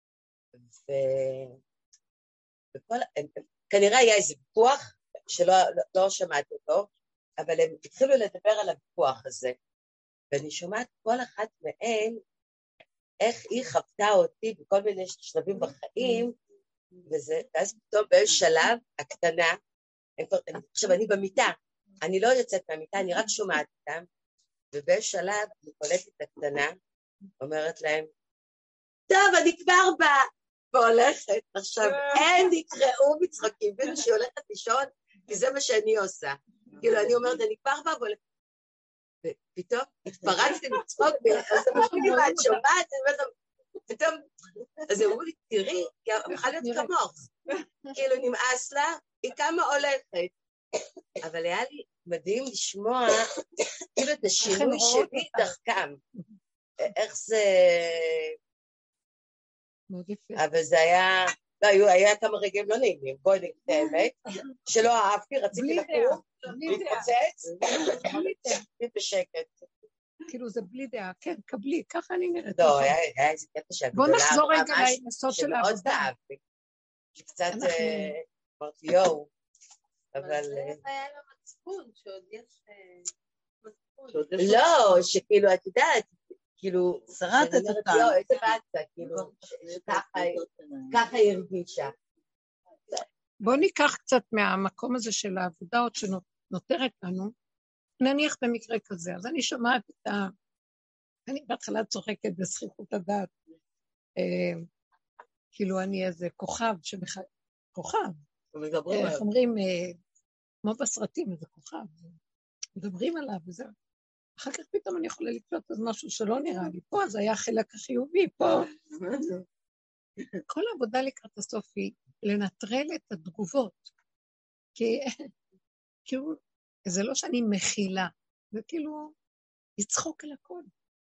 וכנראה היה איזה ויכוח, שלא שמעתי אותו, אבל הם התחילו לדבר על הוויכוח הזה, ואני שומעת כל אחת מהן, איך היא חוותה אותי בכל מיני שלבים בחיים, ואז פתאום באיזה שלב, הקטנה, עכשיו אני במיטה, אני לא יוצאת מהמיטה, אני רק שומעת אותם, ובשלב אני קולטת את הקטנה, אומרת להם, טוב, אני כבר באה, והולכת, עכשיו אין נקראו מצחקים, בין שהיא הולכת לישון, כי זה מה שאני עושה, כאילו אני אומרת, אני כבר באה, והולכת, ופתאום התפרצתי לצחוק, אז אמרו לי, מה את שומעת? פתאום, אז אמרו לי, תראי, כי אמרה להיות כמוך, כאילו נמאס לה, היא כמה הולכת, אבל היה לי מדהים לשמוע כאילו את השינוי שלי דרכם. איך זה... אבל זה היה... לא, היה כמה רגעים לא נעימים, בואי נגיד את האמת, שלא אהבתי, רציתי לקום, להתפוצץ, בשקט. כאילו זה בלי דעה, כן, קבלי, ככה אני נראית. לא, היה איזה קטע שהגדולה בוא נחזור רגע ליסוד של העבודה. אהבתי. קצת אמרתי יואו, אבל... היה לו מצפון, שעוד יש מצפון. לא, שכאילו, את יודעת, כאילו... שרדת אותה. לא, איזה בעצה, כאילו, ככה היא הרגישה. בוא ניקח קצת מהמקום הזה של העבודה עוד שנותרת לנו, נניח במקרה כזה, אז אני שומעת את ה... אני בהתחלה צוחקת בזכיחות הדעת, אה, כאילו אני איזה כוכב, שבח... כוכב, איך אומרים, אה, כמו בסרטים, איזה כוכב, מדברים עליו וזה, אחר כך פתאום אני יכולה לקלוט אז משהו שלא נראה לי, פה אז היה חלק החיובי, פה, כל העבודה לקראת הסוף היא לנטרל את התגובות, כי כאילו, זה לא שאני מכילה, זה כאילו לצחוק על הכל,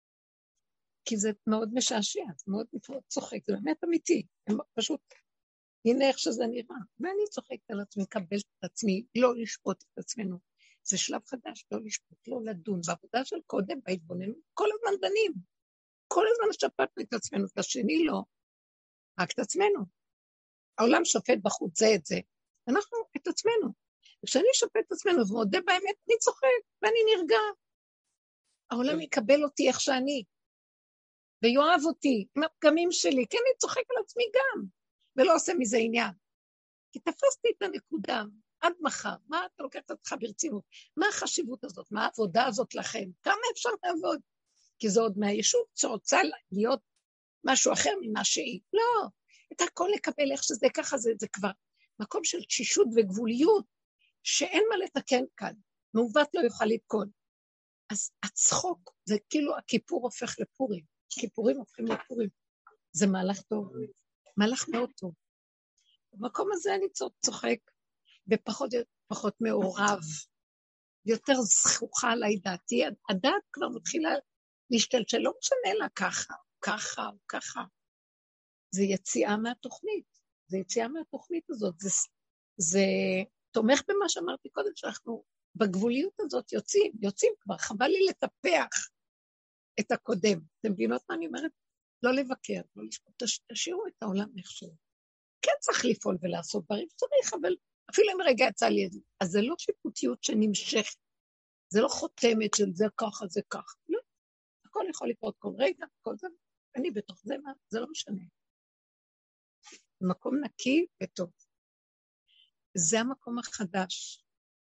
כי זה מאוד משעשע, זה מאוד צוחק, זה באמת אמיתי, פשוט, הנה איך שזה נראה, ואני צוחקת על עצמי, קבלת את עצמי, לא לשפוט את עצמנו, זה שלב חדש, לא לשפוט, לא לדון, בעבודה של קודם, בהתבוננות, כל הזמן דנים, כל הזמן שפטנו את עצמנו, את השני לא, רק את עצמנו, העולם שופט בחוץ זה את זה, אנחנו את עצמנו, וכשאני שופט את עצמנו ומודה באמת, אני צוחק ואני נרגע, העולם יקבל אותי איך שאני, ויואב אותי, עם הפגמים שלי, כי אני צוחק על עצמי גם, ולא עושה מזה עניין. כי תפסתי את הנקודה, עד מחר, מה אתה לוקח את עצמך ברצינות? מה החשיבות הזאת? מה העבודה הזאת לכם? כמה אפשר לעבוד? כי זה עוד מהישות שרוצה להיות משהו אחר ממה שהיא. לא, את הכל לקבל איך שזה ככה, זה, זה כבר מקום של תשישות וגבוליות, שאין מה לתקן כאן. מעוות לא יוכל לתקון. אז הצחוק, זה כאילו הכיפור הופך לפורים. כיפורים הופכים לפורים. זה מהלך טוב, מהלך מאוד טוב. במקום הזה אני צוחק, בפחות פחות מעורב, יותר זכוכה עליי דעתי, הדעת כבר מתחילה להשתלשל, לא משנה לה ככה, ככה או ככה. זה יציאה מהתוכנית, זה יציאה מהתוכנית הזאת, זה, זה תומך במה שאמרתי קודם, שאנחנו בגבוליות הזאת יוצאים, יוצאים כבר, חבל לי לטפח את הקודם. אתם מבינות מה אני אומרת? לא לבקר, לא לשפוט, תשאירו את העולם נחשוב. כן צריך לפעול ולעשות דברים, צריך, אבל אפילו אם רגע יצא לי את זה. אז זה לא שיפוטיות שנמשכת, זה לא חותמת של זה ככה, זה ככה. לא, הכל יכול לקרות כל רגע, כל זה, אני בתוך זה, מה, זה לא משנה. מקום נקי וטוב. זה המקום החדש.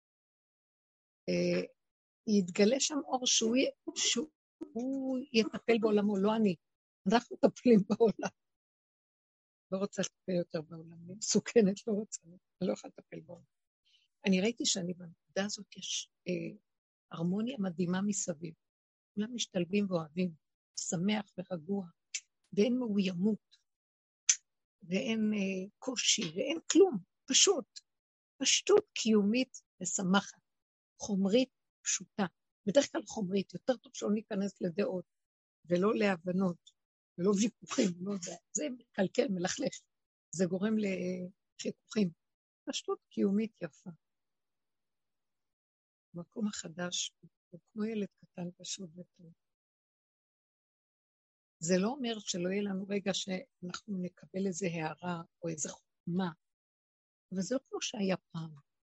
אה, יתגלה שם אור שהוא, שהוא הוא יטפל בעולמו, לא אני. אנחנו מטפלים בעולם. לא רוצה לטפל יותר בעולם, אני מסוכנת, לא רוצה, אני לא יכולה לטפל בעולם. אני ראיתי שאני בנקודה הזאת יש אה, הרמוניה מדהימה מסביב. כולם משתלבים ואוהבים, שמח ורגוע, ואין מאוימות, ואין אה, קושי, ואין כלום, פשוט. פשטות קיומית ושמחת, חומרית פשוטה. בדרך כלל חומרית, יותר טוב שלא ניכנס לדעות, ולא להבנות, ולא ויכוחים, לא זה, זה מקלקל, מלכלך, זה גורם לחיכוכים. פשטות קיומית יפה. המקום החדש, הוא כמו ילד קטן פשוט וטוב. זה לא אומר שלא יהיה לנו רגע שאנחנו נקבל איזו הערה, או איזו חומה, אבל זה לא כמו שהיה פעם.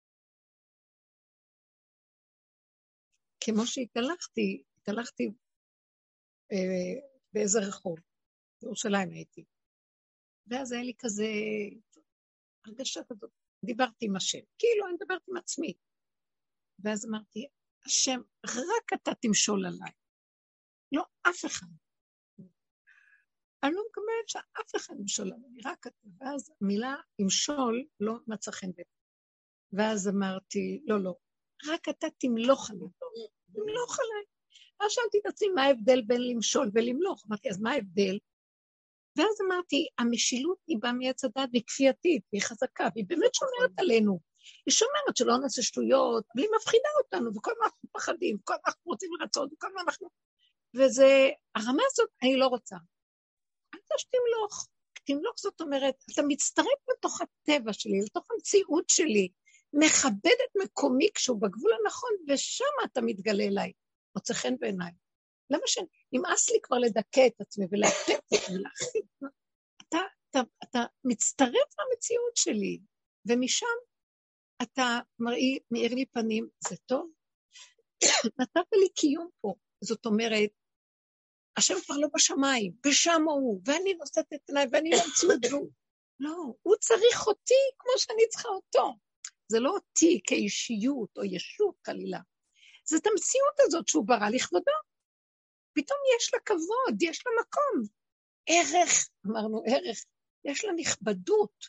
כמו שהתהלכתי, התהלכתי אה, באיזה רחוב, בירושלים הייתי. ואז היה לי כזה הרגשה כזאת, דיברתי עם השם, כאילו אני דיברתי עם עצמי. ואז אמרתי, השם, רק אתה תמשול עליי. לא, אף אחד. אני לא מקבלת שאף אחד ימשול עליי, רק אתה. ואז המילה ימשול לא מצא חן בעיניי. ואז אמרתי, לא, לא, רק אתה תמלוך עליי. תמלוך עליי. אז שאלתי את עצמי, מה ההבדל בין למשול ולמלוך? אמרתי, אז מה ההבדל? ואז אמרתי, המשילות היא באה מעץ הדת, והיא כפייתית, והיא חזקה, והיא באמת שומרת עלינו. היא שומרת שלא נעשה שטויות, אבל היא מפחידה אותנו, וכל מה אנחנו פחדים, וכל מה אנחנו רוצים לרצות, וכל מה אנחנו... וזה, הרמה הזאת, אני לא רוצה. אל תשתמלוך. תמלוך זאת אומרת, אתה מצטרף לתוך הטבע שלי, לתוך המציאות שלי, מכבד את מקומי כשהוא בגבול הנכון, ושם אתה מתגלה אליי. מוצא חן בעיניי. למה ש... נמאס לי כבר לדכא את עצמי ולהפת ולהחזיק. אתה, אתה, אתה מצטרף למציאות שלי, ומשם אתה מראי, מאיר לי פנים, זה טוב. נתת לי קיום פה. זאת אומרת, השם כבר לא בשמיים, ושם הוא, ואני נושאת את עיניי, ואני לא מצמדו. לא, הוא צריך אותי כמו שאני צריכה אותו. זה לא אותי כאישיות או ישות חלילה. זה את המציאות הזאת שהוא ברא לכבודו. פתאום יש לה כבוד, יש לה מקום. ערך, אמרנו ערך, יש לה נכבדות.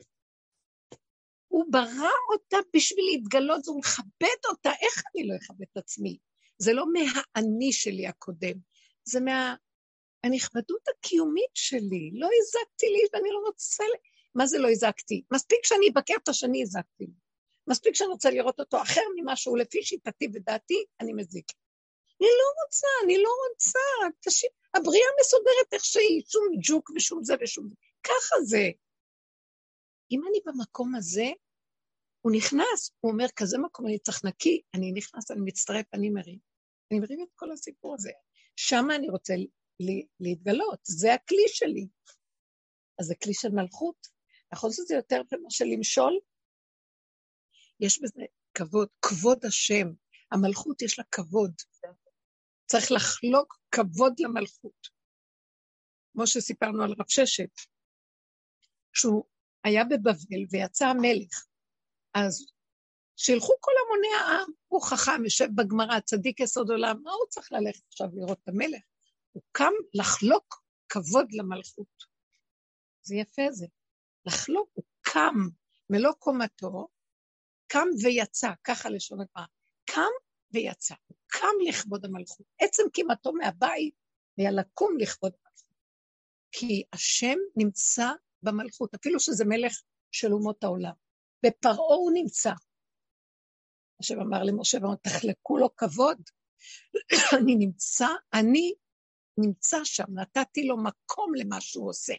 הוא ברא אותה בשביל להתגלות, הוא מכבד אותה, איך אני לא אכבד את עצמי? זה לא מהאני שלי הקודם, זה מהנכבדות הקיומית שלי, לא הזקתי לי ואני לא רוצה, מה זה לא הזקתי? מספיק שאני אבקר את השני הזקתי לי, מספיק שאני רוצה לראות אותו אחר ממה שהוא לפי שיטתי ודעתי, אני מזיק. אני לא רוצה, אני לא רוצה, תשיב, הבריאה מסודרת איך שהיא, שום ג'וק ושום זה ושום זה, ככה זה. אם אני במקום הזה, הוא נכנס, הוא אומר, כזה מקום אני צריך נקי, אני נכנס, אני מצטרף, אני מרים. אני מרים את כל הסיפור הזה. שם אני רוצה להתגלות, זה הכלי שלי. אז זה כלי של מלכות. נכון שזה יותר ממה של למשול? יש בזה כבוד, כבוד השם. המלכות יש לה כבוד. צריך לחלוק כבוד למלכות. כמו שסיפרנו על רב ששת, שהוא היה בבבל ויצא המלך, אז שילכו כל המוני העם, הוא חכם, יושב בגמרא, צדיק יסוד עולם, מה הוא צריך ללכת עכשיו לראות את המלך? הוא קם לחלוק כבוד למלכות. זה יפה זה. לחלוק, הוא קם מלוא קומתו, קם ויצא, ככה לשון הגמרא, קם ויצא, הוא קם לכבוד המלכות. עצם קימתו מהבית, היה לקום לכבוד המלכות. כי השם נמצא במלכות, אפילו שזה מלך של אומות העולם. בפרעה הוא נמצא. השם אמר למשה, תחלקו לו כבוד. אני נמצא, אני נמצא שם, נתתי לו מקום למה שהוא עושה.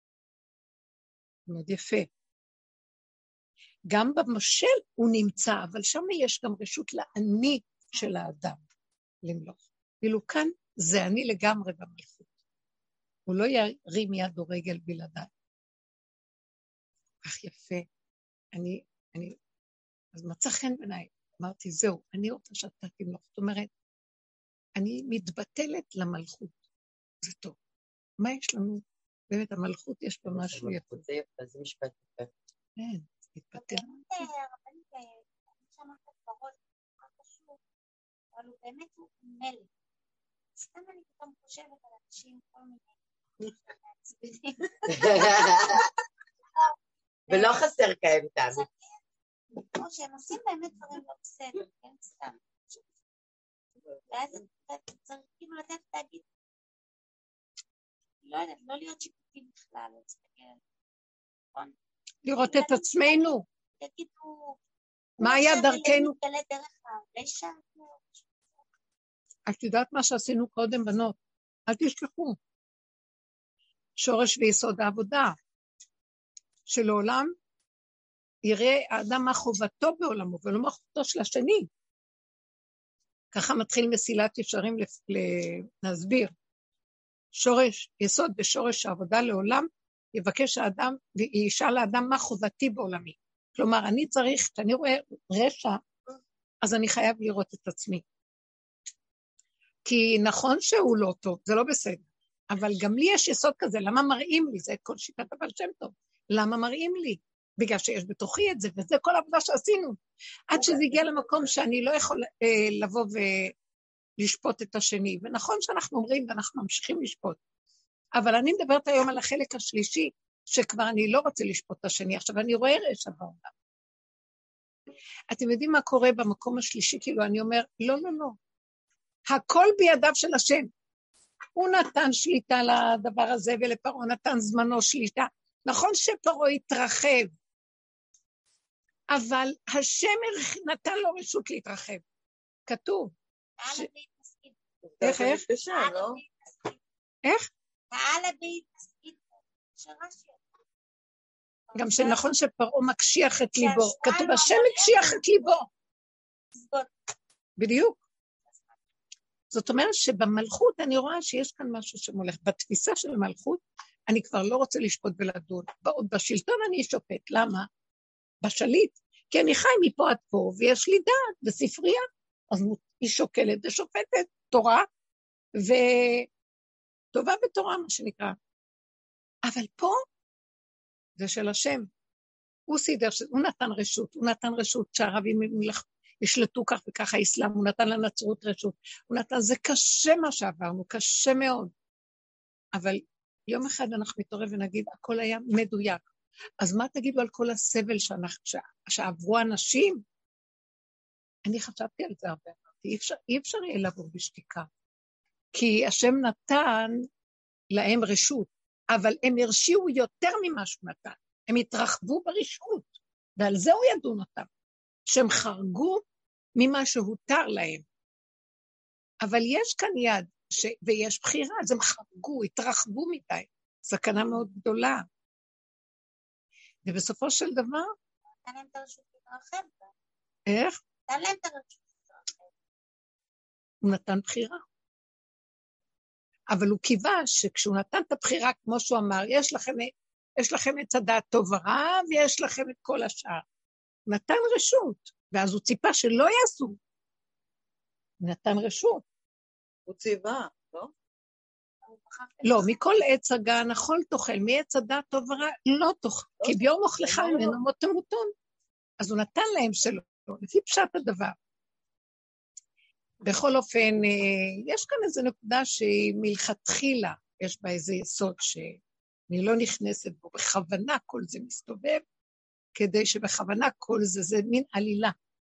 מאוד יפה. גם במשל הוא נמצא, אבל שם יש גם רשות לעני של האדם למלוך. ואילו כאן זה אני לגמרי במלכות. הוא לא ירים יד או רגל בלעדיי. כך יפה. אני, אני, אז מצא חן בעיניי. אמרתי, זהו, אני רוצה שאתה תמלוך. זאת אומרת, אני מתבטלת למלכות. זה טוב. מה יש לנו? באמת, המלכות יש בה משהו יפה. זה יפה, זה משפט יפה. כן, מתבטל. רבנית, אני שמעת בראש, מה חשוב, אבל הוא באמת הוא מלך. סתם אני פתאום חושבת על אנשים כל מיני מעצבנים. ולא חסר כאלה תאמין. כמו שהם עושים באמת דברים לא בסדר, כן, סתם. ואז אתה צריך כאילו לתת להגיד, לא יודעת, לא להיות שיפוטים בכלל, להסתכל, נכון? לראות את עצמנו. תגידו, מה היה דרכנו? מתגלה דרך הרשע? את יודעת מה שעשינו קודם, בנות? אל תשכחו. שורש ויסוד העבודה. שלעולם יראה האדם מה חובתו בעולמו, ולא מה חובתו של השני. ככה מתחיל מסילת ישרים להסביר. שורש, יסוד ושורש העבודה לעולם, יבקש האדם, וישאל האדם מה חובתי בעולמי. כלומר, אני צריך, כשאני רואה רשע, אז אני חייב לראות את עצמי. כי נכון שהוא לא טוב, זה לא בסדר. אבל גם לי יש יסוד כזה, למה מראים לי? זה כל שיטת הבעל שם טוב. למה מראים לי? בגלל שיש בתוכי את זה, וזה כל העבודה שעשינו. עד שזה הגיע למקום שאני לא יכול אה, לבוא ולשפוט את השני. ונכון שאנחנו אומרים, ואנחנו ממשיכים לשפוט. אבל אני מדברת היום על החלק השלישי, שכבר אני לא רוצה לשפוט את השני. עכשיו אני רואה רשע בעולם. אתם יודעים מה קורה במקום השלישי? כאילו אני אומר, לא, לא, לא. הכל בידיו של השם. הוא נתן שליטה לדבר הזה, ולפרעה נתן זמנו שליטה. נכון שפרעה התרחב, אבל השם נתן לו רשות להתרחב. כתוב. איך, איך? איך? גם שנכון שפרעה מקשיח את ליבו. כתוב, השם מקשיח את ליבו. בדיוק. זאת אומרת שבמלכות אני רואה שיש כאן משהו שמולך. בתפיסה של המלכות אני כבר לא רוצה לשפוט ולדון. בשלטון אני שופט. למה? בשליט. כי אני חי מפה עד פה, ויש לי דעת בספרייה. אז היא שוקלת ושופטת תורה, וטובה בתורה, מה שנקרא. אבל פה זה של השם. הוא סידר, הוא נתן רשות, הוא נתן רשות שהערבים ישלטו כך וכך האסלאם, הוא נתן לנצרות רשות, הוא נתן, זה קשה מה שעברנו, קשה מאוד. אבל יום אחד אנחנו מתעורר ונגיד, הכל היה מדויק. אז מה תגידו על כל הסבל שאנחנו, שעברו אנשים? אני חשבתי על זה הרבה, אי אפשר, אי אפשר יהיה לעבור בשתיקה. כי השם נתן להם רשות, אבל הם הרשיעו יותר ממה שהוא נתן. הם התרחבו ברשות, ועל זה הוא ידון אותם, שהם חרגו ממה שהותר להם. אבל יש כאן יד, ש... ויש בחירה, אז הם חרגו, התרחבו מדי, סכנה מאוד גדולה. ובסופו של דבר... נתן להם את הרשות להתרחב. איך? נתן להם את הרשות להתרחב. הוא נתן בחירה. אבל הוא קיווה שכשהוא נתן את הבחירה, כמו שהוא אמר, יש לכם... יש לכם את הדעת טוב ורע, ויש לכם את כל השאר. הוא נתן רשות, ואז הוא ציפה שלא יעשו. הוא נתן רשות. הוא ציווה, לא? לא, מכל עץ הגן אכול תאכל, מעץ הדעת טוב ורע לא תאכל, כי ביום אוכלך ממנו מות תמותון. אז הוא נתן להם שלא, לפי פשט הדבר. בכל אופן, יש כאן איזו נקודה שהיא מלכתחילה, יש בה איזה יסוד ש... אני לא נכנסת בו, בכוונה כל זה מסתובב, כדי שבכוונה כל זה, זה מין עלילה.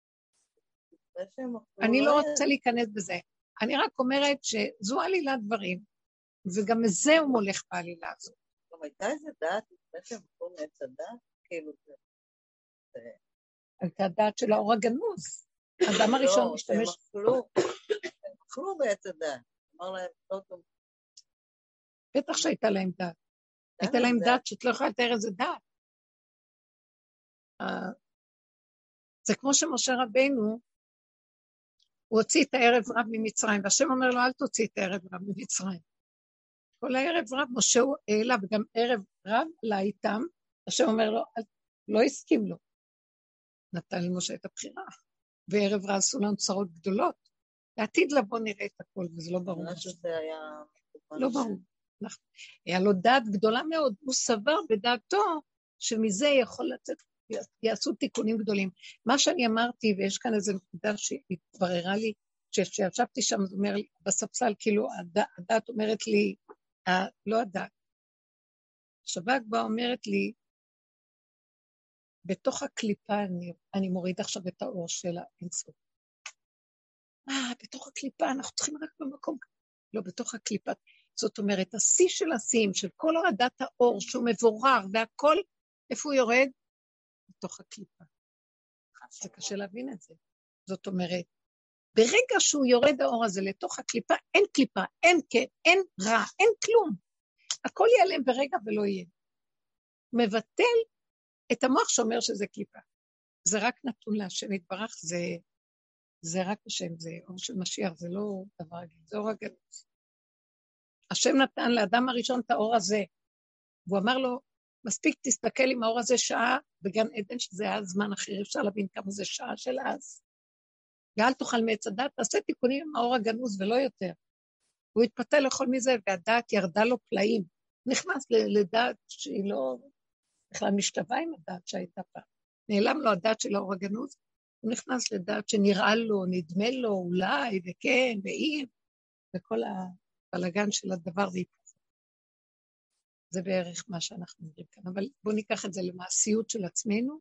אני לא רוצה להיכנס בזה. אני רק אומרת שזו עלילת דברים, וגם זה הוא מולך בעלילה הזאת. גם הייתה איזה דעת, לפני שהם אכלו מעץ הדעת, כאילו זה... הייתה דעת של האור הגנוז. האדם הראשון משתמש... לא, הם אכלו, הם אכלו מעץ הדעת. אמר להם, לא טוב. בטח שהייתה להם דעת. הייתה להם דעת שאת לא יכולה לתאר איזה דעת. זה כמו שמשה רבינו, הוא הוציא את הערב רב ממצרים, והשם אומר לו, אל תוציא את הערב רב ממצרים. כל הערב רב, משה הוא העלה, וגם ערב רב לה איתם, השם אומר לו, לא הסכים לו. נתן למשה את הבחירה, וערב רב עשו לנו צרות גדולות. לעתיד לבוא נראה את הכל, וזה לא ברור. מה שזה היה... לא ברור. היה לו דעת גדולה מאוד, הוא סבר בדעתו שמזה יכול לצאת, יעשו תיקונים גדולים. מה שאני אמרתי, ויש כאן איזו נקודה שהתבררה לי, כשישבתי שם, זה אומר לי, בספסל, כאילו הדעת אומרת לי, לא הדעת, שווה הגבוהה אומרת לי, בתוך הקליפה אני, אני מוריד עכשיו את האור של האינסוף. אה, בתוך הקליפה, אנחנו צריכים רק במקום, לא, בתוך הקליפה, זאת אומרת, השיא של השיאים, של כל הורדת האור, שהוא מבורר, והכל, איפה הוא יורד? בתוך הקליפה. זה קשה להבין את זה. זאת אומרת, ברגע שהוא יורד האור הזה לתוך הקליפה, אין קליפה, אין כן, אין רע, אין כלום. הכל ייעלם ברגע ולא יהיה. מבטל את המוח שאומר שזה קליפה. זה רק נתון להשם יתברך, זה, זה רק השם, זה אור של משיח, זה לא דבר רגיל, זה אור הגנוז. השם נתן לאדם הראשון את האור הזה, והוא אמר לו, מספיק תסתכל עם האור הזה שעה, בגן עדן שזה היה זמן אחר, אפשר להבין כמה זה שעה של אז. ואל תאכל מעץ הדעת, תעשה תיקונים עם האור הגנוז ולא יותר. הוא התפתה לכל מזה, והדעת ירדה לו פלאים. נכנס לדעת שהיא לא, בכלל משתווה עם הדעת שהייתה פעם. נעלם לו הדעת של האור הגנוז, הוא נכנס לדעת שנראה לו, נדמה לו, אולי, וכן, ואם, וכל הבלגן של הדבר והיפוך. זה בערך מה שאנחנו אומרים כאן, אבל בואו ניקח את זה למעשיות של עצמנו,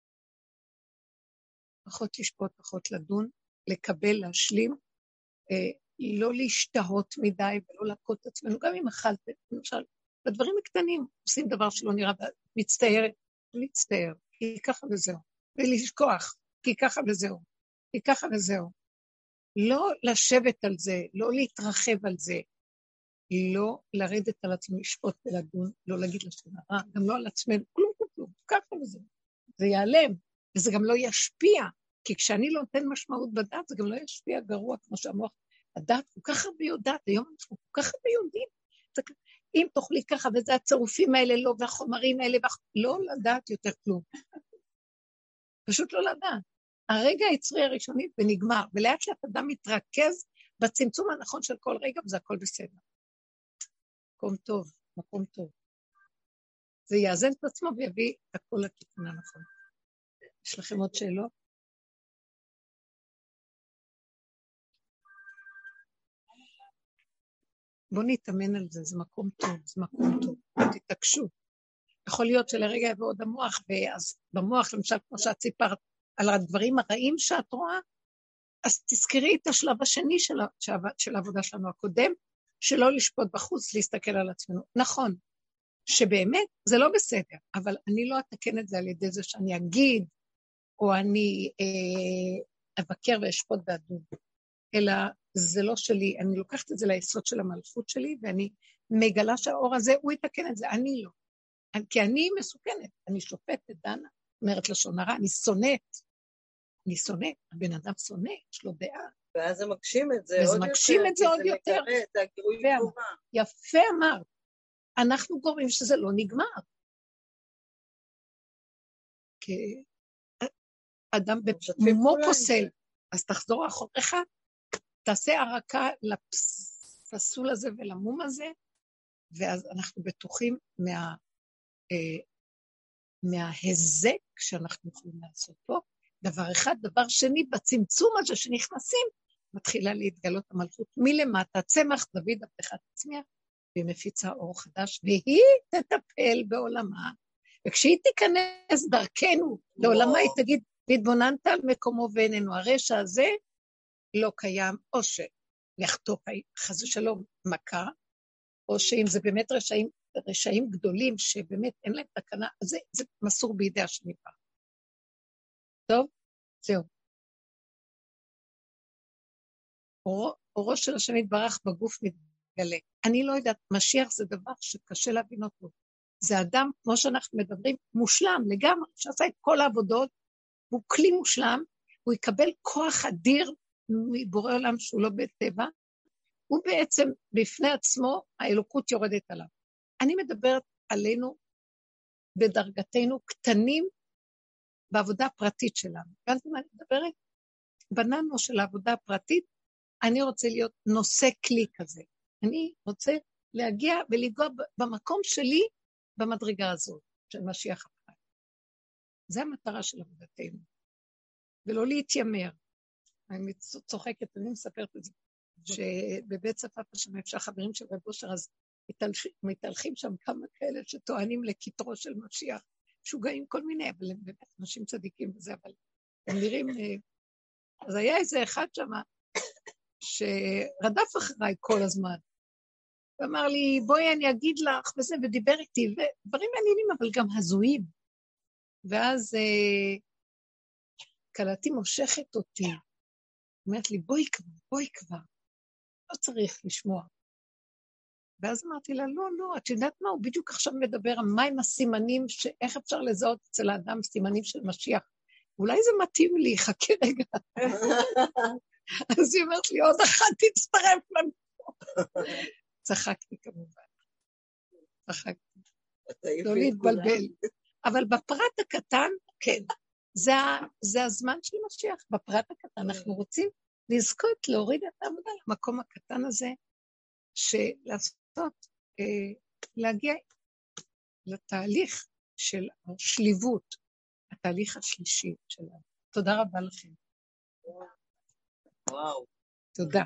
פחות לשפוט, פחות לדון, לקבל, להשלים, אה, לא להשתהות מדי ולא להכות את עצמנו, גם אם אכלת, למשל, בדברים הקטנים עושים דבר שלא נראה, מצטער, להצטער, כי ככה וזהו, ולשכוח, כי ככה וזהו, כי ככה וזהו. לא לשבת על זה, לא להתרחב על זה, לא לרדת על עצמנו, לשפוט ולדון, לא להגיד לשם הרע, גם לא על עצמנו, כלום כלום, ככה וזהו. זה ייעלם, וזה גם לא ישפיע, כי כשאני לא נותן משמעות בדעת, זה גם לא ישפיע גרוע, כמו שהמוח הדעת כל כך הרבה יודעת, היום אנחנו כל כך הרבה יודעים. אם תאכלי ככה, וזה הצירופים האלה לא, והחומרים האלה, לא לדעת יותר כלום. פשוט לא לדעת. הרגע היצרי הראשוני ונגמר, ולאט לאט אדם מתרכז בצמצום הנכון של כל רגע, וזה הכל בסדר. מקום טוב, מקום טוב. זה יאזן את עצמו ויביא את הכל לכיוון הנכון. יש לכם עוד שאלות? בואו נתאמן על זה, זה מקום טוב, זה מקום טוב, תתעקשו. יכול להיות שלרגע יבוא עוד המוח, ואז במוח, למשל, כמו שאת סיפרת, על הדברים הרעים שאת רואה, אז תזכרי את השלב השני של, של העבודה שלנו הקודם, שלא לשפוט בחוץ, להסתכל על עצמנו. נכון, שבאמת זה לא בסדר, אבל אני לא אתקן את זה על ידי זה שאני אגיד, או אני אה, אבקר ואשפוט באדום, אלא זה לא שלי, אני לוקחת את זה ליסוד של המלכות שלי, ואני מגלה שהאור הזה, הוא יתקן את זה, אני לא. כי אני מסוכנת, אני שופטת, דנה, אומרת לשון הרע, אני שונאת, אני שונאת, הבן אדם שונא, יש לו דעה. ואז זה מגשים את זה וזה עוד מגשים יותר, את זה עוד כי זה יותר. מגרה, זה הגירוי תגובה. יפה אמר, אנחנו גורמים שזה לא נגמר. כי אדם במו פוסל, אז תחזור אחוריך, תעשה ערקה לפסול הזה ולמום הזה, ואז אנחנו בטוחים מה, אה, מההזק שאנחנו יכולים לעשות פה. דבר אחד, דבר שני, בצמצום הזה שנכנסים, מתחילה להתגלות המלכות מלמטה, צמח דוד עבדך תצמיח, והיא מפיצה אור חדש, והיא תטפל בעולמה, וכשהיא תיכנס דרכנו לעולמה, היא תגיד, והתבוננת על מקומו ואיננו, הרשע הזה לא קיים, או שלחתוך חס ושלום מכה, או שאם זה באמת רשעים, רשעים גדולים, שבאמת אין להם תקנה, אז זה, זה מסור בידי השני פעם. טוב? זהו. אורו, אורו של השם יתברך בגוף מתגלה. אני לא יודעת, משיח זה דבר שקשה להבין אותו. זה אדם, כמו שאנחנו מדברים, מושלם לגמרי, שעשה את כל העבודות, הוא כלי מושלם, הוא יקבל כוח אדיר מבורא עולם שהוא לא בטבע, הוא בעצם בפני עצמו, האלוקות יורדת עליו. אני מדברת עלינו בדרגתנו קטנים בעבודה הפרטית שלנו. הבנתם מה אני מדברת? בננו של העבודה הפרטית, אני רוצה להיות נושא כלי כזה. אני רוצה להגיע ולגוע במקום שלי במדרגה הזאת של משיח החי. זה המטרה של עבודתנו. ולא להתיימר. אני צוחקת, אני מספרת את זה. שבבית צפת שם אפשר חברים של רב אושר, אז מתהלכים שם כמה כאלה שטוענים לכתרו של משיח, שוגעים כל מיני, אבל הם באמת אנשים צדיקים וזה, אבל הם נראים, אז היה איזה אחד שם, שרדף אחריי כל הזמן, ואמר לי, בואי אני אגיד לך, וזה, ודיבר איתי, ודברים מעניינים, אבל גם הזויים, ואז קלתי מושכת אותי, אומרת לי, בואי כבר, בואי כבר, לא צריך לשמוע. ואז אמרתי לה, לא, לא, את יודעת מה, הוא בדיוק עכשיו מדבר, מה עם הסימנים, שאיך אפשר לזהות אצל האדם סימנים של משיח? אולי זה מתאים לי, חכה רגע. אז היא אומרת לי, עוד אחת תצטרף לנו. צחקתי כמובן. צחקתי. לא להתבלבל. אבל בפרט הקטן, כן, זה, זה הזמן של משיח. בפרט הקטן אנחנו רוצים לזכות להוריד את העבודה למקום הקטן הזה, שלעשות, אה, להגיע לתהליך של השליבות, התהליך השלישי שלנו. תודה רבה לכם. וואו. תודה.